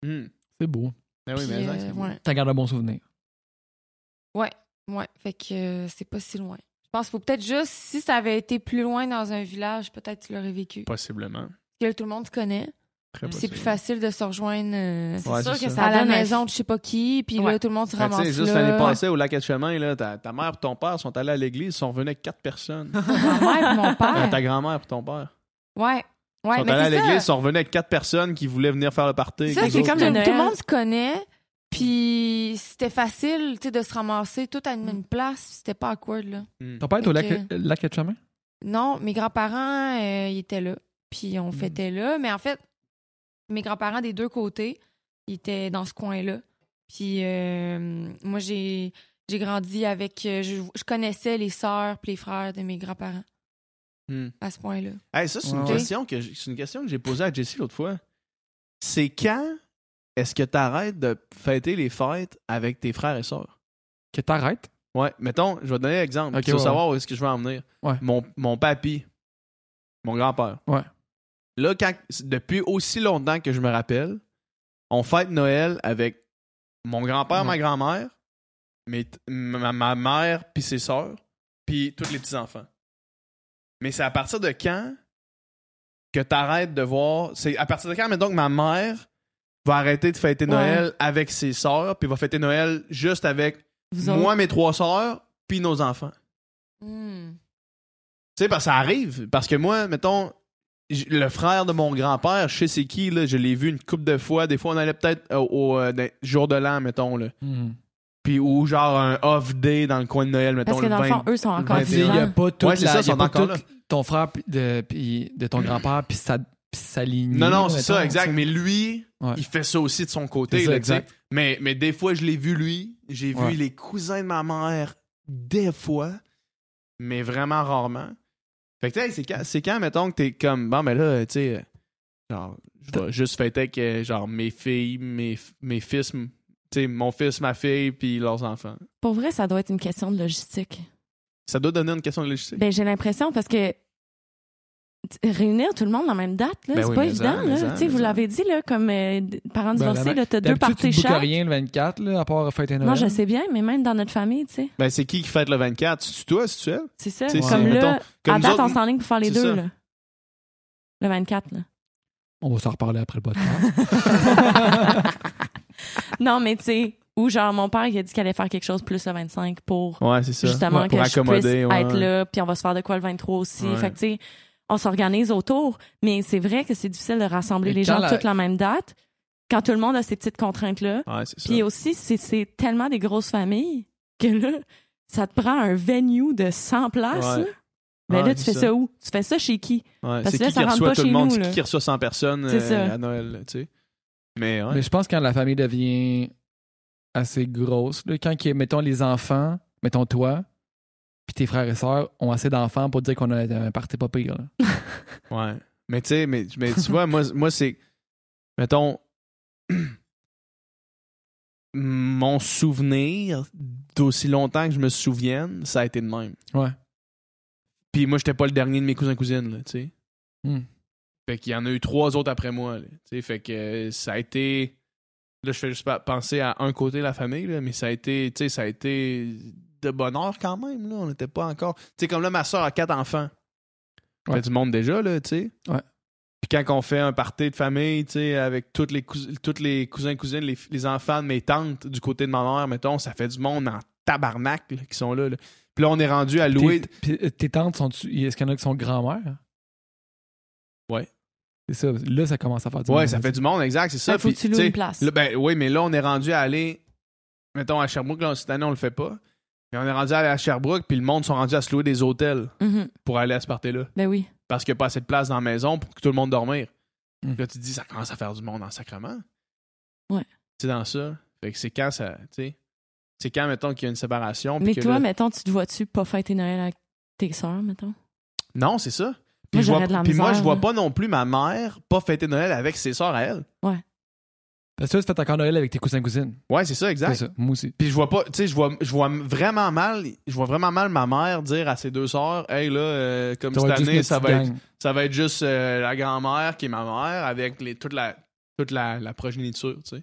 C'est beau. Ben oui, Puis, mais exact, c'est beau. ouais. T'as gardé un bon souvenir. Ouais, fait que c'est pas si loin. Je pense qu'il faut peut-être juste, si ça avait été plus loin dans un village, peut-être tu l'aurais vécu. Possiblement. Parce que là, tout le monde se connaît. Très C'est possible. plus facile de se rejoindre C'est Ouais, sûr c'est que ça. ça à la donne un- maison de je sais pas qui, puis Ouais. là, tout le monde se Ben, tu ramasse sais, juste là. l'année passée, au lac à Chemin, là, ta mère et ton père sont allés à l'église, ils sont revenus avec 4 personnes. Ma mère et mon père. Ta grand-mère et ton père. Ouais. Ils Ouais, sont mais allés à c'est l'église, ils ça. sont revenus avec 4 personnes qui voulaient venir faire le party. Ça, avec c'est nous comme autres. comme le tout le Noël. monde se connaît, puis c'était facile, tu sais, de se ramasser tout à une place, c'était pas awkward, là. Ton père est au Fait lac Etchemin? Non, mes grands-parents, ils étaient là, puis on fêtait là, mais en fait, mes grands-parents des deux côtés, ils étaient dans ce coin-là. Puis moi, j'ai grandi avec... je connaissais les sœurs puis les frères de mes grands-parents à ce point-là. Hey, ça, c'est une Ouais. question que j'ai posée à Jessie l'autre fois. C'est quand est-ce que tu arrêtes de fêter les fêtes avec tes frères et sœurs? Que t'arrêtes? Ouais, mettons, je vais te donner un exemple. Ok, Tu vas ouais, savoir où est-ce que je veux en venir. Ouais. Mon papy, mon grand-père. Ouais. Là, depuis aussi longtemps que je me rappelle, on fête Noël avec mon grand-père, Ouais. ma grand-mère, ma mère puis ses sœurs, puis tous les petits-enfants. Mais c'est à partir de quand que t'arrêtes de voir... C'est à partir de quand, mettons, que ma mère va arrêter de fêter Noël avec ses sœurs, puis va fêter Noël juste avec Vous moi, autres? mes 3 sœurs, puis nos enfants. Hmm. Tu sais, parce que ça arrive. Parce que moi, mettons, le frère de mon grand-père, je sais c'est qui, là, je l'ai vu une couple de fois. Des fois, on allait peut-être au jour de l'an, mettons, là. Puis, ou genre un off-day dans le coin de Noël, mettons, Parce que dans le fond, eux sont encore 21. Il n'y a vivants. pas tout Ouais, c'est ça, ils sont encore là. ton frère de ton grand-père puis sa lignée. Non, c'est mettons, ça, exact. tu sais. Mais lui, Ouais. il fait ça aussi de son côté. C'est ça, Là, tu sais. exact. Mais des fois, je l'ai vu lui. J'ai vu Ouais. les cousins de ma mère des fois, mais vraiment rarement. Fait que, tu sais, c'est quand, mettons, que t'es comme, bon, mais là, tu sais, genre, je vais juste fêter avec, genre, mes filles, mes fils, tu sais, mon fils, ma fille, puis leurs enfants. Pour vrai, ça doit être une question de logistique. Ça doit donner une question de logistique. Ben, j'ai l'impression parce que réunir tout le monde en même date, là, Ben c'est oui, pas mais évident. ça, là. mais ça, Tu sais, mais vous ça. l'avez dit, là, comme parents divorcés, là, t'as deux D'habitude, parties tu bookes chaque. rien le 24, là, à part fêter Noël. Non, je sais bien, mais même dans notre famille, tu sais. Ben, c'est qui fête le 24? C'est toi, c'est elle? C'est ça. Tu sais, Comme c'est, là, mettons, comme à nous date, autres, on s'enligne pour faire les c'est deux, ça. là. Le 24, là. On va s'en reparler après le podcast. Non, mais tu sais, ou genre, mon père, il a dit qu'il allait faire quelque chose plus le 25 pour Ouais, c'est ça. justement Ouais, que pour je puisse accommoder, ouais, être ouais. là, puis on va se faire de quoi le 23 aussi. Ouais. Fait que, tu sais, on s'organise autour, mais c'est vrai que c'est difficile de rassembler Mais les quand gens la- toute la même date, quand tout le monde a ces petites contraintes-là. Ouais, c'est ça. Puis aussi, c'est tellement des grosses familles que là, ça te prend un venue de 100 places. Ouais. Là. Ben Ouais, là, tu c'est fais ça où? Tu fais ça chez qui? Ouais, Parce c'est que là, qui ça qui rentre reçoit pas tout le chez monde? nous, C'est là. qui reçoit 100 personnes C'est ça. à Noël, là, tu sais. Mais ouais. Mais je pense que quand la famille devient assez grosse, là, quand, mettons, les enfants, mettons toi, puis tes frères et sœurs ont assez d'enfants pour dire qu'on a un party pas pire. Là. Ouais. Mais tu sais, mais tu vois, moi c'est. Mettons. Mon souvenir d'aussi longtemps que je me souvienne, ça a été de même. Ouais. Puis moi, j'étais pas le dernier de mes cousins-cousines, là, tu sais. Hmm. Fait qu'il y en a eu 3 autres après moi, là, tu sais. Fait que ça a été. Là, je fais juste penser à un côté de la famille, là, mais ça a été, tu sais, ça a été de bonheur quand même, là. On n'était pas encore. Tu sais, comme là, ma soeur a 4 enfants. Ça Ouais. fait du monde déjà, là, tu sais. Ouais. Puis quand on fait un party de famille, tu sais, avec tous les cousins, cousines, les enfants de mes tantes du côté de ma mère, mettons, ça fait du monde en tabarnak là, qui sont là, là. Puis là, on est rendu à louer. Tes tantes, est-ce qu'il y en a qui sont grand-mères? Ouais. C'est ça. Là, ça commence à faire du Ouais, monde. ça fait du monde, exact, c'est ça. Fait que faut Puis, que tu loues tu sais, une place. là, ben, oui, mais là, on est rendu à aller, mettons, à Sherbrooke. Là, cette année, on le fait pas. Mais on est rendu à aller à Sherbrooke, puis le monde sont rendus à se louer des hôtels Mhm. pour aller à ce party-là. Ben oui. Parce qu'il n'y a pas assez de place dans la maison pour que tout le monde dormir. Mm. Puis là, tu te dis, ça commence à faire du monde en sacrement. Ouais. C'est dans ça. Fait que c'est quand ça, tu sais, c'est quand, mettons, qu'il y a une séparation. puis Mais que toi, là- mettons, tu te vois-tu pas fêter Noël avec tes sœurs, mettons? Non, c'est ça. Moi, Puis, j'aurais de la puis moi, misère, je vois là. pas non plus ma mère pas fêter Noël avec ses sœurs à elle. Parce que là, tu fais encore Noël avec tes cousins-cousines. Ouais, c'est ça, exact. C'est ça. Moi aussi. Puis je vois pas, tu sais, je vois vraiment mal ma mère dire à ses 2 sœurs, hey là, comme Ça cette va être juste année, notre ça petite va être, gang. ça va être juste la grand-mère qui est ma mère avec toute la toute la progéniture, tu sais.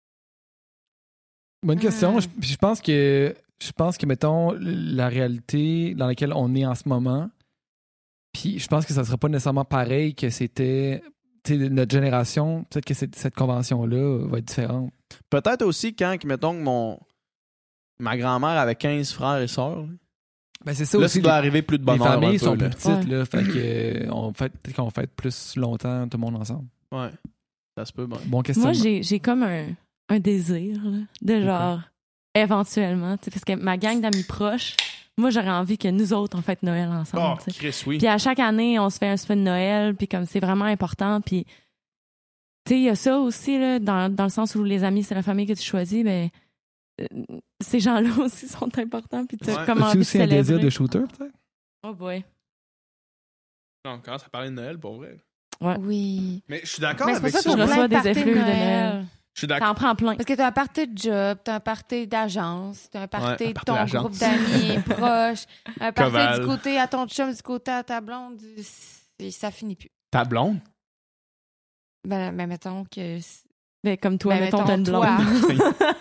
Bonne question. Je pense que, mettons, la réalité dans laquelle on est en ce moment, puis je pense que ça ne sera pas nécessairement pareil que c'était notre génération. Peut-être que cette convention-là va être différente. Peut-être aussi quand, mettons, que ma grand-mère avait 15 frères et sœurs. Ben c'est ça là, aussi. ça doit arriver plus de bonheur. Les familles un peu, sont là. plus petites, là. Fait que peut-être qu'on fête plus longtemps tout le monde ensemble. Ouais. Ça se peut, bon. Bon question. Moi, j'ai comme un désir là, de genre, éventuellement, parce que ma gang d'amis proches, moi, j'aurais envie que nous autres, on fête Noël ensemble. Oh, Chris, oui. Puis à chaque année, on se fait un souper de Noël, puis comme c'est vraiment important. Puis, tu sais, il y a ça aussi, là, dans le sens où les amis, c'est la famille que tu choisis, ben, ces gens-là aussi sont importants. Puis tu as comme As-tu envie de aussi un célébrer. désir de shooter, peut-être? Oh boy. Non, on commence à parler de Noël, pour vrai. Oui. Mais je suis d'accord Mais c'est pour avec ça ça. que je reçois plein des parties effluves de Noël. Je suis Ça d'accord. en prend plein. Parce que t'as un party de job, t'as un party d'agence, t'as un party Ouais, un de party ton d'agence. groupe d'amis proches, un party Coval. du côté à ton chum, du côté à ta blonde. Ça finit plus. Ta blonde? Ben, mettons que... Ben, comme toi, Ben, mettons, t'as une mettons, blonde.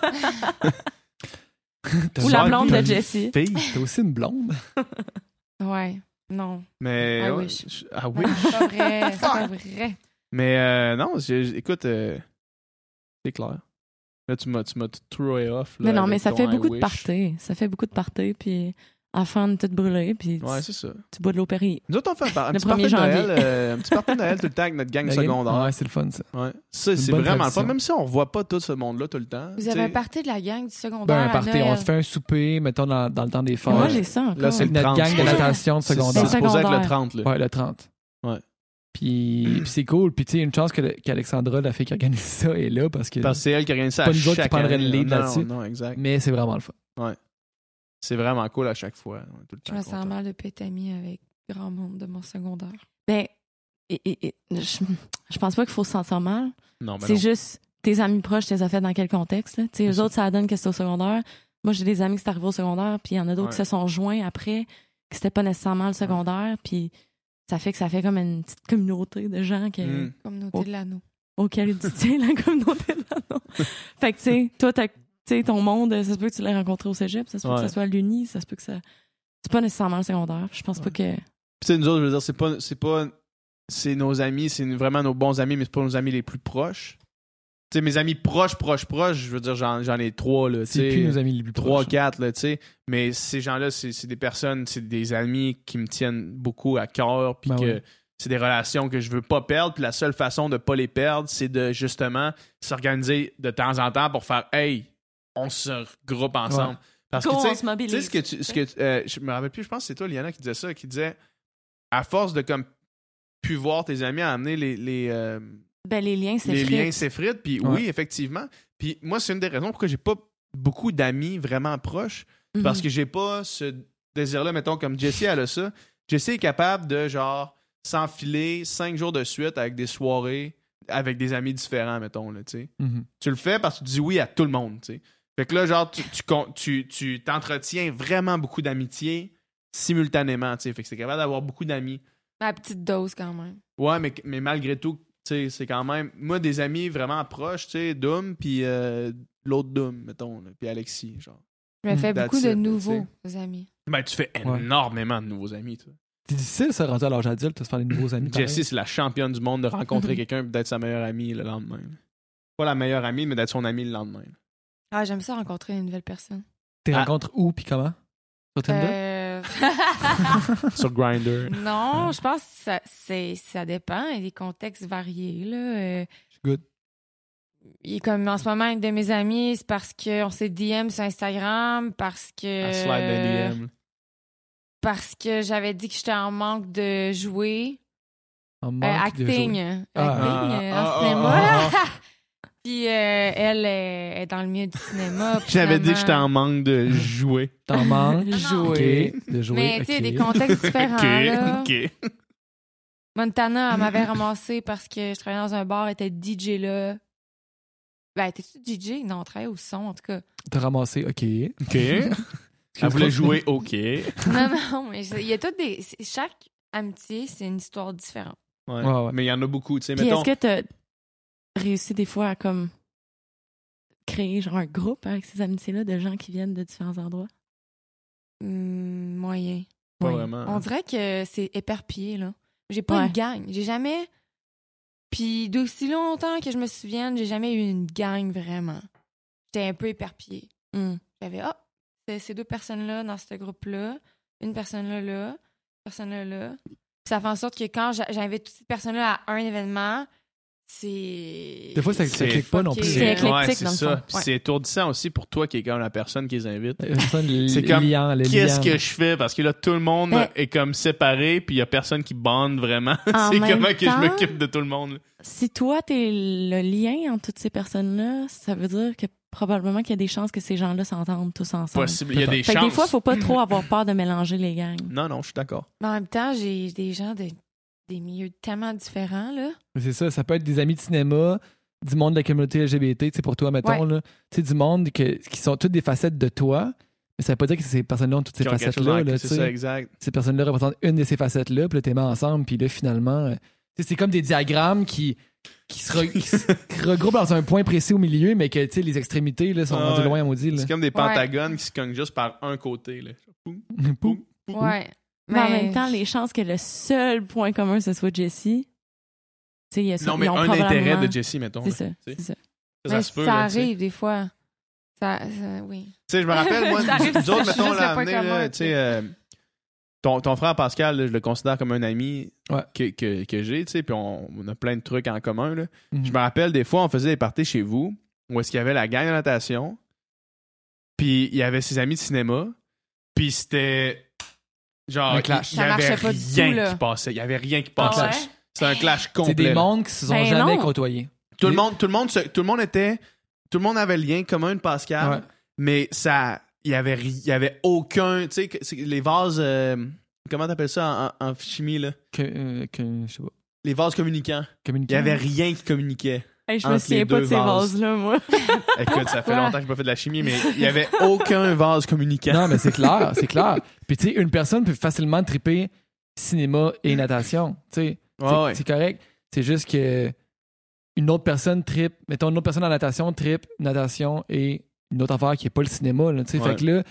Ou la blonde de Jessie. Fille. T'as aussi une blonde? Ouais, non. Mais. I ouais, wish. Ah Non, oui. c'est pas vrai, c'est pas vrai. Mais non, écoute, c'est clair. Là, tu m'as throw off. Là, Mais non, avec mais ça ton fait I beaucoup de wish. parties. Ça fait beaucoup de parties, puis à la fin, tout brûlé, puis Ouais, c'est ça. tu bois de l'eau Perrier. Nous autres, on fait un Le petit party de 1er janvier. Noël, un petit party de Noël tout le temps avec notre gang La secondaire. Ouais, c'est le fun, ça. Ouais. Ça, Une c'est bonne vraiment le tradition. fun. Même si on revoit pas tout ce monde-là tout le temps. Vous tu avez sais. un party de la gang du secondaire Ben, un à party. Noël. On se fait un souper, mettons, dans le temps des fêtes. Moi, j'ai ça encore. Là, c'est Avec le notre 30. gang de C'est natation de C'est secondaire. supposé être le Secondaire. 30. Là. Ouais, le 30. Ouais. Puis c'est cool. Puis tu sais, une chance qu'Alexandra, la fille qui organise ça, est là parce que. Parce que c'est elle qui organise ça Pas à nous autres qui chaque prendrait le année. lead Non, là-dessus. Non, exact. Mais c'est vraiment le fun. C'est vraiment cool à chaque fois. On est tout le Je temps me sens content. mal de pas être amie avec grand monde de mon secondaire. Ben, je pense pas qu'il faut se sentir mal. Non, mais C'est non. juste tes amis proches, tu les as fait dans quel contexte, là? Tu sais, C'est eux ça. autres, ça donne que c'était au secondaire. Moi, j'ai des amis qui sont arrivés au secondaire, puis il y en a d'autres Ouais. qui se sont joints après, que c'était pas nécessairement le secondaire, puis ça fait comme une petite communauté de gens Mm. Communauté Oh. de l'anneau. auxquels tu tiens, la communauté de l'anneau. Fait que, tu sais, toi, tu sais, ton monde, ça se peut que tu l'aies rencontré au cégep, ça se peut que Ouais. ça soit à l'uni, ça se peut que ça... C'est pas nécessairement le secondaire. Je pense pas que... Puis tu sais, nous autres, je veux dire, c'est pas c'est nos amis, c'est vraiment nos bons amis, mais c'est pas nos amis les plus proches. Tu sais, mes amis proches, je veux dire, j'en ai 3, là, tu C'est plus sais. nos amis les plus 3, proches. 4, là, tu sais. Mais ces gens-là, c'est des personnes, c'est des amis qui me tiennent beaucoup à cœur, puis Ben que oui. c'est des relations que je veux pas perdre, puis la seule façon de pas les perdre, c'est de, justement, s'organiser de temps en temps pour faire « Hey, on se regroupe ensemble. Ouais. Parce Go, que, on tu sais, se mobilise. je me rappelle plus, je pense que c'est toi, Liana, qui disait ça, qui disait, à force de comme pu voir tes amis amener Ben, les liens, c'est les frites. liens s'effritent, puis Ouais. oui, effectivement. Puis moi, c'est une des raisons pourquoi j'ai pas beaucoup d'amis vraiment proches, Mhm. parce que j'ai pas ce désir-là, mettons, comme Jessie, elle a ça. Jessie est capable de, genre, s'enfiler 5 jours de suite avec des soirées avec des amis différents, mettons, là, tu sais. Mhm. Tu le fais parce que tu dis oui à tout le monde, tu sais. Fait que là, genre, tu t'entretiens vraiment beaucoup d'amitié simultanément, tu sais. Fait que c'est capable d'avoir beaucoup d'amis. Ma petite dose, quand même. Ouais, mais malgré tout, tu sais, c'est quand même... Moi, des amis vraiment proches, tu sais, Doom, puis l'autre Doom, mettons, là, puis Alexis, genre. Je me fais That's beaucoup de it, nouveaux amis. Ben, tu fais énormément de nouveaux amis, toi. C'est difficile, ça, rendu à l'âge adulte, de se faire des nouveaux amis. pareil. Jessie, c'est la championne du monde de rencontrer Mhm. quelqu'un et d'être sa meilleure amie le lendemain. Pas la meilleure amie, mais d'être son amie le lendemain. Ah, j'aime ça rencontrer une nouvelle personne. T'es Ah. rencontres où puis comment? Sur Tinder? Sur Grindr. Non, je pense que ça dépend. Il y a des contextes variés. Là. Good. Et comme en ce moment, une de mes amies, c'est parce qu'on s'est DM sur Instagram, parce que À slide dans DM. parce que j'avais dit que j'étais en manque de jouer. En manque de Acting. jouer. Acting Ah. en Ah, cinéma. ah, ah, Puis elle est dans le milieu du cinéma. puis J'avais dit que j'étais finalement- en manque de jouer. T'en manques? Jouer. Ok, de jouer. Mais tu sais, ok. des contextes différents. là. ok. Montana, elle m'avait ramassé parce que je travaillais dans un bar, elle était DJ là. Ben, t'es-tu DJ? Non, on travaillait au son, en tout cas. T'as ramassé, ok. Ok. Elle voulait jouer, ok. Non, mais il y a toutes des... Chaque amitié, c'est une histoire différente. Ouais. Ouais. Mais il y en a beaucoup, tu sais. Puis Mettons, est-ce que réussi des fois à comme créer genre un groupe avec ces amitiés-là de gens qui viennent de différents endroits? Moyen. Pas Oui. vraiment. On dirait que c'est éparpillé, là. J'ai pas Ouais. une gang. J'ai jamais... Puis d'aussi longtemps que je me souvienne, j'ai jamais eu une gang, vraiment. J'étais un peu éparpillée. J'avais, ces 2 personnes-là dans ce groupe-là, une personne là, personne là. Puis ça fait en sorte que quand j'invite toutes ces personnes-là à un événement, c'est... Des fois, ça clique pas non plus. C'est éclectique, Ouais, c'est dans le ça. fond. Puis c'est étourdissant aussi pour toi qui est comme la personne qui les invite. C'est comme, liant, Qu'est-ce que je fais? Parce que là, tout le monde Ben- est comme séparé, puis il y a personne qui bande vraiment. En C'est même comment que je temps- m'occupe de tout le monde. Là. Si toi, t'es le lien entre toutes ces personnes-là, ça veut dire que probablement qu'il y a des chances que ces gens-là s'entendent tous ensemble. Possible. Il y a des Fait que chances. des fois, faut pas trop avoir peur de mélanger les gangs. Non, je suis d'accord. Mais en même temps, j'ai des gens des milieux tellement différents, là. C'est ça peut être des amis de cinéma, du monde de la communauté LGBT, tu sais, pour toi, mettons, Ouais. là. Tu sais, du monde qui sont toutes des facettes de toi, mais ça veut pas dire que ces personnes-là ont toutes ces Qui ont quelque chose facettes-là, en- là, tu C'est sais. ça, exact. Ces personnes-là représentent une de ces facettes-là, puis là, t'es mis ensemble, puis là, finalement, tu sais, c'est comme des diagrammes qui se regroupent dans un point précis au milieu, mais que, tu sais, les extrémités, là, sont Ah rendues ouais. loin à maudit, là. C'est comme des pentagones qui se cognent juste par un côté. Là. Poum, Poum. poum, poum. Ouais. Mais en même temps, les chances que le seul point commun, ce soit Jessie, tu sais, il y a ça. Non, mais ils ont un intérêt probablement- de Jessie, mettons. C'est là. ça, Tu sais, c'est ça. Mais se peut. ça là, tu sais. arrive des fois. Oui. Tu sais, je me rappelle, moi, Ça arrive, nous autres, ça, mettons, juste là, le point amené, commun, là, tu sais, ton frère Pascal, là, je le considère comme un ami Ouais. que j'ai, tu sais, puis on a plein de trucs en commun, là. Mhm. Je me rappelle, des fois, on faisait des parties chez vous, où est-ce qu'il y avait la gang de natation, puis il y avait ses amis de cinéma, puis c'était genre, Un clash. il y Ça avait marchait pas du rien tout, là. qui passait. Il y avait rien qui Ah passait. ouais? C'était un clash C'est complet. des là. mondes qui se sont Ben jamais non. côtoyés. Tout le monde avait le lien commun de Pascal, Ouais. mais il y avait aucun, tu sais, les vases, comment t'appelles ça en chimie, là? Je sais pas. Les vases communicants. Il Communiquer. y avait rien qui communiquait. Hey, je me Entre les souviens pas de deux ces vases. vases-là, moi. Écoute, ça fait Quoi? longtemps que j'ai pas fait de la chimie, mais il y avait aucun vase communicant. Non, mais c'est clair, c'est clair. Puis, tu sais, une personne peut facilement triper cinéma et natation. Tu sais, Ouais. c'est correct. C'est juste que une autre personne tripe, mettons, une autre personne en natation tripe natation et une autre affaire qui est pas le cinéma. Là, tu sais. Ouais.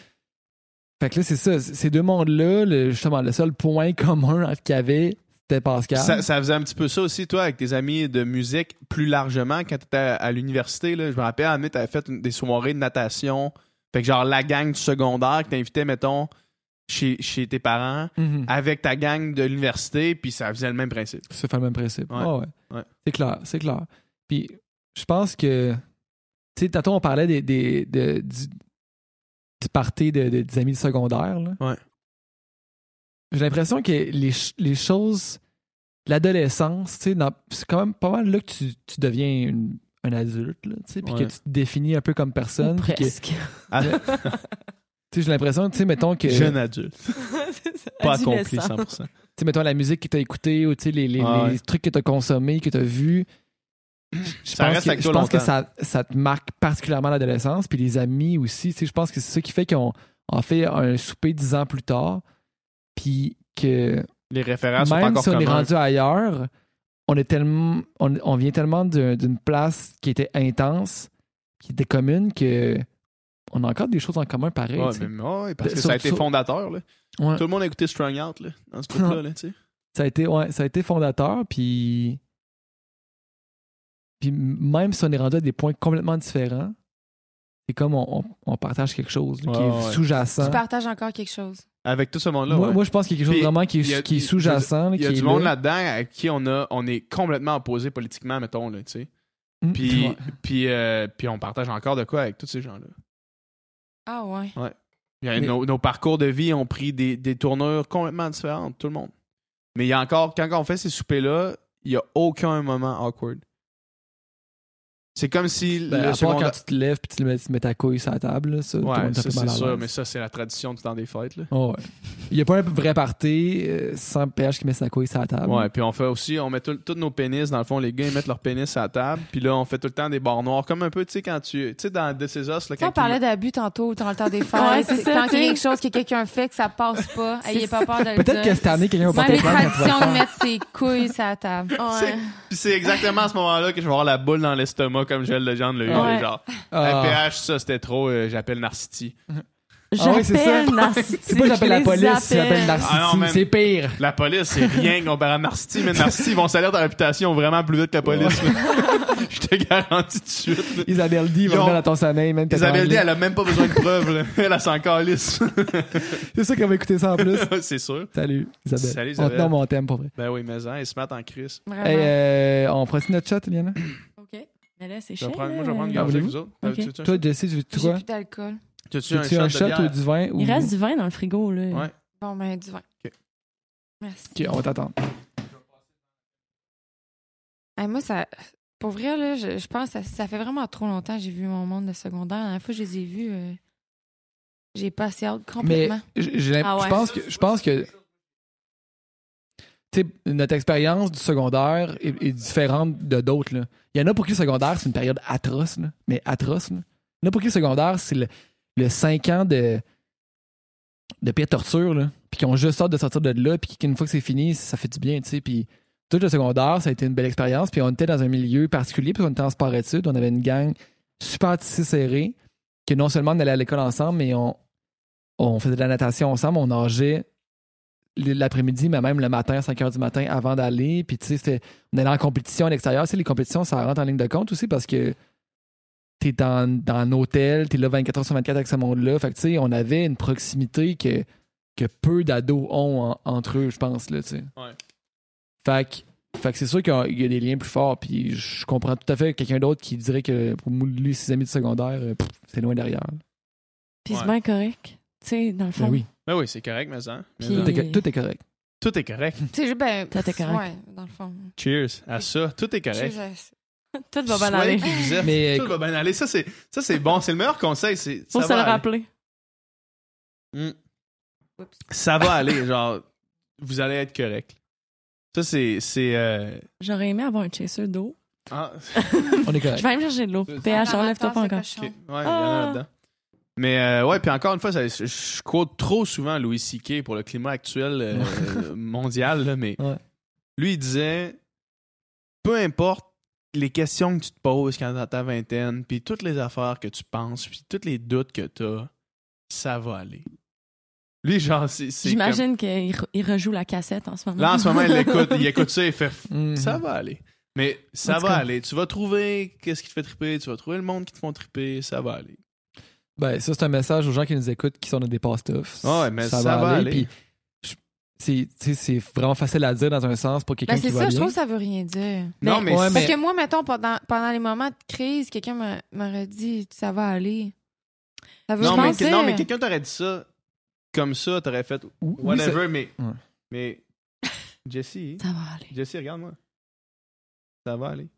Fait que là, c'est ça. Ces deux mondes-là, justement, le seul point commun qu'il y avait, c'était Pascal. Ça faisait un petit peu ça aussi, toi, avec tes amis de musique, plus largement, quand t'étais à l'université. Là, je me rappelle, Anne, t'avais fait des soirées de natation. Fait que genre, la gang du secondaire que t'invitais, mettons, chez tes parents, Mhm. avec ta gang de l'université, puis ça faisait le même principe. Ça fait le même principe. Ouais. Ah ouais. Ouais. C'est clair. Puis, je pense que, tu sais, tantôt, on parlait du party des amis de secondaire. Là. Ouais. J'ai l'impression que les choses, l'adolescence, tu sais, c'est quand même pas mal là que tu deviens un adulte, là, tu sais, puis Ouais. que tu te définis un peu comme personne. Ou puis que, tu presque. sais, j'ai l'impression, tu sais, mettons que, Jeune adulte. Pas accompli Adolescent. 100%. tu sais, mettons la musique que tu as écoutée ou tu sais, les Ouais. trucs que tu as consommés, que tu as vus. Ça reste avec Je toi pense que longtemps. ça te marque particulièrement l'adolescence, puis les amis aussi. Tu sais, je pense que c'est ça qui fait qu'on fait un souper 10 ans plus tard, puis que Les références sont pas même encore si on est communs. rendu ailleurs, on vient tellement d'une place qui était intense, qui était commune, que on a encore des choses en commun pareil. Ouais, tu sais. ouais, parce que ça a été fondateur. Là. Ouais. Tout le monde a écouté Strung Out là, dans ce groupe-là. Là, tu sais. Ça a été fondateur, puis même si on est rendu à des points complètement différents, c'est comme on partage quelque chose là, qui Ouais, est ouais. sous-jacent. Tu partages encore quelque chose. Avec tout ce monde-là. Moi, ouais. moi, je pense qu'il y a quelque chose Puis, vraiment qui il y a- est sous-jacent. Il y a qui du est monde là. là-dedans avec qui on est complètement opposés politiquement, mettons. Là, tu sais. Mm. Puis, Ouais. puis on partage encore de quoi avec tous ces gens-là. Ah ouais. Mais- Nos parcours de vie ont pris des tournures complètement différentes, tout le monde. Mais il y a encore, quand on fait ces soupers-là, il n'y a aucun moment awkward. C'est comme si Ben, le à part secondaire... quand tu te lèves puis tu mets ta couille sur la table, là, ça, tout le Ouais, monde est un ça peu mal c'est à sûr, l'aise. mais ça c'est la tradition du temps des fêtes. Là. Oh, ouais. Il n'y a pas un vrai party sans PH qui met sa couille sur la table. Ouais, puis on met tous nos pénis, dans le fond, les gars ils mettent leur pénis à la table, puis là on fait tout le temps des barres noires, comme un peu, tu sais, quand tu sais, dans De Ces Os, là, On parlait d'abus tantôt dans le temps des fêtes. Ouais, c'est ça, Quand il y a tu sais. quelque chose que quelqu'un fait que ça passe pas, ayez pas peur de le dire. Peut-être que cette année, quelqu'un va Même porter les plainte quand tu vas traditions de le faire. mettre ses couilles sur la table. Ouais. Puis c'est exactement à ce moment-là que je vais avoir la boule dans l'estomac comme Joël Legendre l'a eu, Ouais. genre. Ah. PH, ça c'était trop, j'appelle Narcity. Ah oui, c'est ça. J'appelle Narcity. C'est pas j'appelle la je les police, j'appelle appelle. Narcity. Ah non, man. C'est pire. La police, c'est rien comparé à Narcity, mais Narcity, ils vont salir ta réputation vraiment plus vite que la police. là. Je te garantis tout de suite. là. Isabelle D va Ils ont- venir dans ton sommeil, même t'es Isabelle D, en- elle a même pas besoin de preuves. là. Elle s'en calisse. C'est sûr qu'elle va écouter ça en plus. C'est sûr. Salut, Isabelle. Salut, On Isabelle. te donne mon thème, pour vrai. Ben oui, mais hein, ils se mettent en crise. Vraiment. Hey, on prend notre chat, Liana? OK. Mais là, c'est Moi, cher. je vais prendre une Ah, gorgée avec voulez-vous? vous autres. Ok. T'as-tu un Toi, shot? Jessie, tu veux J'ai quoi? plus d'alcool. T'as-tu Veux-tu un shot ou du vin? Il reste du vin dans le frigo, là. Ouais. Bon, ben, du vin. Ok. Merci. Ok, on va t'attendre. Hey, moi, ça. Pour vrai, là, je pense que ça fait vraiment trop longtemps que j'ai vu mon monde de secondaire. La dernière fois que je les ai vus, j'ai passé out Mais complètement. Ah ouais. je pense que tu sais, notre expérience du secondaire est différente de d'autres. Là. Il y en a pour qui le secondaire, c'est une période atroce, là, mais atroce. Là. Il y en a pour qui le secondaire, c'est le 5 ans de pire torture, là, puis qui ont juste hâte de sortir de là, puis qu'une fois que c'est fini, ça fait du bien, tu sais. Puis tout le secondaire, ça a été une belle expérience, puis on était dans un milieu particulier, puis on était en sport-études, on avait une gang super tissée serrée, que non seulement on allait à l'école ensemble, mais on faisait de la natation ensemble, on nageait l'après-midi, mais même le matin, à 5 h du matin, avant d'aller. Puis, tu sais, on allait en compétition à l'extérieur. Tu sais, les compétitions, ça rentre en ligne de compte aussi parce que t'es dans un hôtel, t'es là 24 heures sur 24 avec ce monde-là. Fait que, tu sais, on avait une proximité que peu d'ados ont entre eux, je pense, là, tu sais. Ouais. Fait que c'est sûr qu'il y a des liens plus forts. Puis, je comprends tout à fait quelqu'un d'autre qui dirait que pour lui, ses amis de secondaire, c'est loin derrière. Puis c'est Ouais. bien correct. Tu sais, dans le fond. Ben oui, Ben oui, c'est correct, mais ça. Puis- tout est correct. Tout est correct. Tu sais, ben. Toi, t'es correct. Ouais, dans le fond. Cheers à ça. Tout est correct. Cheers à ça. Tout va bien Soyez aller. qui vous êtes. Mais Tout va bien aller. Ça, c'est bon. C'est le meilleur conseil. Faut se le rappeler. Ça va aller. Genre, vous allez être correct. Ça, c'est J'aurais aimé avoir un chaser d'eau. Ah, on est Je correct. vais aller me chercher de l'eau. C'est- PH, enlève-toi pas encore. ok. Ouais, il y en a là-dedans. Mais ouais, puis encore une fois, je quote trop souvent Louis C.K. pour le climat actuel mondial, là, mais Ouais. lui, il disait peu importe les questions que tu te poses quand t'es dans ta vingtaine, puis toutes les affaires que tu penses, puis tous les doutes que t'as, ça va aller. Lui, genre, c'est J'imagine qu'il rejoue la cassette en ce moment. comme... Là, en ce moment, il écoute ça et fait Mhm. ça va aller. Mais ça En tout va cas. aller. Tu vas trouver qu'est-ce qui te fait triper, tu vas trouver le monde qui te font triper, ça va aller. Ben, ça, c'est un message aux gens qui nous écoutent qui sont dans des pass-stuff. Ouais, mais ça va aller. Puis, c'est vraiment facile à dire dans un sens pour quelqu'un Ben, c'est qui ça, va je bien. trouve que ça veut rien dire. Non, mais ouais, Parce que moi, mettons, pendant les moments de crise, quelqu'un m'aurait dit ça va aller. Ça veut Non, rien mais, dire. non, mais quelqu'un t'aurait dit ça comme ça, t'aurais fait Oui, whatever, mais. Ouais. Mais. Jessie, Ça va aller. Jessie, regarde-moi. Ça va aller.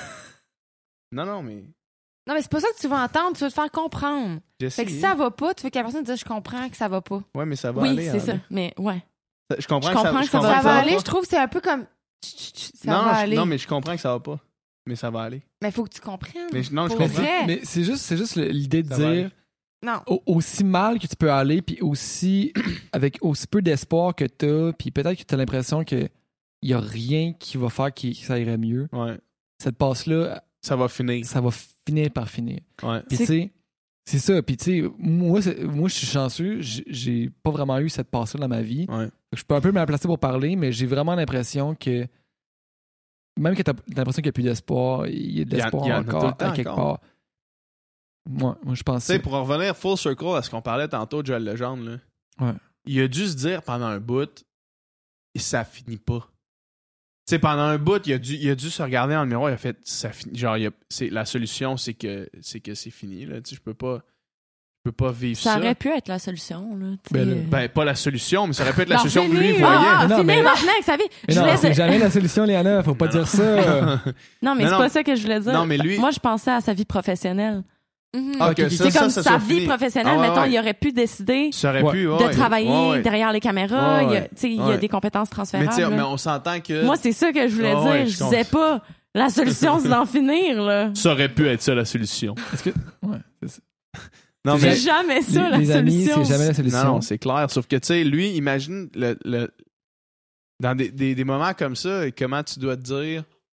Non, mais. Non, mais c'est pas ça que tu veux entendre, tu veux te faire comprendre. Jessie. Fait que si ça va pas, tu veux que la personne te dise je comprends que ça va pas. Ouais, mais ça va Oui, aller. c'est hein. ça. Mais ouais. Je comprends, Je comprends que ça va Ça va pas. aller, je trouve que c'est un peu comme ça non, va aller. non, mais je comprends que ça va pas. Mais ça va aller. Mais faut que tu comprennes. Mais non, je Pour comprends. vrai. Mais c'est juste l'idée de Ça va aller. dire Non. aussi mal que tu peux aller, puis aussi avec aussi peu d'espoir que t'as, puis peut-être que t'as l'impression que y a rien qui va faire que ça irait mieux. Ouais. Cette passe-là, Ça va finir. ça va finir par finir. Ouais. Puis tu sais, c'est ça. Puis tu sais, moi, je suis chanceux. J'ai pas vraiment eu cette passe-là dans ma vie. Ouais. Je peux un peu me la placer pour parler, mais j'ai vraiment l'impression que même que t'as l'impression qu'il n'y a plus d'espoir, il y a de l'espoir il y en a tout le encore temps à quelque encore. part. Moi, je pense Tu sais, ça. pour en revenir full circle à ce qu'on parlait tantôt de Joël Legendre, là, Ouais. il a dû se dire pendant un bout, et ça finit pas. Tu sais, pendant un bout, il a dû se regarder dans le miroir, il a fait, ça finit. Genre, la solution, c'est que c'est fini. Là. Tu sais, je peux pas Je peux pas vivre ça. Ça aurait pu être la solution. Là, Ben, pas la solution, mais ça aurait pu être la D'en solution que lui finir. voyait. Non, finir mais- maintenant avec sa vie. Mais Je non, voulais- c'est jamais la solution, Léana. Faut pas dire ça. Non, mais Non, c'est non. pas ça que je voulais dire. Non, mais lui- Moi, je pensais à sa vie professionnelle. Mhm. Ah, Ok, que C'est comme ça sa soit vie fini. professionnelle. Ah, ouais, Mettons, ouais. il aurait pu décider Ça aurait Ouais. pu, de travailler derrière les caméras. Ouais, Il y a, ouais. tu sais, il y a Ouais. des compétences Mais, transférables. tu sais, mais là. on s'entend que Moi, c'est ça que je voulais Ah, dire. ouais, je je disais pas la solution, c'est d'en finir. Là. ça aurait pu être ça la solution. Est-ce que. Ouais, c'est ça. Non, C'est mais jamais ça, la les amis, solution. c'est jamais la solution. non, c'est clair. Sauf que, tu sais, lui, imagine dans des moments comme ça, comment tu dois te dire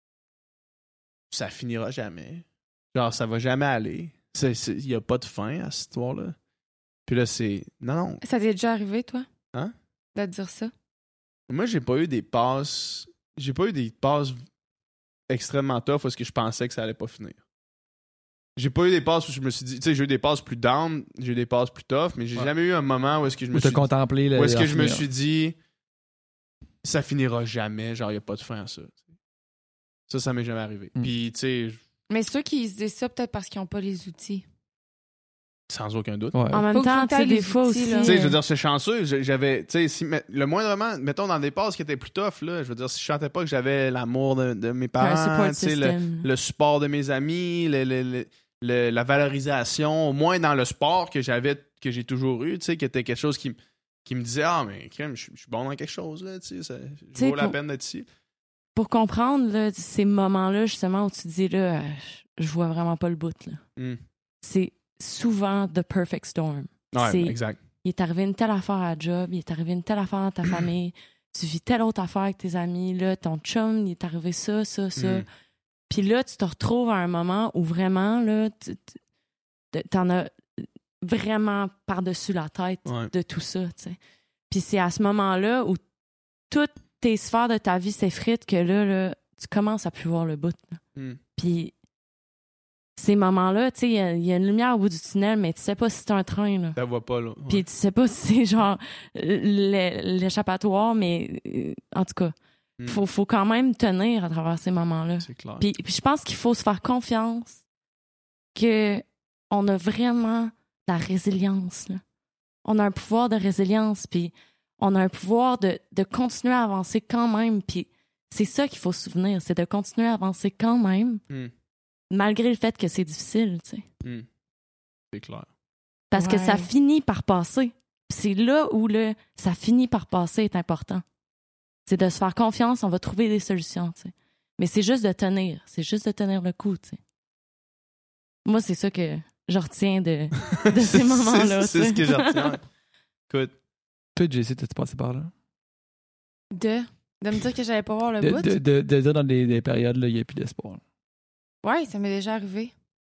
ça finira jamais. Genre, ça va jamais aller. Il n'y a pas de fin à cette histoire-là. Puis là, c'est. Non. Ça t'est déjà arrivé, toi? Hein? De te dire ça? Moi, j'ai pas eu des passes. J'ai pas eu des passes extrêmement tough parce que je pensais que ça allait pas finir. J'ai pas eu des passes où je me suis dit. Tu sais, j'ai eu des passes plus down, j'ai eu des passes plus tough, mais j'ai jamais eu un moment où est-ce que je me Ou suis te contempler. où est-ce que je me suis dit ça finira jamais, genre il y a pas de fin à ça. Ça m'est jamais arrivé. Mm. Puis tu sais, Mais ceux qui se disent ça, peut-être parce qu'ils n'ont pas les outils. sans aucun doute. Ouais. En même Faut temps, que tu sais, t'ailles des les fois outils, aussi. là. Tu sais, je veux dire, c'est chanceux. J'avais, tu sais, le moindrement, mettons dans des passes qui étaient plus tough, là, je veux dire, si je sentais pas que j'avais l'amour de mes un parents, support tu sais, system. le support de mes amis, la valorisation, au moins dans le sport que j'ai toujours eu, tu sais, qui était quelque chose qui me disait, ah, mais crème, je suis bon dans quelque chose, là, tu sais, ça sais, vaut la pour- peine d'être ici. Pour comprendre là, ces moments-là, justement, où tu te dis, là, je vois vraiment pas le bout. Là. Mm. C'est souvent the perfect storm. Ouais, C'est- exact. Il est arrivé une telle affaire à la job, il est arrivé une telle affaire dans ta famille, tu vis telle autre affaire avec tes amis, là, ton chum, il est arrivé ça. Mm. Puis là, tu te retrouves à un moment où vraiment, là, t'en as vraiment par-dessus la tête Ouais. de tout ça, tu sais. Puis c'est à ce moment-là où toutes tes sphères de ta vie s'effritent que là, tu commences à plus voir le bout. Là. Mm. Puis ces moments-là, tu sais, il y a une lumière au bout du tunnel, mais tu sais pas si c'est un train, là. Ça va pas, là. Ouais. Puis tu sais pas si c'est genre l'échappatoire, mais en tout cas, Mm. faut quand même tenir à travers ces moments-là. C'est clair. Puis je pense qu'il faut se faire confiance que on a vraiment la résilience. Là. On a un pouvoir de résilience, puis on a un pouvoir de continuer à avancer quand même. Puis c'est ça qu'il faut se souvenir, c'est de continuer à avancer quand même, Mm. malgré le fait que c'est difficile, tu sais. Mm. C'est clair. Parce que Ouais. ça finit par passer. Puis c'est là où ça finit par passer est important. C'est de se faire confiance, on va trouver des solutions, tu sais. Mais c'est juste de tenir. C'est juste de tenir le coup, tu sais. Moi, c'est ça que je retiens de ces moments-là, tu C'est sais. ce que je retiens. Écoute, Toi, JC, t'as-tu passé par là? De me dire que j'allais pas voir le De bout? dire dans des périodes, là, il n'y a plus d'espoir. Ouais, ça m'est déjà arrivé.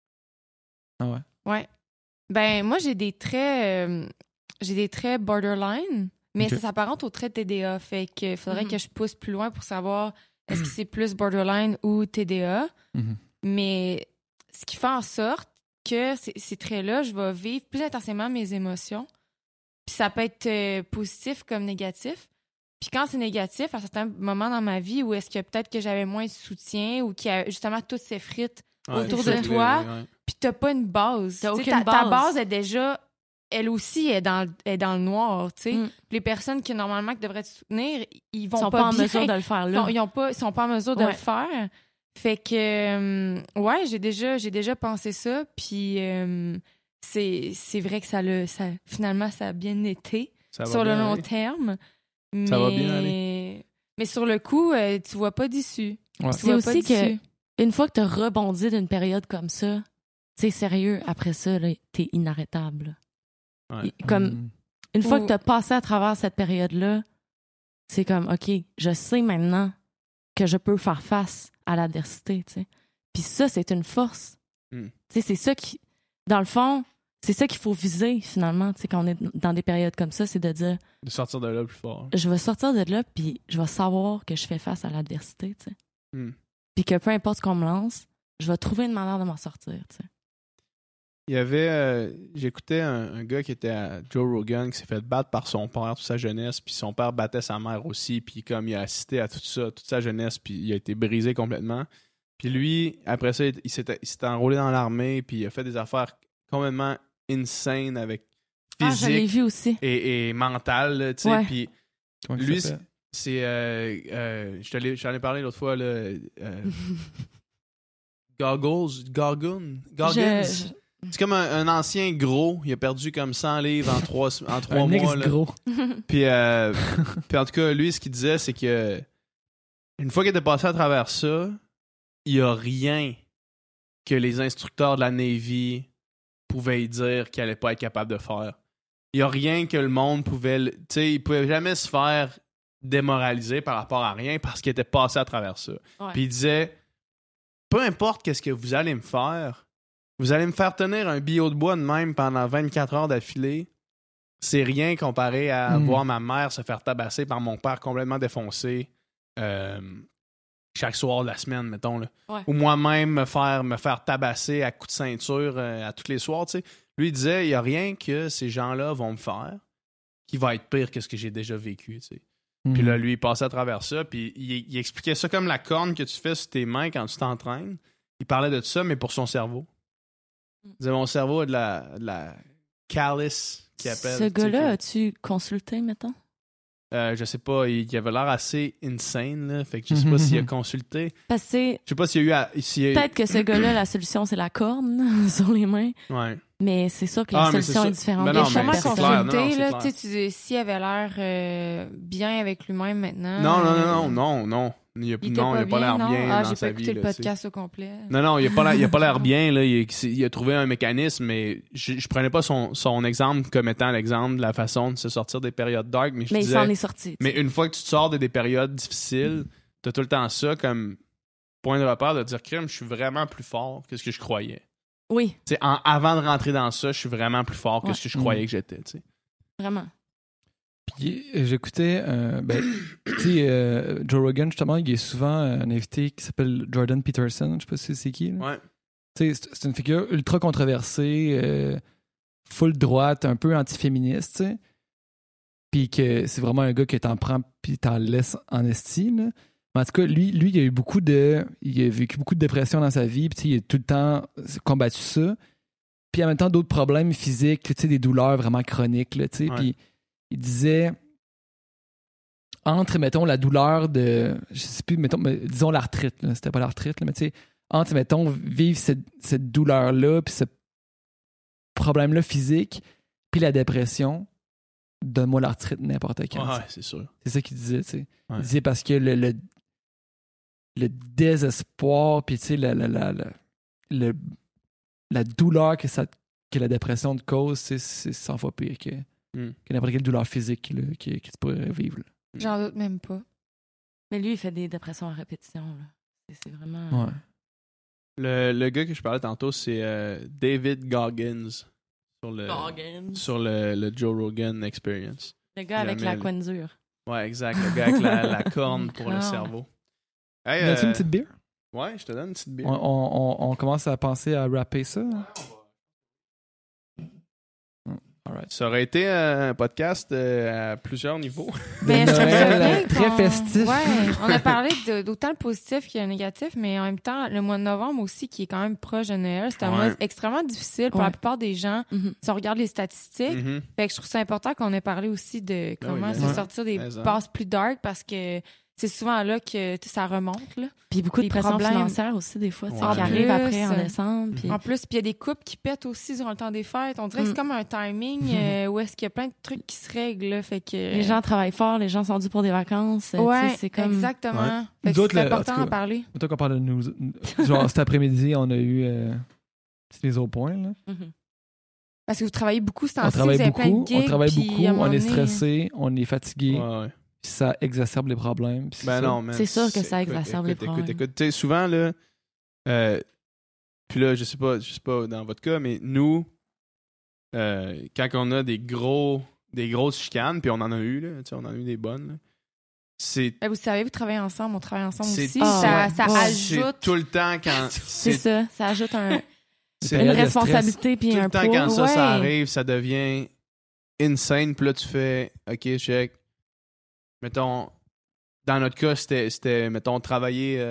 Ah ouais? Ouais. Ben, moi, j'ai des traits borderline, mais Ok. ça s'apparente aux traits TDA. Fait qu'il faudrait Mhm. que je pousse plus loin pour savoir est-ce que c'est plus borderline ou TDA. Mhm. Mais ce qui fait en sorte que ces traits-là, je vais vivre plus intensément mes émotions. Puis ça peut être positif comme négatif. Puis quand c'est négatif, à certains moments dans ma vie où est-ce que peut-être que j'avais moins de soutien ou qu'il y a justement toutes ces frites autour de c'est- toi, ouais. puis t'as pas une base. T'as Tu sais, aucune ta base. base est déjà, elle aussi est dans le noir, tu sais. Mm. Puis les personnes qui normalement qui devraient te soutenir, ils vont Ils sont pas pas en bien. mesure de le faire là. Ils sont pas en mesure de Ouais. le faire. Fait que ouais, j'ai déjà pensé ça, puis c'est vrai que ça finalement ça a bien été Ça va sur le bien long aller. terme. Ça va mais- bien aller. Mais sur le coup, tu vois pas d'issue. Ouais. Tu C'est vois aussi pas d'issue. Une fois que t'as rebondi d'une période comme ça, tu sais, sérieux, après ça, là, t'es inarrêtable. là. Ouais. Comme, Mhm. une fois Ou- que t'as passé à travers cette période-là, c'est comme, OK, je sais maintenant que je peux faire face à l'adversité, tu sais. Puis ça, c'est une force. Mm. Tu sais, c'est ça qui, dans le fond, c'est ça qu'il faut viser, finalement, tu sais, quand on est dans des périodes comme ça, c'est de dire, De sortir de là plus fort. je vais sortir de là, puis je vais savoir que je fais face à l'adversité, tu sais. Mm. Puis que peu importe ce qu'on me lance, je vais trouver une manière de m'en sortir, tu sais. Il y avait. J'écoutais un gars qui était à Joe Rogan qui s'est fait battre par son père toute sa jeunesse, puis son père battait sa mère aussi, puis comme il a assisté à tout ça, toute sa jeunesse, puis il a été brisé complètement. Puis lui, après ça, il s'était enrôlé dans l'armée, puis il a fait des affaires complètement insane avec Ah, je l'ai physique vu aussi. et mental, là, tu sais. Ouais. Puis Comment il lui, s'appelle? c'est... j'en ai parlé l'autre fois, là. Goggins. Je- C'est comme un ancien gros. Il a perdu comme 100 livres en 3 Un mois. Là. ex-gros. Puis en tout cas, lui, ce qu'il disait, c'est que une fois qu'il était passé à travers ça, il n'y a rien que les instructeurs de la Navy pouvaient y dire qu'il allait pas être capable de faire. Il n'y a rien que le monde pouvait... Tu sais, il pouvait jamais se faire démoraliser par rapport à rien parce qu'il était passé à travers ça. Ouais. Puis il disait, peu importe qu'est-ce que vous allez me faire tenir un billot de bois de même pendant 24 heures d'affilée. C'est rien comparé à voir ma mère se faire tabasser par mon père complètement défoncé chaque soir de la semaine, mettons. Là. Ouais. Ou moi-même me faire tabasser à coups de ceinture à tous les soirs. Tu sais. Lui, il disait, il n'y a rien que ces gens-là vont me faire qui va être pire que ce que j'ai déjà vécu. Tu sais. Puis là, lui, il passait à travers ça, puis il expliquait ça comme la corne que tu fais sur tes mains quand tu t'entraînes. Il parlait de ça, mais pour son cerveau. Il disait, mon cerveau a de la callus qui appelle. Ce gars-là, as-tu consulté, mettons? Je sais pas, il avait l'air assez insane, là, fait que je sais pas s'il a consulté. Parce que Je sais pas s'il y a eu... peut-être que ce gars-là, la solution, c'est la corne sur les mains. Ouais. Mais c'est sûr que la Ah, mais solution c'est est ça. différente. Ben Il a non, pour chaque mais sûrement c'est personne. clair. Non, consulté, c'est là, clair. tu sais, s'il avait l'air bien avec lui-même maintenant. Non. Il a pas l'air non? bien Ah, dans j'ai sa pas vie. écouté le là, tu sais. podcast au complet. Non, il a pas l'air bien. Là. Il a trouvé un mécanisme, mais je prenais pas son exemple comme étant l'exemple de la façon de se sortir des périodes dark, mais je Mais il disais, s'en est sorti. mais une fois que tu te sors des périodes difficiles, t'as tout le temps ça comme point de repère de dire, crime, je suis vraiment plus fort que ce que je croyais. Oui, Tu sais, avant de rentrer dans ça, je suis vraiment plus fort que Ouais. ce que je croyais que j'étais. Tu sais. vraiment. Puis j'écoutais, tu sais, Joe Rogan, justement, il y a souvent un invité qui s'appelle Jordan Peterson, je sais pas si c'est qui. Là. Ouais. Tu sais, c'est une figure ultra controversée, full droite, un peu anti-féministe, tu sais. Puis que c'est vraiment un gars que t'en prends puis t'en laisses en esti, là. Mais en tout cas, lui, il a eu il a vécu beaucoup de dépression dans sa vie, puis tu sais, il a tout le temps combattu ça. Puis en même temps, d'autres problèmes physiques, tu sais, des douleurs vraiment chroniques, là, tu sais. Ouais. Puis il disait, entre, mettons, la douleur de, je sais plus, mettons, mais disons l'arthrite, là, c'était pas l'arthrite, là, mais tu sais, entre, mettons, vivre cette douleur-là, puis ce problème-là physique, puis la dépression, donne-moi l'arthrite n'importe quand. Ouais, c'est sûr. C'est ça qu'il disait, tu sais. Ouais. Il disait parce que le désespoir, puis tu sais, la douleur que la dépression te cause, c'est 100 fois pire que n'importe quelle douleur physique là, que tu pourrais vivre. Là. J'en doute même pas. Mais lui, il fait des dépressions à répétition. Là. C'est vraiment... Ouais. Le gars que je parlais tantôt, c'est David Goggins sur le Joe Rogan Experience. Le gars avec la coin dure. Ouais, exact. Le gars avec la corne pour le Corne. cerveau. Hey, Donnes-tu une petite bière? Ouais, je te donne une petite bière. On commence à penser à rapper ça. Hein? All right. Ça aurait été un podcast à plusieurs niveaux. Ben, je trouve ça Noël, bien très qu'on- festif. Ouais, on a parlé d'autant le positif qu'il y a le négatif, mais en même temps, le mois de novembre aussi, qui est quand même proche de Noël, c'est un Ouais. mois extrêmement difficile pour Ouais. la plupart des gens. Mhm. Si on regarde les statistiques, Mhm. fait que je trouve ça important qu'on ait parlé aussi de comment oui, se mais- sortir des Mais, passes plus dark parce que c'est souvent là que ça remonte. Là. Puis beaucoup de Les pression problèmes. financière aussi, des fois, tu sais, Ouais. qui En arrive plus, après en décembre. Puis... En plus, puis il y a des couples qui pètent aussi durant le temps des fêtes. On dirait que c'est comme un timing où est-ce qu'il y a plein de trucs qui se règlent. Là, fait que... Les gens travaillent fort, les gens sont dus pour des vacances. tu sais, Ouais, c'est comme... exactement. Fait Nous que autres, c'est en important tout cas, d'en parler. Autant qu'on parle de nous. Genre, cet après-midi, on a eu petite mise au point. Là. Mhm. Parce que vous travaillez beaucoup ce On temps-ci, travaille vous avez plein de beaucoup, gigs, puis à un on moment est donné- stressé, on est fatigué, Ouais. puis ça exacerbe les problèmes. puis c'est Ben ça. non, man. C'est sûr que ça Écoute, exacerbe les écoute, problèmes. Écoute, tu sais, souvent, là, puis là, je sais pas dans votre cas, mais nous, quand on a des grosses chicanes, puis on en a eu, là, tu sais, on en a eu des bonnes, là, c'est Ben, vous savez, vous travaillez ensemble, on travaille ensemble C'est- aussi. Ah, ça ouais. c'est ajoute. tout le temps quand C'est ça, ça ajoute c'est une période de responsabilité puis tout un le temps poids. quand ça ouais. arrive, ça devient insane. Puis là, tu fais, OK, check. Mettons, dans notre cas, c'était mettons, travailler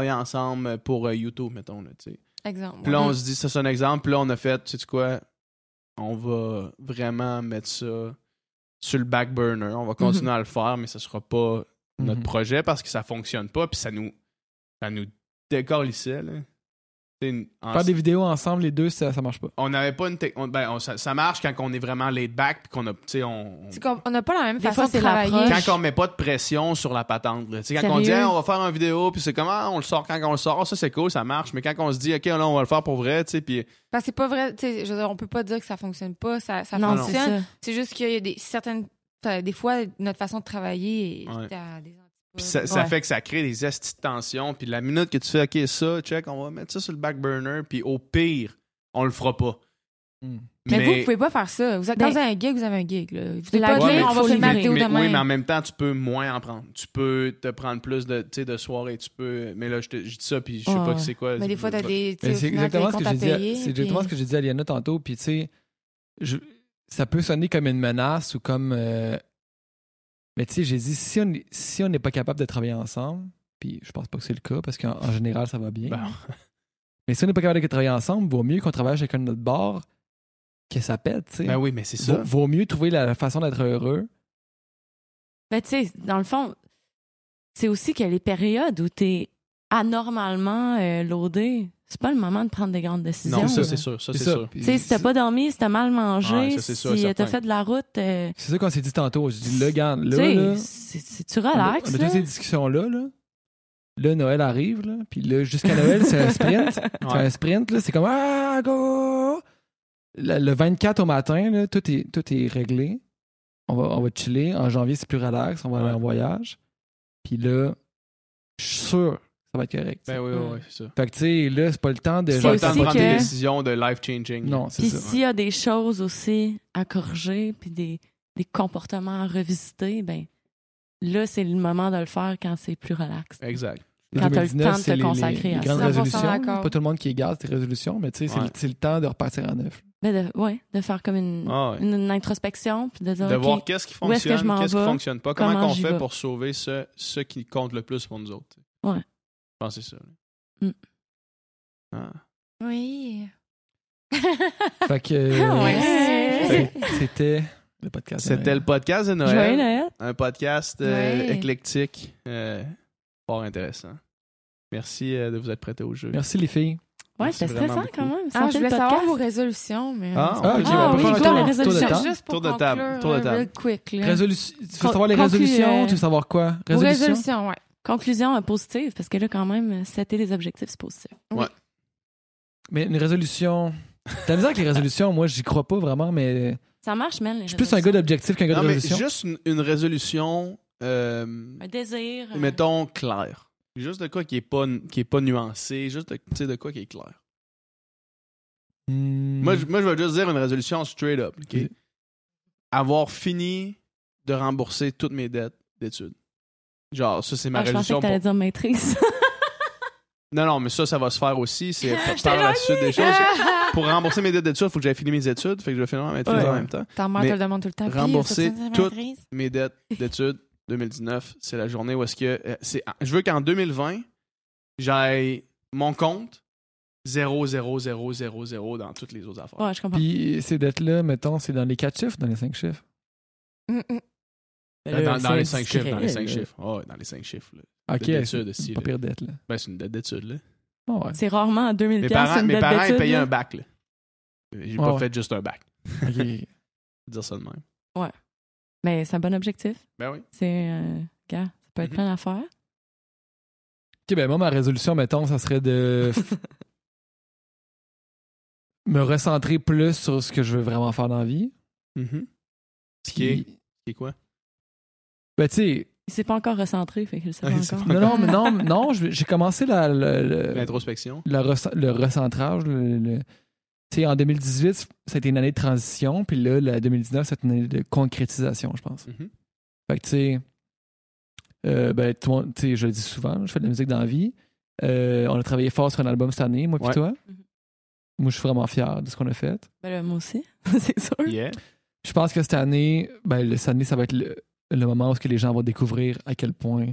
ensemble pour YouTube, mettons, là, tu sais. Exemple. Puis là, ouais. on se dit, ça c'est un exemple. Puis là, on a fait, sais-tu quoi? on va vraiment mettre ça sur le back burner. On va continuer à le faire, mais ça sera pas notre projet parce que ça fonctionne pas, puis ça nous décalissait, là. Faire des vidéos ensemble, les deux, ça marche pas. On n'avait pas une ça marche quand on est vraiment laid back puis qu'on a, tu sais, C'est qu'on n'a pas la même Des façon fois, de c'est travailler. l'approche. quand on met pas de pression sur la patente. Tu sais, quand on dit Sérieux? on va faire une vidéo puis c'est comment on le sort quand on le sort, ça c'est cool, ça marche. Mais quand on se dit ok là on va le faire pour vrai, tu sais, puis Parce que c'est pas vrai, tu sais, je veux dire, on peut pas dire que ça fonctionne pas, ça Non, c'est fonctionne. ça. C'est juste qu'il y a des fois, notre façon de travailler est à des puis ça fait que ça crée des estis de tension. Puis la minute que tu fais ok ça, check, on va mettre ça sur le back burner. Puis au pire, on le fera pas. Mais vous pouvez pas faire ça. Quand vous avez un gig, vous avez un gig. Là. Vous pouvez La pas gig, dire on va faut filmer la livrer. vidéo demain. Oui, mais en même temps, tu peux moins en prendre. Tu peux te prendre plus de soirées. Tu peux. Mais là, je dis ça, puis je sais pas que c'est quoi. Mais des fois, t'as des. Mais c'est exactement ce que j'ai dit. Payer, C'est exactement ce que j'ai dit à Liana tantôt. Puis tu sais, ça peut sonner comme une menace ou comme. Mais tu sais, j'ai dit si on n'est pas capable de travailler ensemble, puis je pense pas que c'est le cas parce qu'en général ça va bien. Ben. Mais si on n'est pas capable de travailler ensemble, vaut mieux qu'on travaille chacun de notre bord que ça pète. Tu sais. Ben oui, mais c'est ça. Vaut mieux trouver la façon d'être heureux. Ben, tu sais, dans le fond, c'est aussi que les périodes où t'es anormalement loadé, c'est pas le moment de prendre des grandes décisions. Non, ça c'est sûr. Ça c'est sûr. Tu sais, si t'as pas dormi, si t'as mal mangé, Ouais, ça, c'est sûr, si certain. t'as fait de la route, C'est ça qu'on s'est dit tantôt. Je dis là, regarde, tu là, sais, là, tu relaxes. on a là. toutes ces discussions-là. Là, Noël arrive, là, puis là, jusqu'à Noël, c'est un sprint. C'est un sprint, là, c'est comme ah, go! Le 24 au matin, là, tout est réglé. On va chiller. En janvier, c'est plus relax. On va aller en voyage. Puis là, je suis sûr que ça va être correct. Ben oui, c'est ça. Fait que, tu sais, là, c'est pas le temps de... C'est pas le temps de aussi prendre des que- décisions de life-changing. Non, c'est Puis ça. s'il y a des choses aussi à corriger, puis des comportements à revisiter, ben là, c'est le moment de le faire quand c'est plus relax. Exact. Quand t'as le 2019, temps de te c'est consacrer à les grandes 100% résolutions. d'accord. Pas tout le monde qui garde tes résolutions, mais tu sais, c'est le temps de repartir à neuf. Ben de faire comme une introspection, puis de dire, De OK, voir qu'est-ce qui où est-ce que fonctionne, je m'en qu'est-ce qui vais, fonctionne pas, comment comment qu'on j'y fait vais. pour sauver ce qui compte le plus pour nous autres. Ouais. Je pense que c'est ça. Mm. Ah. Oui. Fait que... Ouais. C'était le podcast. de C'était Noël. le podcast de Joyeux Noël. Noël. Un podcast Ouais. éclectique, fort intéressant. Merci de vous être prêtés au jeu. Merci, les filles. Ouais, Merci c'était vraiment stressant quand beaucoup. même. Ah, Santé je voulais le savoir podcast. vos résolutions, mais. Ah, ok, Ah, on peut oui, faire un toi, tour les de résolutions. table. Juste pour Tour de table, conclure, tour de table. real quick, là. Tu veux savoir les résolutions? Tu veux savoir quoi? Vos résolutions, ouais. Conclusion positive, parce que là, quand même, c'était les objectifs, c'est positif. Mais une résolution... T'as misère avec les résolutions, moi, j'y crois pas vraiment, mais... Ça marche, man, les Je suis plus un gars d'objectif qu'un gars Non, de mais résolution. juste une résolution, Un désir. mettons, claire. Juste de quoi qui est pas nuancé, juste de quoi qui est clair. Moi, je vais juste dire une résolution straight up. OK? Oui. Avoir fini de rembourser toutes mes dettes d'études. Genre, ça, c'est ma je pensais résolution. que t'allais dire maîtrise. Non, mais ça va se faire aussi. C'est par la suite des choses. Pour rembourser mes dettes d'études, il faut que j'aille finir mes études. Fait que je vais finir ma maîtrise en même temps. Ta mère te Mais le demande tout le temps. Puis, rembourser faut-tu une toutes maîtrise? mes dettes d'études 2019, c'est la journée où est-ce que... je veux qu'en 2020, j'aille mon compte 0, 0, 0, 0, 0 dans toutes les autres affaires. Ouais, je comprends. Puis ces dettes-là, mettons, c'est dans les 4 chiffres ou dans les 5 chiffres? Dans les 5 chiffres, dans les 5 5 chiffres. Ouais, dans les 5 chiffres. Là. OK, d'études c'est aussi, pas là. pire dette, là. Ben, c'est une dette d'études, là. Ah ouais. C'est rarement à 2000 Mes piastres, parents, une dette ils d'études, payaient là. un bac, là. J'ai Ouais, pas ouais. fait juste un bac. OK. Je vais dire ça de même. Mais c'est un bon objectif. Ben oui. C'est, gars, ça peut être Mhm. plein d'affaires. OK, ben moi, ma résolution, mettons, ça serait de me recentrer plus sur ce que je veux vraiment faire dans la vie. Ce qui est quoi? Ben, tu sais, Il s'est pas encore recentré, fait qu'il le sait Ouais, pas c'est encore. non, j'ai commencé L'introspection. le recentrage. Tu sais, en 2018, ça a été une année de transition, puis là, la 2019, c'est une année de concrétisation, je pense. Mhm. Fait que, tu sais, ben, tout le monde, tu sais, je le dis souvent, je fais de la musique dans la vie. On a travaillé fort sur un album cette année, moi puis Ouais. toi. Mhm. Moi, je suis vraiment fier de ce qu'on a fait. Ben là, moi aussi, c'est sûr. Yeah. Je pense que cette année, ça va être le moment où que les gens vont découvrir à quel point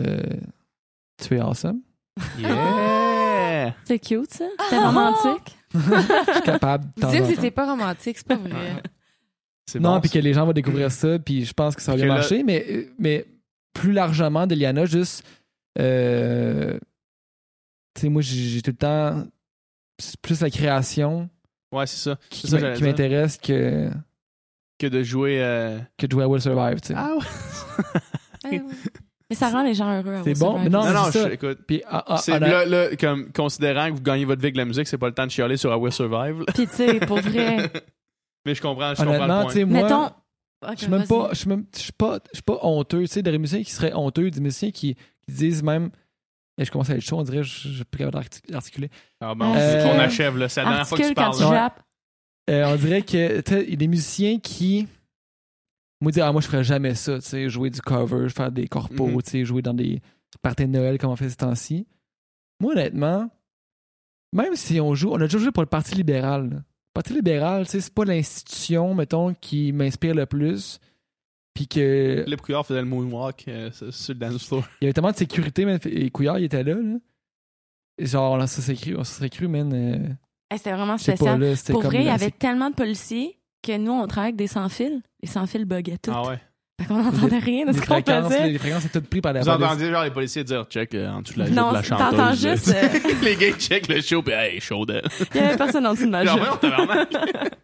tu es awesome. Yeah! C'est cute, ça. C'est romantique. Je suis capable. de temps Dire en que temps. c'est pas romantique, c'est pas vrai. C'est Non, bon, puis que les gens vont découvrir ça, puis je pense que ça va Puis bien que là- marcher, mais plus largement, d'Eliana, juste. Tu sais, moi, j'ai tout le temps. C'est plus la création Ouais, c'est ça. qui, C'est ça que j'allais qui dire. m'intéresse que Que de jouer... de jouer à Will Survive, tu sais. Ah ouais? Mais ça rend les gens heureux. à C'est Will bon, Survive. mais non, Non, c'est ça. écoute... Puis, C'est là, comme considérant que vous gagnez votre vie avec la musique, c'est pas le temps de chialer sur I Will Survive. là. Puis, tu sais, pour vrai. Mais je comprends le honnêtement, tu sais, point. Mettons. moi, Ok, je suis même vas-y. pas, je suis pas honteux. Tu sais, des musiciens qui seraient honteux, des musiciens qui disent même. Et je commence à être chaud, on dirait, je suis plus capable d'articuler. Ah bon, Euh, on achève, là. C'est la dernière fois que tu Articule quand parles. tu là. jappes. On dirait que, tu sais, il y a des musiciens qui. Moi, dire, moi, je ferais jamais ça, tu sais, jouer du cover, faire des corpos, Mhm. tu sais, jouer dans des parties de Noël comme on fait ces temps-ci. Moi, honnêtement, même si on a déjà joué pour le Parti libéral. Là. Le Parti libéral, tu sais, c'est pas l'institution, mettons, qui m'inspire le plus. Puis que. Philippe Couillard faisait le moonwalk sur le dance floor. Il y avait tellement de sécurité, man, et Couillard, il était là. Et genre, on se serait cru, man. Hey, c'était vraiment Je sais pas, spécial. là, c'était Pour comme. vrai, il y avait tellement de policiers que nous, on travaillait avec des sans-fils. Les sans-fils buguaient tout. Ah ouais. Fait qu'on n'entendait rien de les ce qu'on fréquences, faisait. les fréquences, c'est tout pris par la Vous police. entendiez genre les policiers dire check en dessous de la jupe Non, de la chanteuse. t'entends juste. Les gars ils checkent le show pis hey, chaud d'elle. Il y avait personne en dessous de ma Genre, jupe. voyons, tabarnak.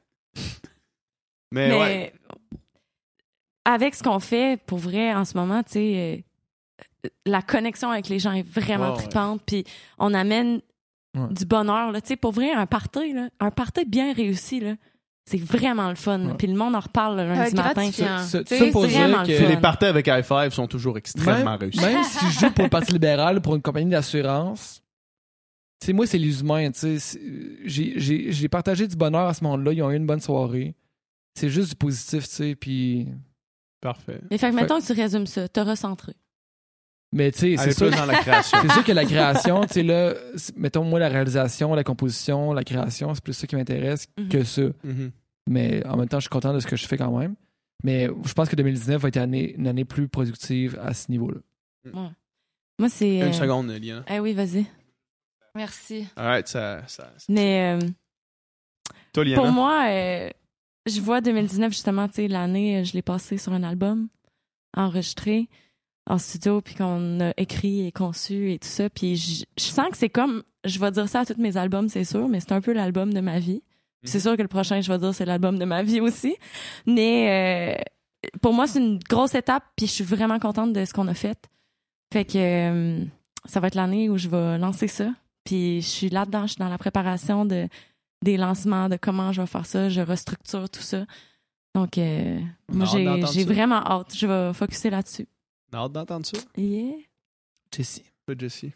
Mais Mais ouais. avec ce qu'on fait, pour vrai, en ce moment, tu sais, la connexion avec les gens est vraiment Ouais, trippante. Puis on amène Ouais. du bonheur. Là. Tu sais, pour vrai, un party bien réussi, là, c'est vraiment le fun. Ouais. Puis le monde en reparle le Ça va lundi être matin. gratifiant. Ça Tu sais, pour c'est dire vraiment que le Puis fun. les parties avec High Five sont toujours extrêmement réussis. Même si je joue pour le Parti libéral, pour une compagnie d'assurance, tu sais, moi, c'est les humains, tu sais. J'ai partagé du bonheur à ce monde-là. Ils ont eu une bonne soirée. C'est juste du positif, tu sais. Puis. Parfait. Mais fait que mettons que tu résumes ça, t'as recentré. Mais tu sais, c'est Allez sûr. plus dans la création. C'est sûr que la création, tu sais, là, mettons, moi, la réalisation, la composition, la création, c'est plus ça qui m'intéresse Mhm. que ça. Mhm. Mais en même temps, je suis content de ce que je fais quand même. Mais je pense que 2019 va être une année plus productive à ce niveau-là. Moi, c'est. Une seconde, Liana. Eh oui, vas-y. Merci. Alright, ça... Mais Toi, Liana? pour moi, je vois 2019, justement, tu sais, l'année, je l'ai passé sur un album, enregistré en studio, puis qu'on a écrit et conçu et tout ça. Puis je sens que c'est comme, je vais dire ça à tous mes albums, c'est sûr, mais c'est un peu l'album de ma vie. C'est sûr que le prochain, je vais dire, c'est l'album de ma vie aussi. Mais pour moi, c'est une grosse étape, puis je suis vraiment contente de ce qu'on a fait. Fait que ça va être l'année où je vais lancer ça. Puis je suis là-dedans, je suis dans la préparation des lancements, de comment je vais faire ça, je restructure tout ça. Donc, moi, hâte d'entendre j'ai ça. vraiment hâte. Je vais focusser là-dessus. T'as hâte d'entendre ça? Yeah. Jessie. Toi, Jessie.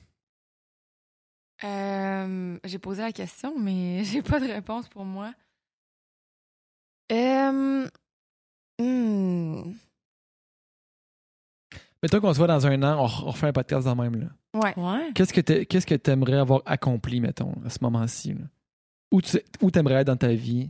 J'ai posé la question, mais j'ai pas de réponse pour moi. Mettons qu'on se voit dans un an, on refait un podcast dans le même, là. Ouais. Ouais. Qu'est-ce que t'aimerais avoir accompli, mettons, à ce moment-ci, là? Où t'aimerais être dans ta vie?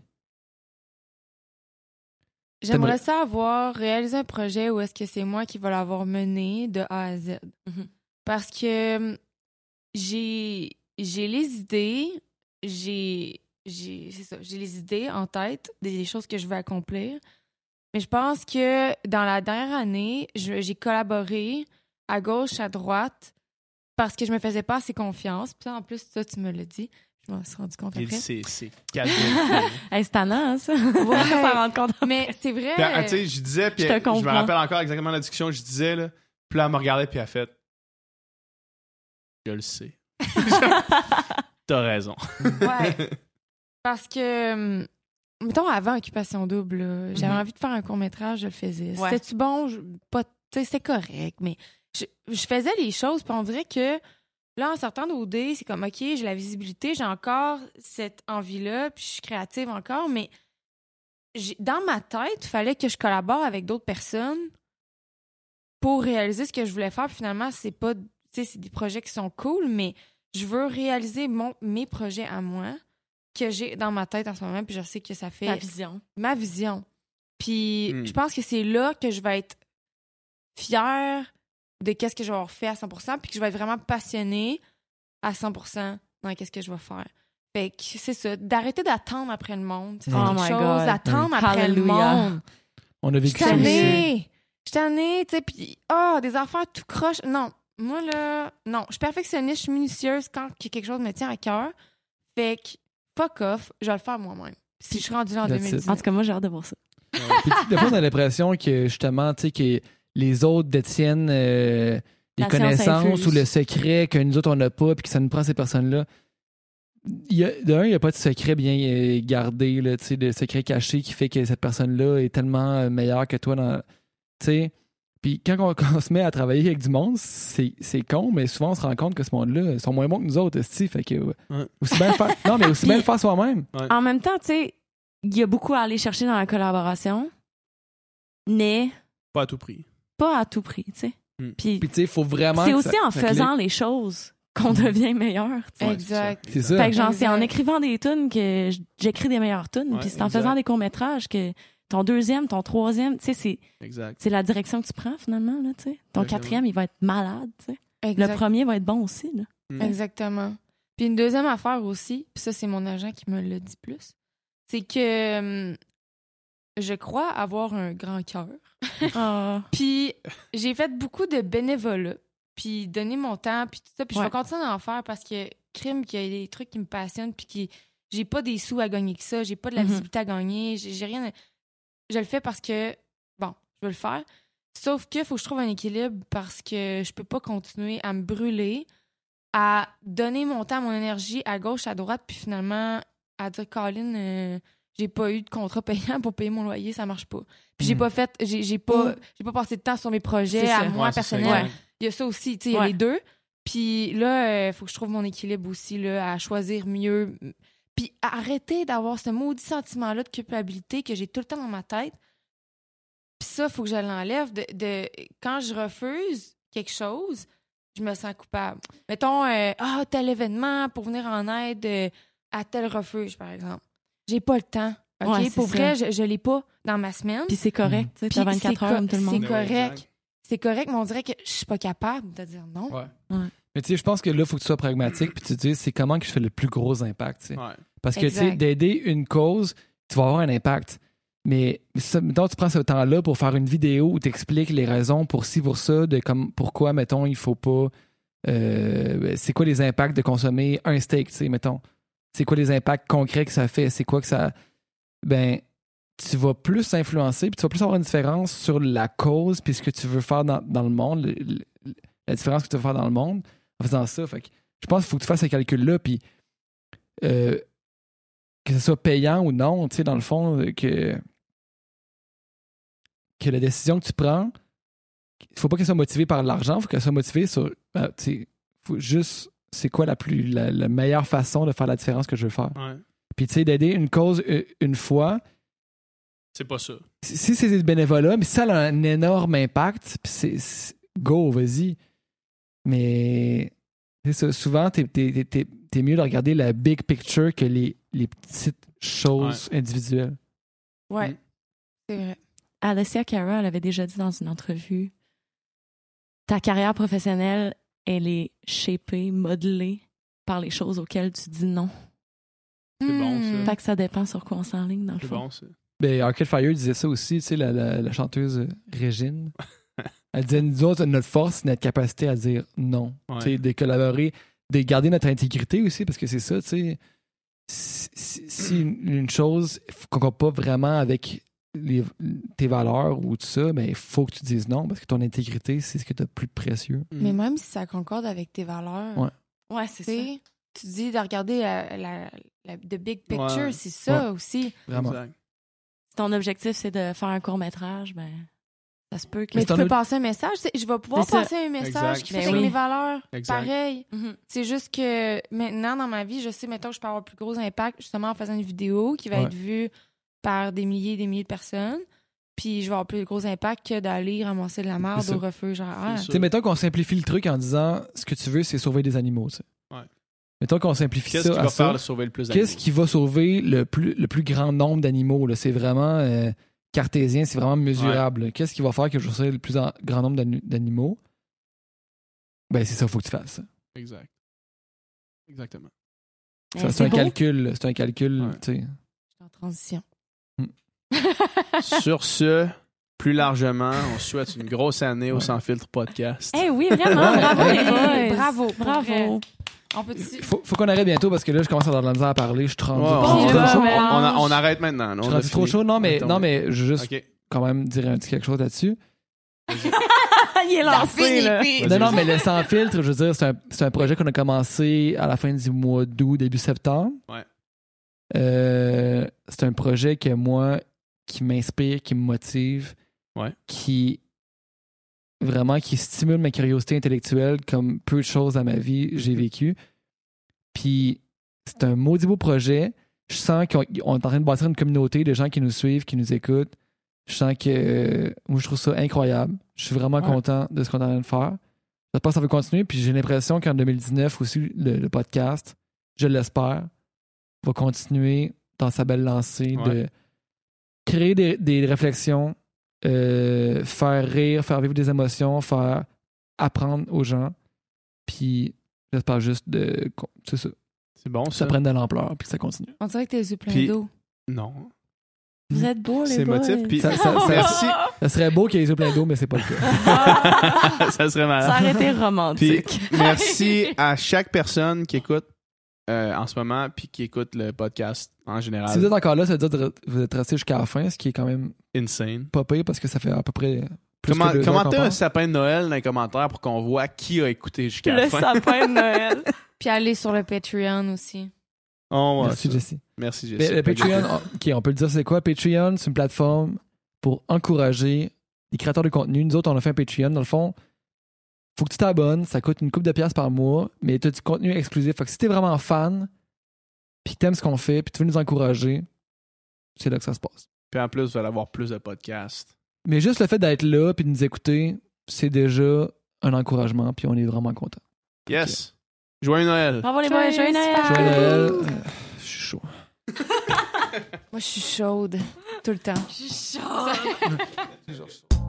J'aimerais ça avoir réalisé un projet où est-ce que c'est moi qui vais l'avoir mené de A à Z. Mhm. Parce que j'ai les idées, c'est ça, j'ai les idées en tête des choses que je veux accomplir. Mais je pense que dans la dernière année, j'ai collaboré à gauche, à droite, parce que je me faisais pas assez confiance. Puis en plus, ça, tu me l'as dit. Je m'en suis rendu compte Il après. dit c'est cadeau. Hey, c'est tannant, hein, ça. Ouais. Ça rend compte. Mais c'est vrai. Puis, tu sais, je disais, puis Je te je me comprends. rappelle encore exactement la discussion, je disais, là, puis là, elle me regardait, puis elle a fait je le sais. T'as raison. Ouais. Parce que, mettons, avant Occupation Double, là, j'avais Mhm. envie de faire un court-métrage, je le faisais. Ouais. C'était-tu bon? Pas, tu sais, c'était correct, mais je faisais les choses, puis on dirait que là, en sortant d'OD, c'est comme, OK, j'ai la visibilité, j'ai encore cette envie-là, puis je suis créative encore, mais dans ma tête, il fallait que je collabore avec d'autres personnes pour réaliser ce que je voulais faire. Puis finalement, c'est pas, tu sais, c'est des projets qui sont cool, mais je veux réaliser mes projets à moi que j'ai dans ma tête en ce moment, puis je sais que ça fait Ta vision. ma vision. Puis Mm. je pense que c'est là que je vais être fière de qu'est-ce que je vais avoir fait à 100%, puis que je vais être vraiment passionnée à 100% dans qu'est-ce que je vais faire. Fait que c'est ça, d'arrêter d'attendre après le monde. C'est Oh quelque my chose, God. d'attendre après le Hallelujah. monde. On a Je vécu suis ça aussi. tannée. Je suis tannée, tu sais, puis des affaires tout croche. Non, moi, là, non. Je suis perfectionniste, je suis minutieuse quand quelque chose me tient à cœur. Fait que, fuck off, je vais le faire moi-même. Si je suis rendue là en That's it. 2019. En tout cas, moi, j'ai hâte de voir ça. Puis, des fois, on a l'impression que justement, tu sais, que les autres détiennent les La science connaissances infuse. ou le secret que nous autres, on n'a pas, puis que ça nous prend ces personnes-là. Il n'y a pas de secret bien gardé, là, tu sais, de secret caché qui fait que cette personne-là est tellement meilleure que toi. Tu sais. Puis quand on se met à travailler avec du monde, c'est con, mais souvent, on se rend compte que ce monde-là, ils sont moins bons que nous autres, esti, fait que aussi bien le faire. Non, mais aussi bien le faire soi-même. En même temps, tu sais, il y a beaucoup à aller chercher dans la collaboration, mais Pas à tout prix. pas à tout prix, tu sais. Puis Puis tu sais, il faut vraiment. c'est que aussi ça- en ça faisant les choses qu'on devient meilleur, tu sais. Exact. C'est ça. Fait que genre, c'est en Exact. écrivant des tunes que j'écris des meilleures tunes, Ouais, puis c'est en exact. faisant des courts-métrages que ton deuxième, ton troisième, tu sais, Exact. c'est la direction que tu prends finalement, là, tu sais. Ton Exactement. quatrième, il va être malade, tu sais. Le Exact. premier va être bon aussi, là. Exactement. Puis une deuxième affaire aussi, puis ça, c'est mon agent qui me le dit plus, c'est que je crois avoir un grand cœur. Ah. Puis j'ai fait beaucoup de bénévolat, puis donner mon temps, puis tout ça. Puis je Ouais. vais continuer d'en faire parce que crime, qu'il y a des trucs qui me passionnent, puis qui j'ai pas des sous à gagner que ça, j'ai pas de la Mhm. visibilité à gagner, j'ai rien. Je le fais parce que, bon, je veux le faire. Sauf qu'il faut que je trouve un équilibre parce que je peux pas continuer à me brûler, à donner mon temps, mon énergie à gauche, à droite, puis finalement à dire, Colin, j'ai pas eu de contrat payant pour payer mon loyer, ça marche pas. Puis j'ai pas fait, j'ai pas passé de temps sur mes projets C'est à ça. moi Ouais, c'est ça, personnel. exact. Il y a ça aussi, tu sais, il y a Ouais. les deux. Puis là, il faut que je trouve mon équilibre aussi, là, à choisir mieux. Puis arrêter d'avoir ce maudit sentiment-là de culpabilité que j'ai tout le temps dans ma tête. Puis ça, il faut que je l'enlève. Quand je refuse quelque chose, je me sens coupable. Mettons, tel événement pour venir en aide à tel refuge, par exemple. J'ai pas le temps. OK? Ouais, c'est pour ça. vrai, je l'ai pas dans ma semaine. Puis c'est correct, tu sais, Puis t'as 24 heures comme tout le c'est monde. Ouais, correct. exact. C'est correct, mais on dirait que je suis pas capable de dire non. Ouais. Mais tu sais, je pense que là, il faut que tu sois pragmatique, puis tu te dises, c'est comment que je fais le plus gros impact, tu sais. Ouais. Parce que, tu sais, Exact. d'aider une cause, tu vas avoir un impact. Mais ça, mettons, tu prends ce temps-là pour faire une vidéo où tu expliques les raisons pour ci, pour ça, de comme pourquoi, mettons, il faut pas. C'est quoi les impacts de consommer un steak, tu sais, mettons. C'est quoi les impacts concrets que ça fait? C'est quoi que ça. Ben, tu vas plus influencer, puis tu vas plus avoir une différence sur la cause, puis ce que tu veux faire dans le monde, la différence que tu veux faire dans le monde en faisant ça. Fait que je pense qu'il faut que tu fasses ce calcul-là, puis que ce soit payant ou non, tu sais, dans le fond, que la décision que tu prends, il faut pas qu'elle soit motivée par l'argent, il faut qu'elle soit motivée sur, tu sais, faut juste, c'est quoi la meilleure façon de faire la différence que je veux faire. Ouais. Puis, tu sais, d'aider une cause une fois, C'est pas ça. si c'est du bénévolat, mais si ça a un énorme impact, puis c'est go, vas-y. Mais c'est ça, souvent, t'es mieux de regarder la big picture que les petites choses individuelles. Ouais, Mm. c'est vrai. Alessia Cara, elle avait déjà dit dans une entrevue, ta carrière professionnelle, elle est shapée, modelée par les choses auxquelles tu dis non. C'est bon, ça. Fait que ça dépend sur quoi on s'enligne, dans le C'est fond. bon, ça. Ben, Arcade Fire disait ça aussi, tu sais, la chanteuse Régine. Elle disait, nous autres, notre force, c'est notre capacité à dire non. Ouais. Tu sais, de collaborer, de garder notre intégrité aussi, parce que c'est ça, tu sais. Si une chose ne concorde pas vraiment avec tes valeurs ou tout ça, ben, il faut que tu dises non, parce que ton intégrité, c'est ce que tu as de plus précieux. Mais même si ça concorde avec tes valeurs, Ouais. Ouais, c'est tu sais, tu dis de regarder la the big picture, Ouais. c'est ça aussi. Vraiment. Exact. Si ton objectif, c'est de faire un court-métrage, ben, ça se peut que... Mais c'est tu un peux autre- passer un message. Tu sais, je vais pouvoir C'est ça. passer un message Exact. qui Ben fait avec oui. mes valeurs. Exact. Pareil. Mhm. C'est juste que maintenant, dans ma vie, je sais, mettons, que je peux avoir plus gros impact justement en faisant une vidéo qui va Ouais. être vue par des milliers et des milliers de personnes. Puis je vais avoir plus gros impact que d'aller ramasser de la merde C'est ça. au refuge. Genre, C'est Tu ça. sais, mettons qu'on simplifie le truc en disant ce que tu veux, c'est sauver des animaux. Tu sais. Ouais. Mettons qu'on simplifie Qu'est-ce ça qui à va ça. faire sauver le plus Qu'est-ce qui va sauver le plus grand nombre d'animaux? Là? C'est vraiment cartésien, c'est vraiment mesurable. là. Qu'est-ce qui va faire que je sauve le plus grand nombre d'animaux? Ben, c'est ça, il faut que tu fasses ça. Exact. Exactement. C'est un calcul. C'est un calcul, Ouais. tu sais. Je suis en transition. Sur ce, plus largement, on souhaite une grosse année au Sans Filtre Podcast. Eh oui, vraiment, bravo les boys. Bravo, Bravo. On peut-tu... Faut qu'on arrête bientôt parce que là, je commence à avoir de la misère à parler. Je suis rendu Ouais, trop on- chaud. on arrête maintenant. là. Je On suis a rendu trop fini. chaud. Non, mais je veux juste OK. quand même dire un petit quelque chose là-dessus. Il est lancé, là. Vas-y, Non, vas-y. mais le sans filtre, je veux dire, c'est un projet qu'on a commencé à la fin du mois d'août, début septembre. Ouais. C'est un projet que moi, qui m'inspire, qui me motive, Ouais. qui stimule ma curiosité intellectuelle comme peu de choses dans ma vie j'ai vécu. Puis c'est un maudit beau projet. Je sens qu'on est en train de bâtir une communauté de gens qui nous suivent, qui nous écoutent. Je sens que moi, je trouve ça incroyable. Je suis vraiment content de ce qu'on est en train de faire. J'espère que ça va continuer. Puis j'ai l'impression qu'en 2019 aussi, le podcast, je l'espère, va continuer dans sa belle lancée de créer des réflexions, faire rire, faire vivre des émotions, faire apprendre aux gens. Puis j'espère juste c'est ça, C'est bon, que ça? ça prenne de l'ampleur puis que ça continue. On dirait que tes yeux pleins Puis- d'eau. Non. Vous êtes beaux, les C'est boys. émotif. Puis Ça- merci. Ça serait beau qu'il y ait les yeux pleins d'eau, mais c'est pas le cas. Ça serait malade. Ça aurait été Puis romantique. merci à chaque personne qui écoute en ce moment puis qui écoute le podcast en général. Si vous êtes encore là, ça veut dire que vous êtes resté jusqu'à la fin, ce qui est quand même Insane. pas pire parce que ça fait à peu près plus que 2 heures Commentez qu'on un parle. sapin de Noël dans les commentaires pour qu'on voit qui a écouté jusqu'à la Le fin. sapin de Noël. Puis aller sur le Patreon aussi. Oh, ouais, Merci, ça. Jessie. Merci, Mais Jessie. le Patreon, on peut le dire, c'est quoi? Patreon, c'est une plateforme pour encourager les créateurs de contenu. Nous autres, on a fait un Patreon. Dans le fond, faut que tu t'abonnes. Ça coûte une couple de piastres par mois, mais tu as du contenu exclusif. Fait que si t'es vraiment fan, puis que t'aimes ce qu'on fait, puis tu veux nous encourager, c'est là que ça se passe. Puis en plus, vous allez avoir plus de podcasts. Mais juste le fait d'être là puis de nous écouter, c'est déjà un encouragement, puis on est vraiment content. Yes. Joyeux Noël. Bravo les boys, joyeux Noël. Joyeux Noël. Je suis chaud. Moi, je suis chaude tout le temps. Je suis chaude.